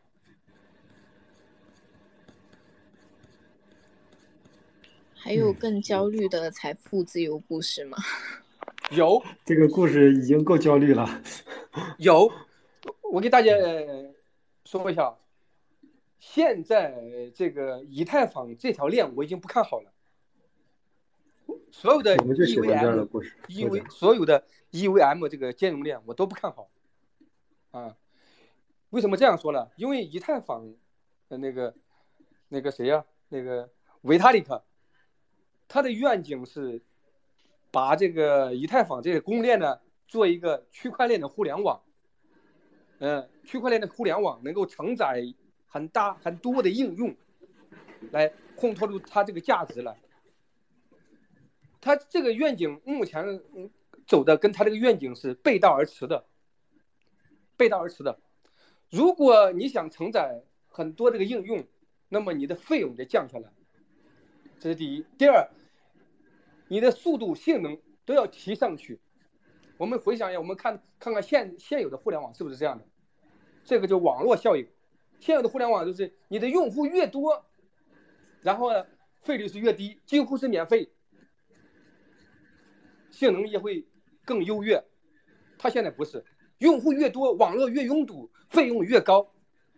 还有更焦虑的财富自由故事吗？ 有， 这个故事已经够焦虑了。 有，我给大家说一下，现在这个以太坊这条链我已经不看好了。所有的 E V M、E V 所有的 E V M 这个兼容链我都不看好。啊，为什么这样说呢？因为以太坊的那个那个谁呀、啊，那个维塔利克，他的愿景是把这个以太坊这个公链呢做一个区块链的互联网。嗯，区块链的互联网能够承载很大很多的应用，来烘托出它这个价值来。他这个愿景目前走的跟他这个愿景是背道而驰的，背道而驰的。如果你想承载很多这个应用，那么你的费用得降下来，这是第一。第二，你的速度、性能都要提上去。我们回想一下，我们看看看现现有的互联网是不是这样的？这个就网络效应。现有的互联网就是你的用户越多，然后呢，费率是越低，几乎是免费。性能也会更优越，它现在不是，用户越多，网络越拥堵，费用越高。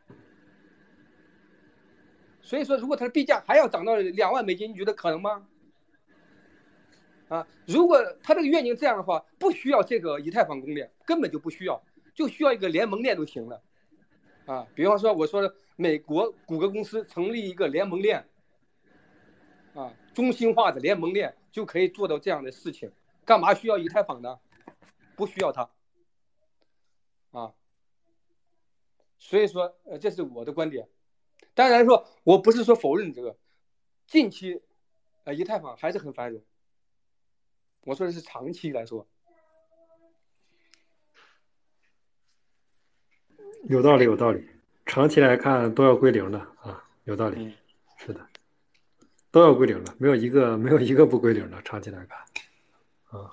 所以说，如果它的币价还要涨到两万美金，你觉得可能吗？啊，如果它这个愿景这样的话，不需要这个以太坊公链，根本就不需要，就需要一个联盟链就行了。啊，比方说我说的美国谷歌公司成立一个联盟链，啊，中心化的联盟链就可以做到这样的事情。干嘛需要以太坊呢？不需要它，啊，所以说，呃，这是我的观点。当然说，我不是说否认这个，近期，呃，以太坊还是很繁荣。我说的是长期来说。 有道理，有道理。长期来看都要归零的啊，有道理，嗯、是的，都要归零的，没有一个没有一个不归零的。长期来看。啊，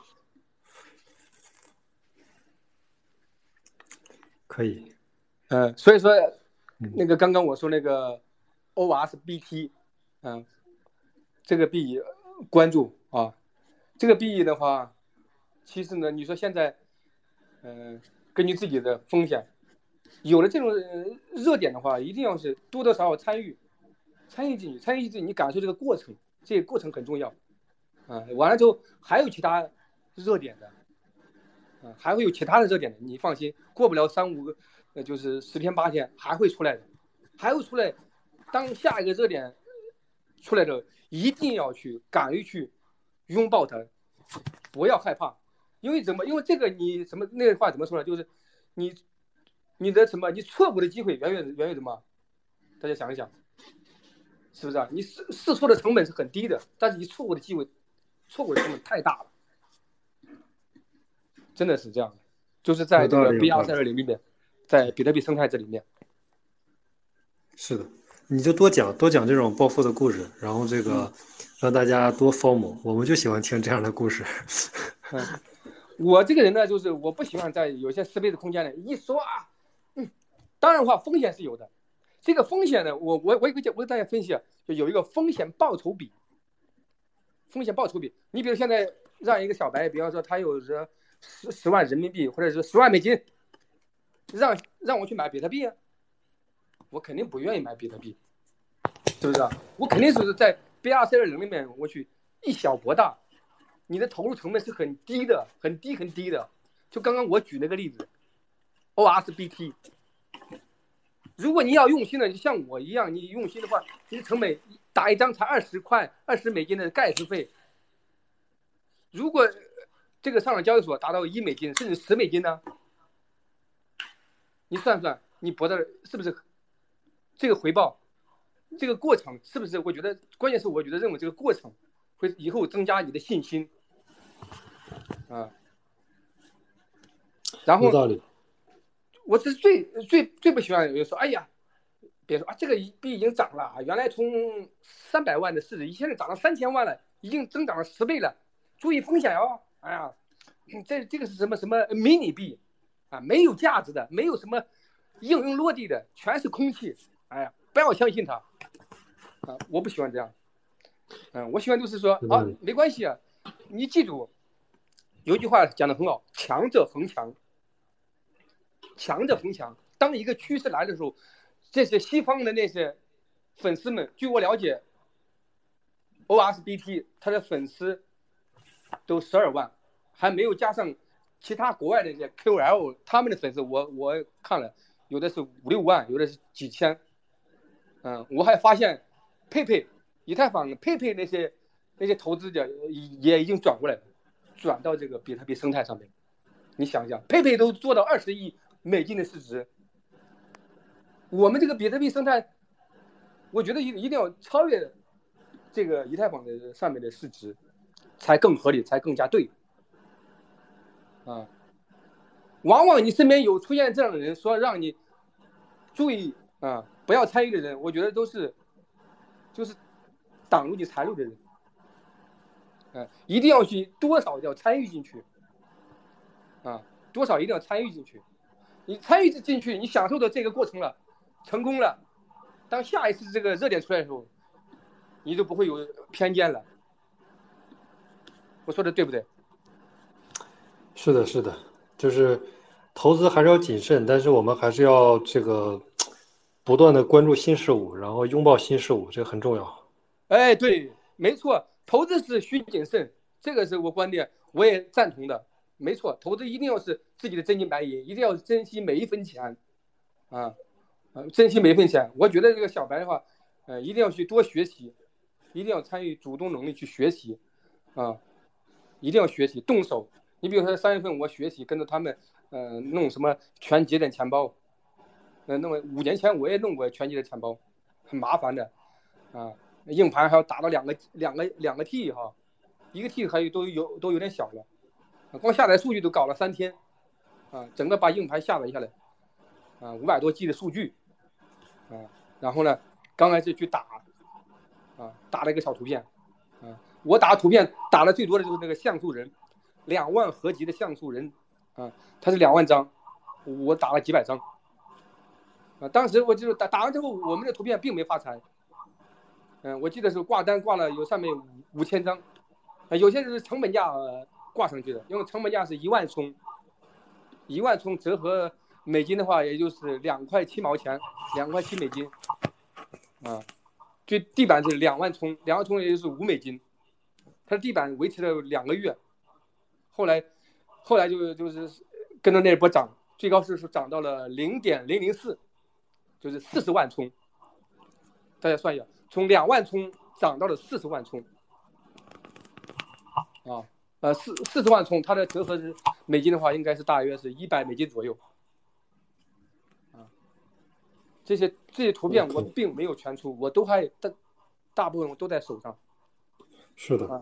可以， 呃，所以说，那个刚刚我说那个 O S B T， 嗯，这个币关注啊，这个币的话，其实呢，你说现在，嗯、呃，根据自己的风险，有了这种热点的话，一定要是多多少少参与，参与进去，参与进去，你感受这个过程，这个过程很重要。啊，完了之后还有其他热点的，啊，还会有其他的热点的，你放心，过不了三五个，呃，就是十天八天还会出来的，还会出来。当下一个热点出来的时候，一定要去敢于去拥抱它，不要害怕，因为怎么？因为这个你什么那个话怎么说呢？就是你你的什么？你错过的机会远远远远什么？大家想一想，是不是啊？你试试错的成本是很低的，但是你错过的机会。错过的成本太大了，真的是这样的，就是在这个 B 二 三 二零里面，在比特币生态这里面。 是的，你就多讲多讲这种暴富的故事，然后这个让大家多 F O M O， 我们就喜欢听这样的故事。 嗯，我这个人呢，就是我不喜欢在有些私密的空间里一说啊，嗯，当然的话风险是有的，这个风险呢，我我我给我给大家分析啊，就有一个风险报酬比。风险报酬比，你比如现在让一个小白，比方说他有着十十万人民币或者是十万美金，让让我去买比特币啊，我肯定不愿意买比特币，是不是啊？我肯定是在 B 二 C 二零里面我去以小博大，你的投入成本是很低的，很低很低的。就刚刚我举那个例子 ，O S B T， 如果你要用心的，就像我一样，你用心的话，你的成本打一张才二十块、二十美金的盖世费。如果这个上了交易所达到一美金甚至十美金呢？你算算，你博的是不是这个回报？这个过程是不是？我觉得关键是我觉得认为这个过程会以后增加你的信心啊。然后， 有道理。 我这是最最最不喜欢有人说，哎呀。别说啊，这个币已经涨了，原来从三百万的市值，现在涨到三千万了，已经增长了十倍了，注意风险哦！哎呀，这这个是什么什么迷你币啊，没有价值的，没有什么应用落地的全是空气，哎呀，不要相信它啊！我不喜欢这样，嗯，我喜欢就是说啊，没关系啊，你记住，有一句话讲得很好，强者恒强，强者恒强。当一个趋势来的时候，这些西方的那些粉丝们，据我了解 ，O S B T 他的粉丝都十二万，还没有加上其他国外的那些 K O L， 他们的粉丝我我看了，有的是五六万，有的是几千。嗯，我还发现佩佩、以太坊、佩佩那些那些投资者也已经转过来了，转到这个比特币生态上面。你想想，佩佩都做到二十亿美金的市值。我们这个比特币生态，我觉得一一定要超越这个以太坊的上面的市值，才更合理，才更加对。啊，往往你身边有出现这样的人，说让你注意啊，不要参与的人，我觉得都是就是挡住你财路的人。啊，一定要去多少要参与进去，啊，多少一定要参与进去。你参与进去，你享受的这个过程了。成功了，当下一次这个热点出来的时候，你就不会有偏见了。我说的对不对？ 是的，是的，就是投资还是要谨慎，但是我们还是要这个不断的关注新事物，然后拥抱新事物，这个很重要。 哎，对，没错，投资是需谨慎，这个是我观点，我也赞同的。没错，投资一定要是自己的真金白银，一定要珍惜每一分钱，啊。呃，珍惜每一分钱。我觉得这个小白的话，呃，一定要去多学习，一定要参与，主动能力去学习，啊，一定要学习，动手。你比如说三月份我学习，跟着他们，呃，弄什么全节点钱包，呃，那么五年前我也弄过全节点钱包，很麻烦的，啊，硬盘还要打到两个两个两个 T 哈，一个 T 还有都有都有点小了，光下载数据都搞了三天，啊，整个把硬盘下载下来，啊，五百多 G 的数据。啊，然后呢，刚开始去打，啊，打了一个小图片，啊，我打图片打的最多的就是那个像素人，两万合集的像素人，啊，它是两万张，我打了几百张，啊，当时我就是打打完之后，我们的图片并没发财，嗯、呃，我记得是挂单挂了有上面五五千张，啊，有些是成本价、呃、挂上去的，因为成本价是一万冲，一万冲折合美金的话，也就是两块七毛钱，两块七美金，啊，最地板是两万冲，两万冲也就是五美金，它的地板维持了两个月，后来，后来就就是跟着那波涨，最高是涨到了零点零零四，就是四十万冲，大家算一下，从两万冲涨到了四十万冲，啊，呃四四十万冲，它的折合是美金的话，应该是大约是一百美金左右。这些这些图片我并没有全出，我都还大大部分我都在手上。 是的。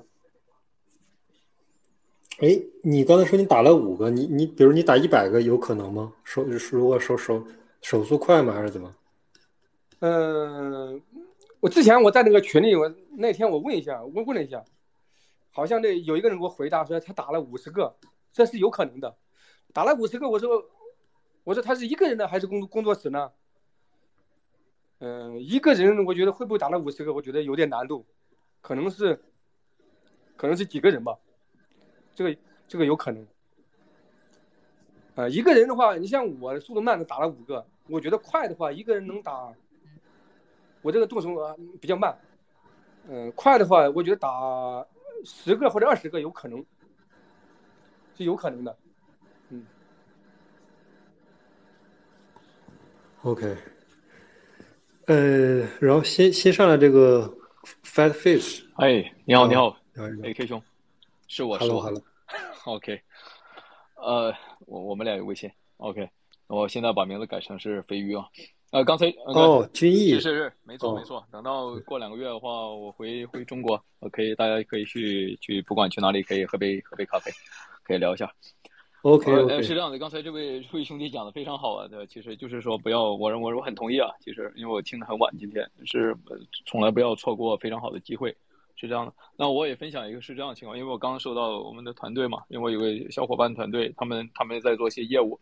哎、啊，你刚才说你打了五个，你你比如你打一百个有可能吗？手如果手手手速快吗？还是怎么？ 嗯、呃，我之前我在那个群里，我那天我问一下，我问了一下，好像这有一个人给我回答说他打了五十个，这是有可能的。打了五十个，我说我说他是一个人呢还是工工作室呢？嗯、呃，一个人我觉得会不会打了五十个，我觉得有点难度，可能是，可能是几个人吧，这个这个有可能。啊、呃，一个人的话，你像我速度慢的打了五个，我觉得快的话，一个人能打，我这个动手比较慢，嗯、呃，快的话，我觉得打十个或者二十个有可能，是有可能的，嗯。 OK。呃，然后先先上来这个 Fat Fish， 哎，你好，你好 ，A K 兄，是我， 是我 ，Hello， OK， 呃，我我们俩有微信 ，OK， 我现在把名字改成是飞鱼啊，呃，刚才哦，君毅， 是是是，没错、 哦、 没错，等到过两个月的话，我回回中国，我可以大家可以去去，不管去哪里，可以喝杯喝杯咖啡，可以聊一下。 OK OK， 呃，是这样的，刚才这位这位兄弟讲的非常好啊，对，其实就是说不要，我我我很同意啊，其实因为我听得很晚，今天是从来不要错过非常好的机会，是这样的。那我也分享一个是这样的情况，因为我刚刚收到我们的团队嘛，因为我有个小伙伴团队，他们他们在做一些业务，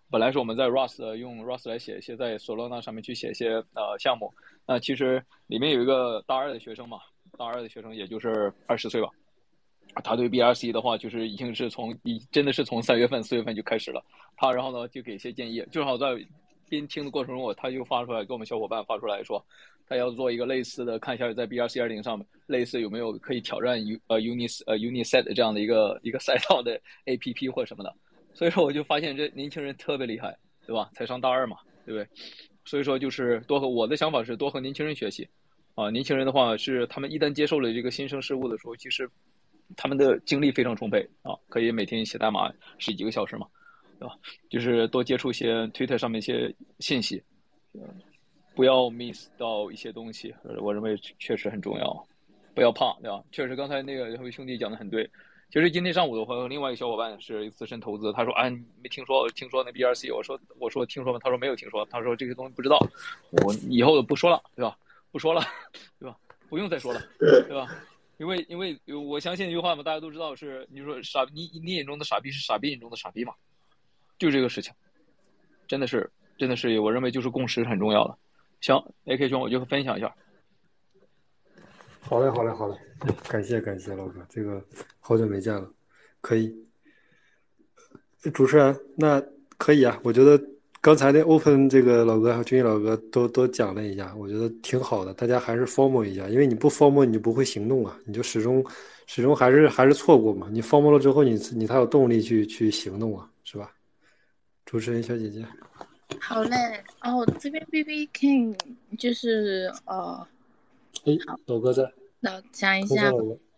本来是我们在 Rust 用 Rust 来写一些在 Solana 上面去写一些呃项目，那其实里面有一个大二的学生嘛，大二的学生也就是二十岁吧，他对 B R C 的话就是已经是从已真的是从三月份四月份就开始了，他然后呢就给一些建议，正好在边听的过程中，他就发出来给我们小伙伴发出来说，他要做一个类似的，看一下在 B R C 二零上面类似有没有可以挑战 U 呃 Unis 呃 Uniset 这样的一个一个赛道的 A P P 或什么的。所以说我就发现这年轻人特别厉害，对吧？才上大二嘛，对不对？所以说就是多和我的想法是多和年轻人学习啊。年轻人的话是他们一旦接受了这个新生事物的时候，其实他们的精力非常充沛啊，可以每天写代码十几个小时嘛，对吧？就是多接触一些 Twitter 上面一些信息，不要 miss 到一些东西，我认为确实很重要，不要怕，对吧？确实刚才那个两位兄弟讲的很对。其实今天上午的话，另外一个小伙伴是一个资深投资，他说：“啊，你没听说听说那 B R C？” 我说：“我说听说吗？”他说：“没有听说。”他说：“这个东西不知道。”我以后不说了，对吧？不说了，对吧？不用再说了，对吧？因为因为我相信一句话嘛，大家都知道是你说傻你你眼中的傻逼是傻逼眼中的傻逼嘛，就这个事情，真的是真的是我认为就是共识很重要的。行 ，A K 兄，我就分享一下。 好嘞，好嘞，好嘞，感谢感谢老哥，这个好久没见了，可以。主持人，那可以啊，我觉得刚才那 Open 这个老哥还有军毅老哥都都讲了一下，我觉得挺好的，大家还是 formal 一下，因为你不 formal 你就不会行动啊，你就始终始终还是还是错过嘛，你 formal 了之后你你才有动力去去行动啊，是吧？主持人小姐姐。 好嘞，哦，这边 B B King 就是呃。 哎，老哥在。 老讲一下。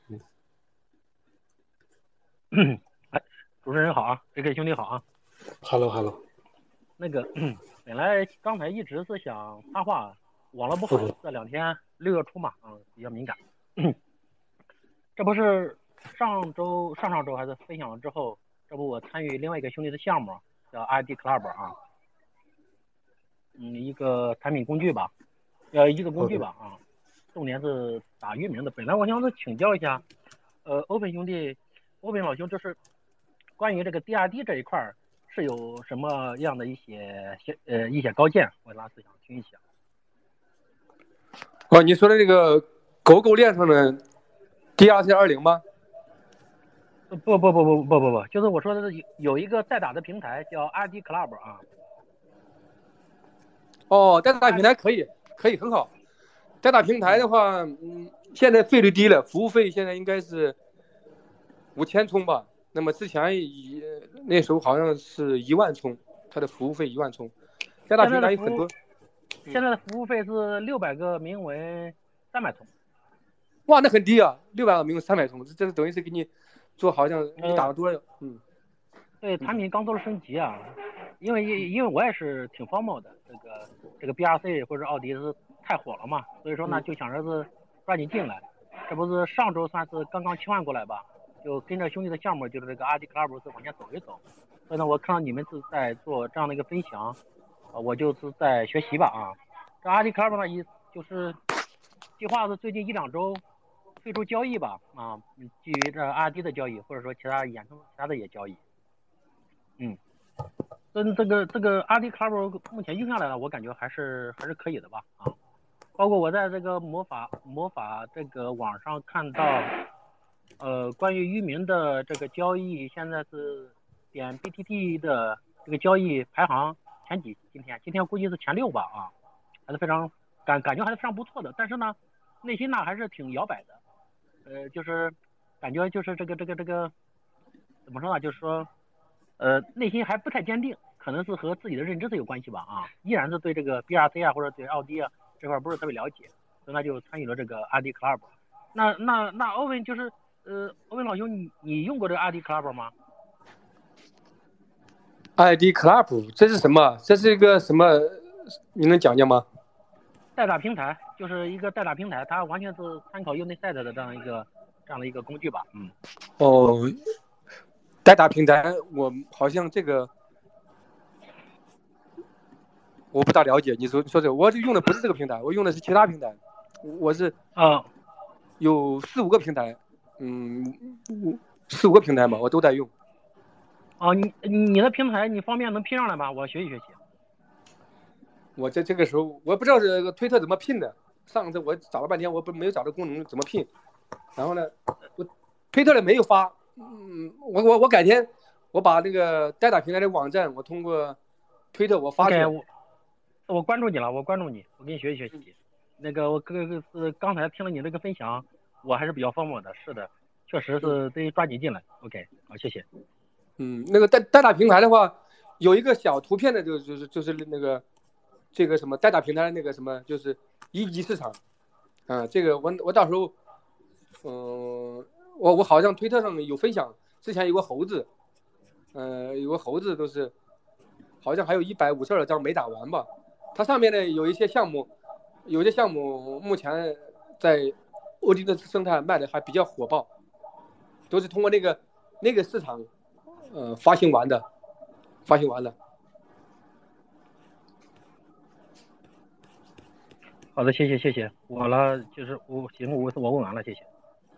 嗯，哎，主持人好啊 ，A K 兄弟好啊。 Hello Hello。 那个，本来刚才一直是想插话，网络不好，这两天六月初嘛，嗯，比较敏感。这不是上周上上周还是分享了之后，这不我参与另外一个兄弟的项目，叫 I D Club 啊，嗯，一个产品工具吧，呃，一个工具吧啊。重点是打域名的。本来我想是请教一下，呃 ，Open 兄弟 ，Open 老兄，就是关于这个 D R D 这一块是有什么样的一些呃一些高见，我拉思想听一下。 哦，你说的那个狗狗链上的 D R C 二零吗？ 不不不不不不不，就是我说的是有一个代打的平台叫 I D Club 啊。 哦，代打平台可以，可以很好。代打平台的话，嗯，现在费率低了，服务费现在应该是五千充吧。那么之前一那时候好像是一万充，它的服务费一万充。代打平台有很多。 现在的服务费是六百个名为三百充。 哇，那很低啊，六百个名为三百充，这这是等于是给你做好像你打了多少？嗯， 对，产品刚做了升级啊，因为因为我也是挺 formal 的，这个这个 B R C 或者奥迪是太火了嘛，所以说呢就想着是抓紧进来，这不是上周算是刚刚切换过来吧，就跟着兄弟的项目，就是这个 I D Club 是往前走一走，所以呢我看到你们是在做这样的一个分享，啊，我就是在学习吧啊，这 I D Club 呢一就是计划是最近一两周推出交易吧啊，基于这 I D 的交易，或者说其他衍生其他的也交易，嗯。跟这个这个 I D Club 目前用下来了，我感觉还是还是可以的吧啊，包括我在这个魔法魔法这个网上看到，呃，关于域名的这个交易，现在是点 B T T 的这个交易排行前几，今天今天估计是前六吧啊，还是非常感感觉还是非常不错的，但是呢，内心呢还是挺摇摆的，呃，就是感觉就是这个这个这个怎么说呢，就是说。呃，内心还不太坚定，可能是和自己的认知是有关系吧啊，依然是对这个 B R C 啊或者对奥迪啊这块不是特别了解，所以那就参与了这个 I D Club。那那那欧文就是呃，欧文老兄，你你用过这个 I D Club 吗 ？I D Club 这是什么？这是一个什么？你能讲讲吗？ 代打平台，就是一个代打平台，它完全是参考 Uniset 的这样一个这样的一个工具吧。嗯。 哦。代打平台，我好像这个我不大了解。你说说这个，我用的不是这个平台，我用的是其他平台。我是啊， 有四五个平台，嗯，四五个平台嘛，我都在用。 哦，你你的平台你方便能拼上来吗？我学习学习。 我在这个时候我不知道这个推特怎么拼的，上次我找了半天，我不没有找到功能怎么拼。然后呢，我推特里没有发，嗯，我我我改天我把那个代打平台的网站，我通过推特我发出来。 Okay, 我我关注你了，我关注你，我跟你学习学习。那个我哥哥是刚才听了你这个分享，我还是比较疯魔的，是的，确实是得抓紧进来。OK， 好，谢谢。 嗯，那个代代打平台的话，有一个小图片的，就就是就是那个这个什么代打平台的那个什么，就是一级市场，啊，这个我我到时候，嗯，我我好像推特上有分享，之前有个猴子，呃，有个猴子都是，好像还有一百五十二张没打完吧，它上面呢有一些项目，有些项目目前在欧迪的生态卖的还比较火爆，都是通过那个那个市场。呃，发行完的，发行完了。 好的，谢谢谢谢。我了，就是我行，我我问完了，谢谢。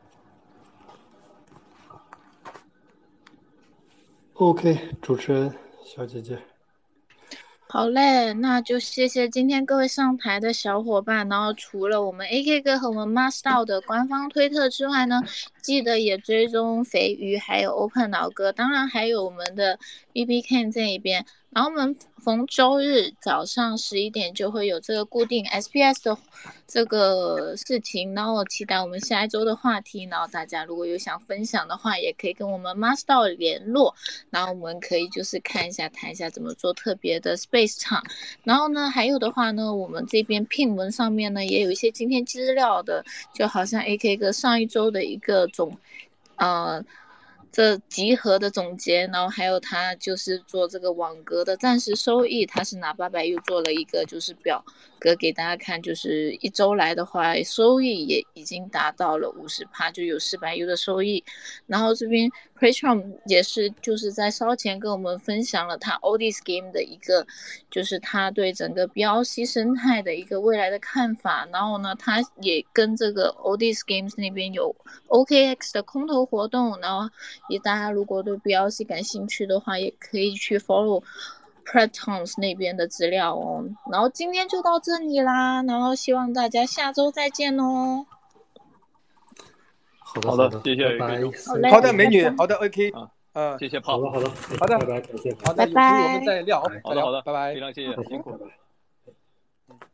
OK， 主持人小姐姐。 好嘞，那就谢谢今天各位上台的小伙伴。然后除了我们 A K 哥和我们 Master 的官方推特之外呢，记得也追踪肥鱼还有 Open 老哥，当然还有我们的 B B Can 这一边。然后我们逢周日早上十一点就会有这个固定 S P S 的这个事情，然后我期待我们下一周的话题。然后大家如果有想分享的话，也可以跟我们 Master 联络，然后我们可以就是看一下谈一下怎么做特别的 Space 场。然后呢，还有的话呢，我们这边聘文上面呢也有一些今天资料的，就好像 A K 哥上一周的一个总呃这集合的总结，然后还有他就是做这个网格的暂时收益，他是拿八百 U 做了一个就是表格给大家看，就是一周来的话收益也已经达到了 百分之五十， 就有四百 U 的收益。然后这边 Pratrum 也是就是在稍前跟我们分享了他 O D Scheme 的一个就是他对整个 B R C 生态的一个未来的看法。然后呢他也跟这个 O D Schemes 那边有 O K X 的空投活动，然后也大家如果对 B R C 感兴趣的话，也可以去 follow Pratums 那边的资料哦。然后今天就到这里啦，然后希望大家下周再见哦。 好的好的，谢谢， 拜拜。 好的，美女，好的 ，OK， 啊， 嗯， 谢谢胖， 好的，好的， 好的， 拜拜，感谢， 好的， 拜拜， 有机会我们再聊， 好的，好的， 拜拜， 非常谢谢，辛苦。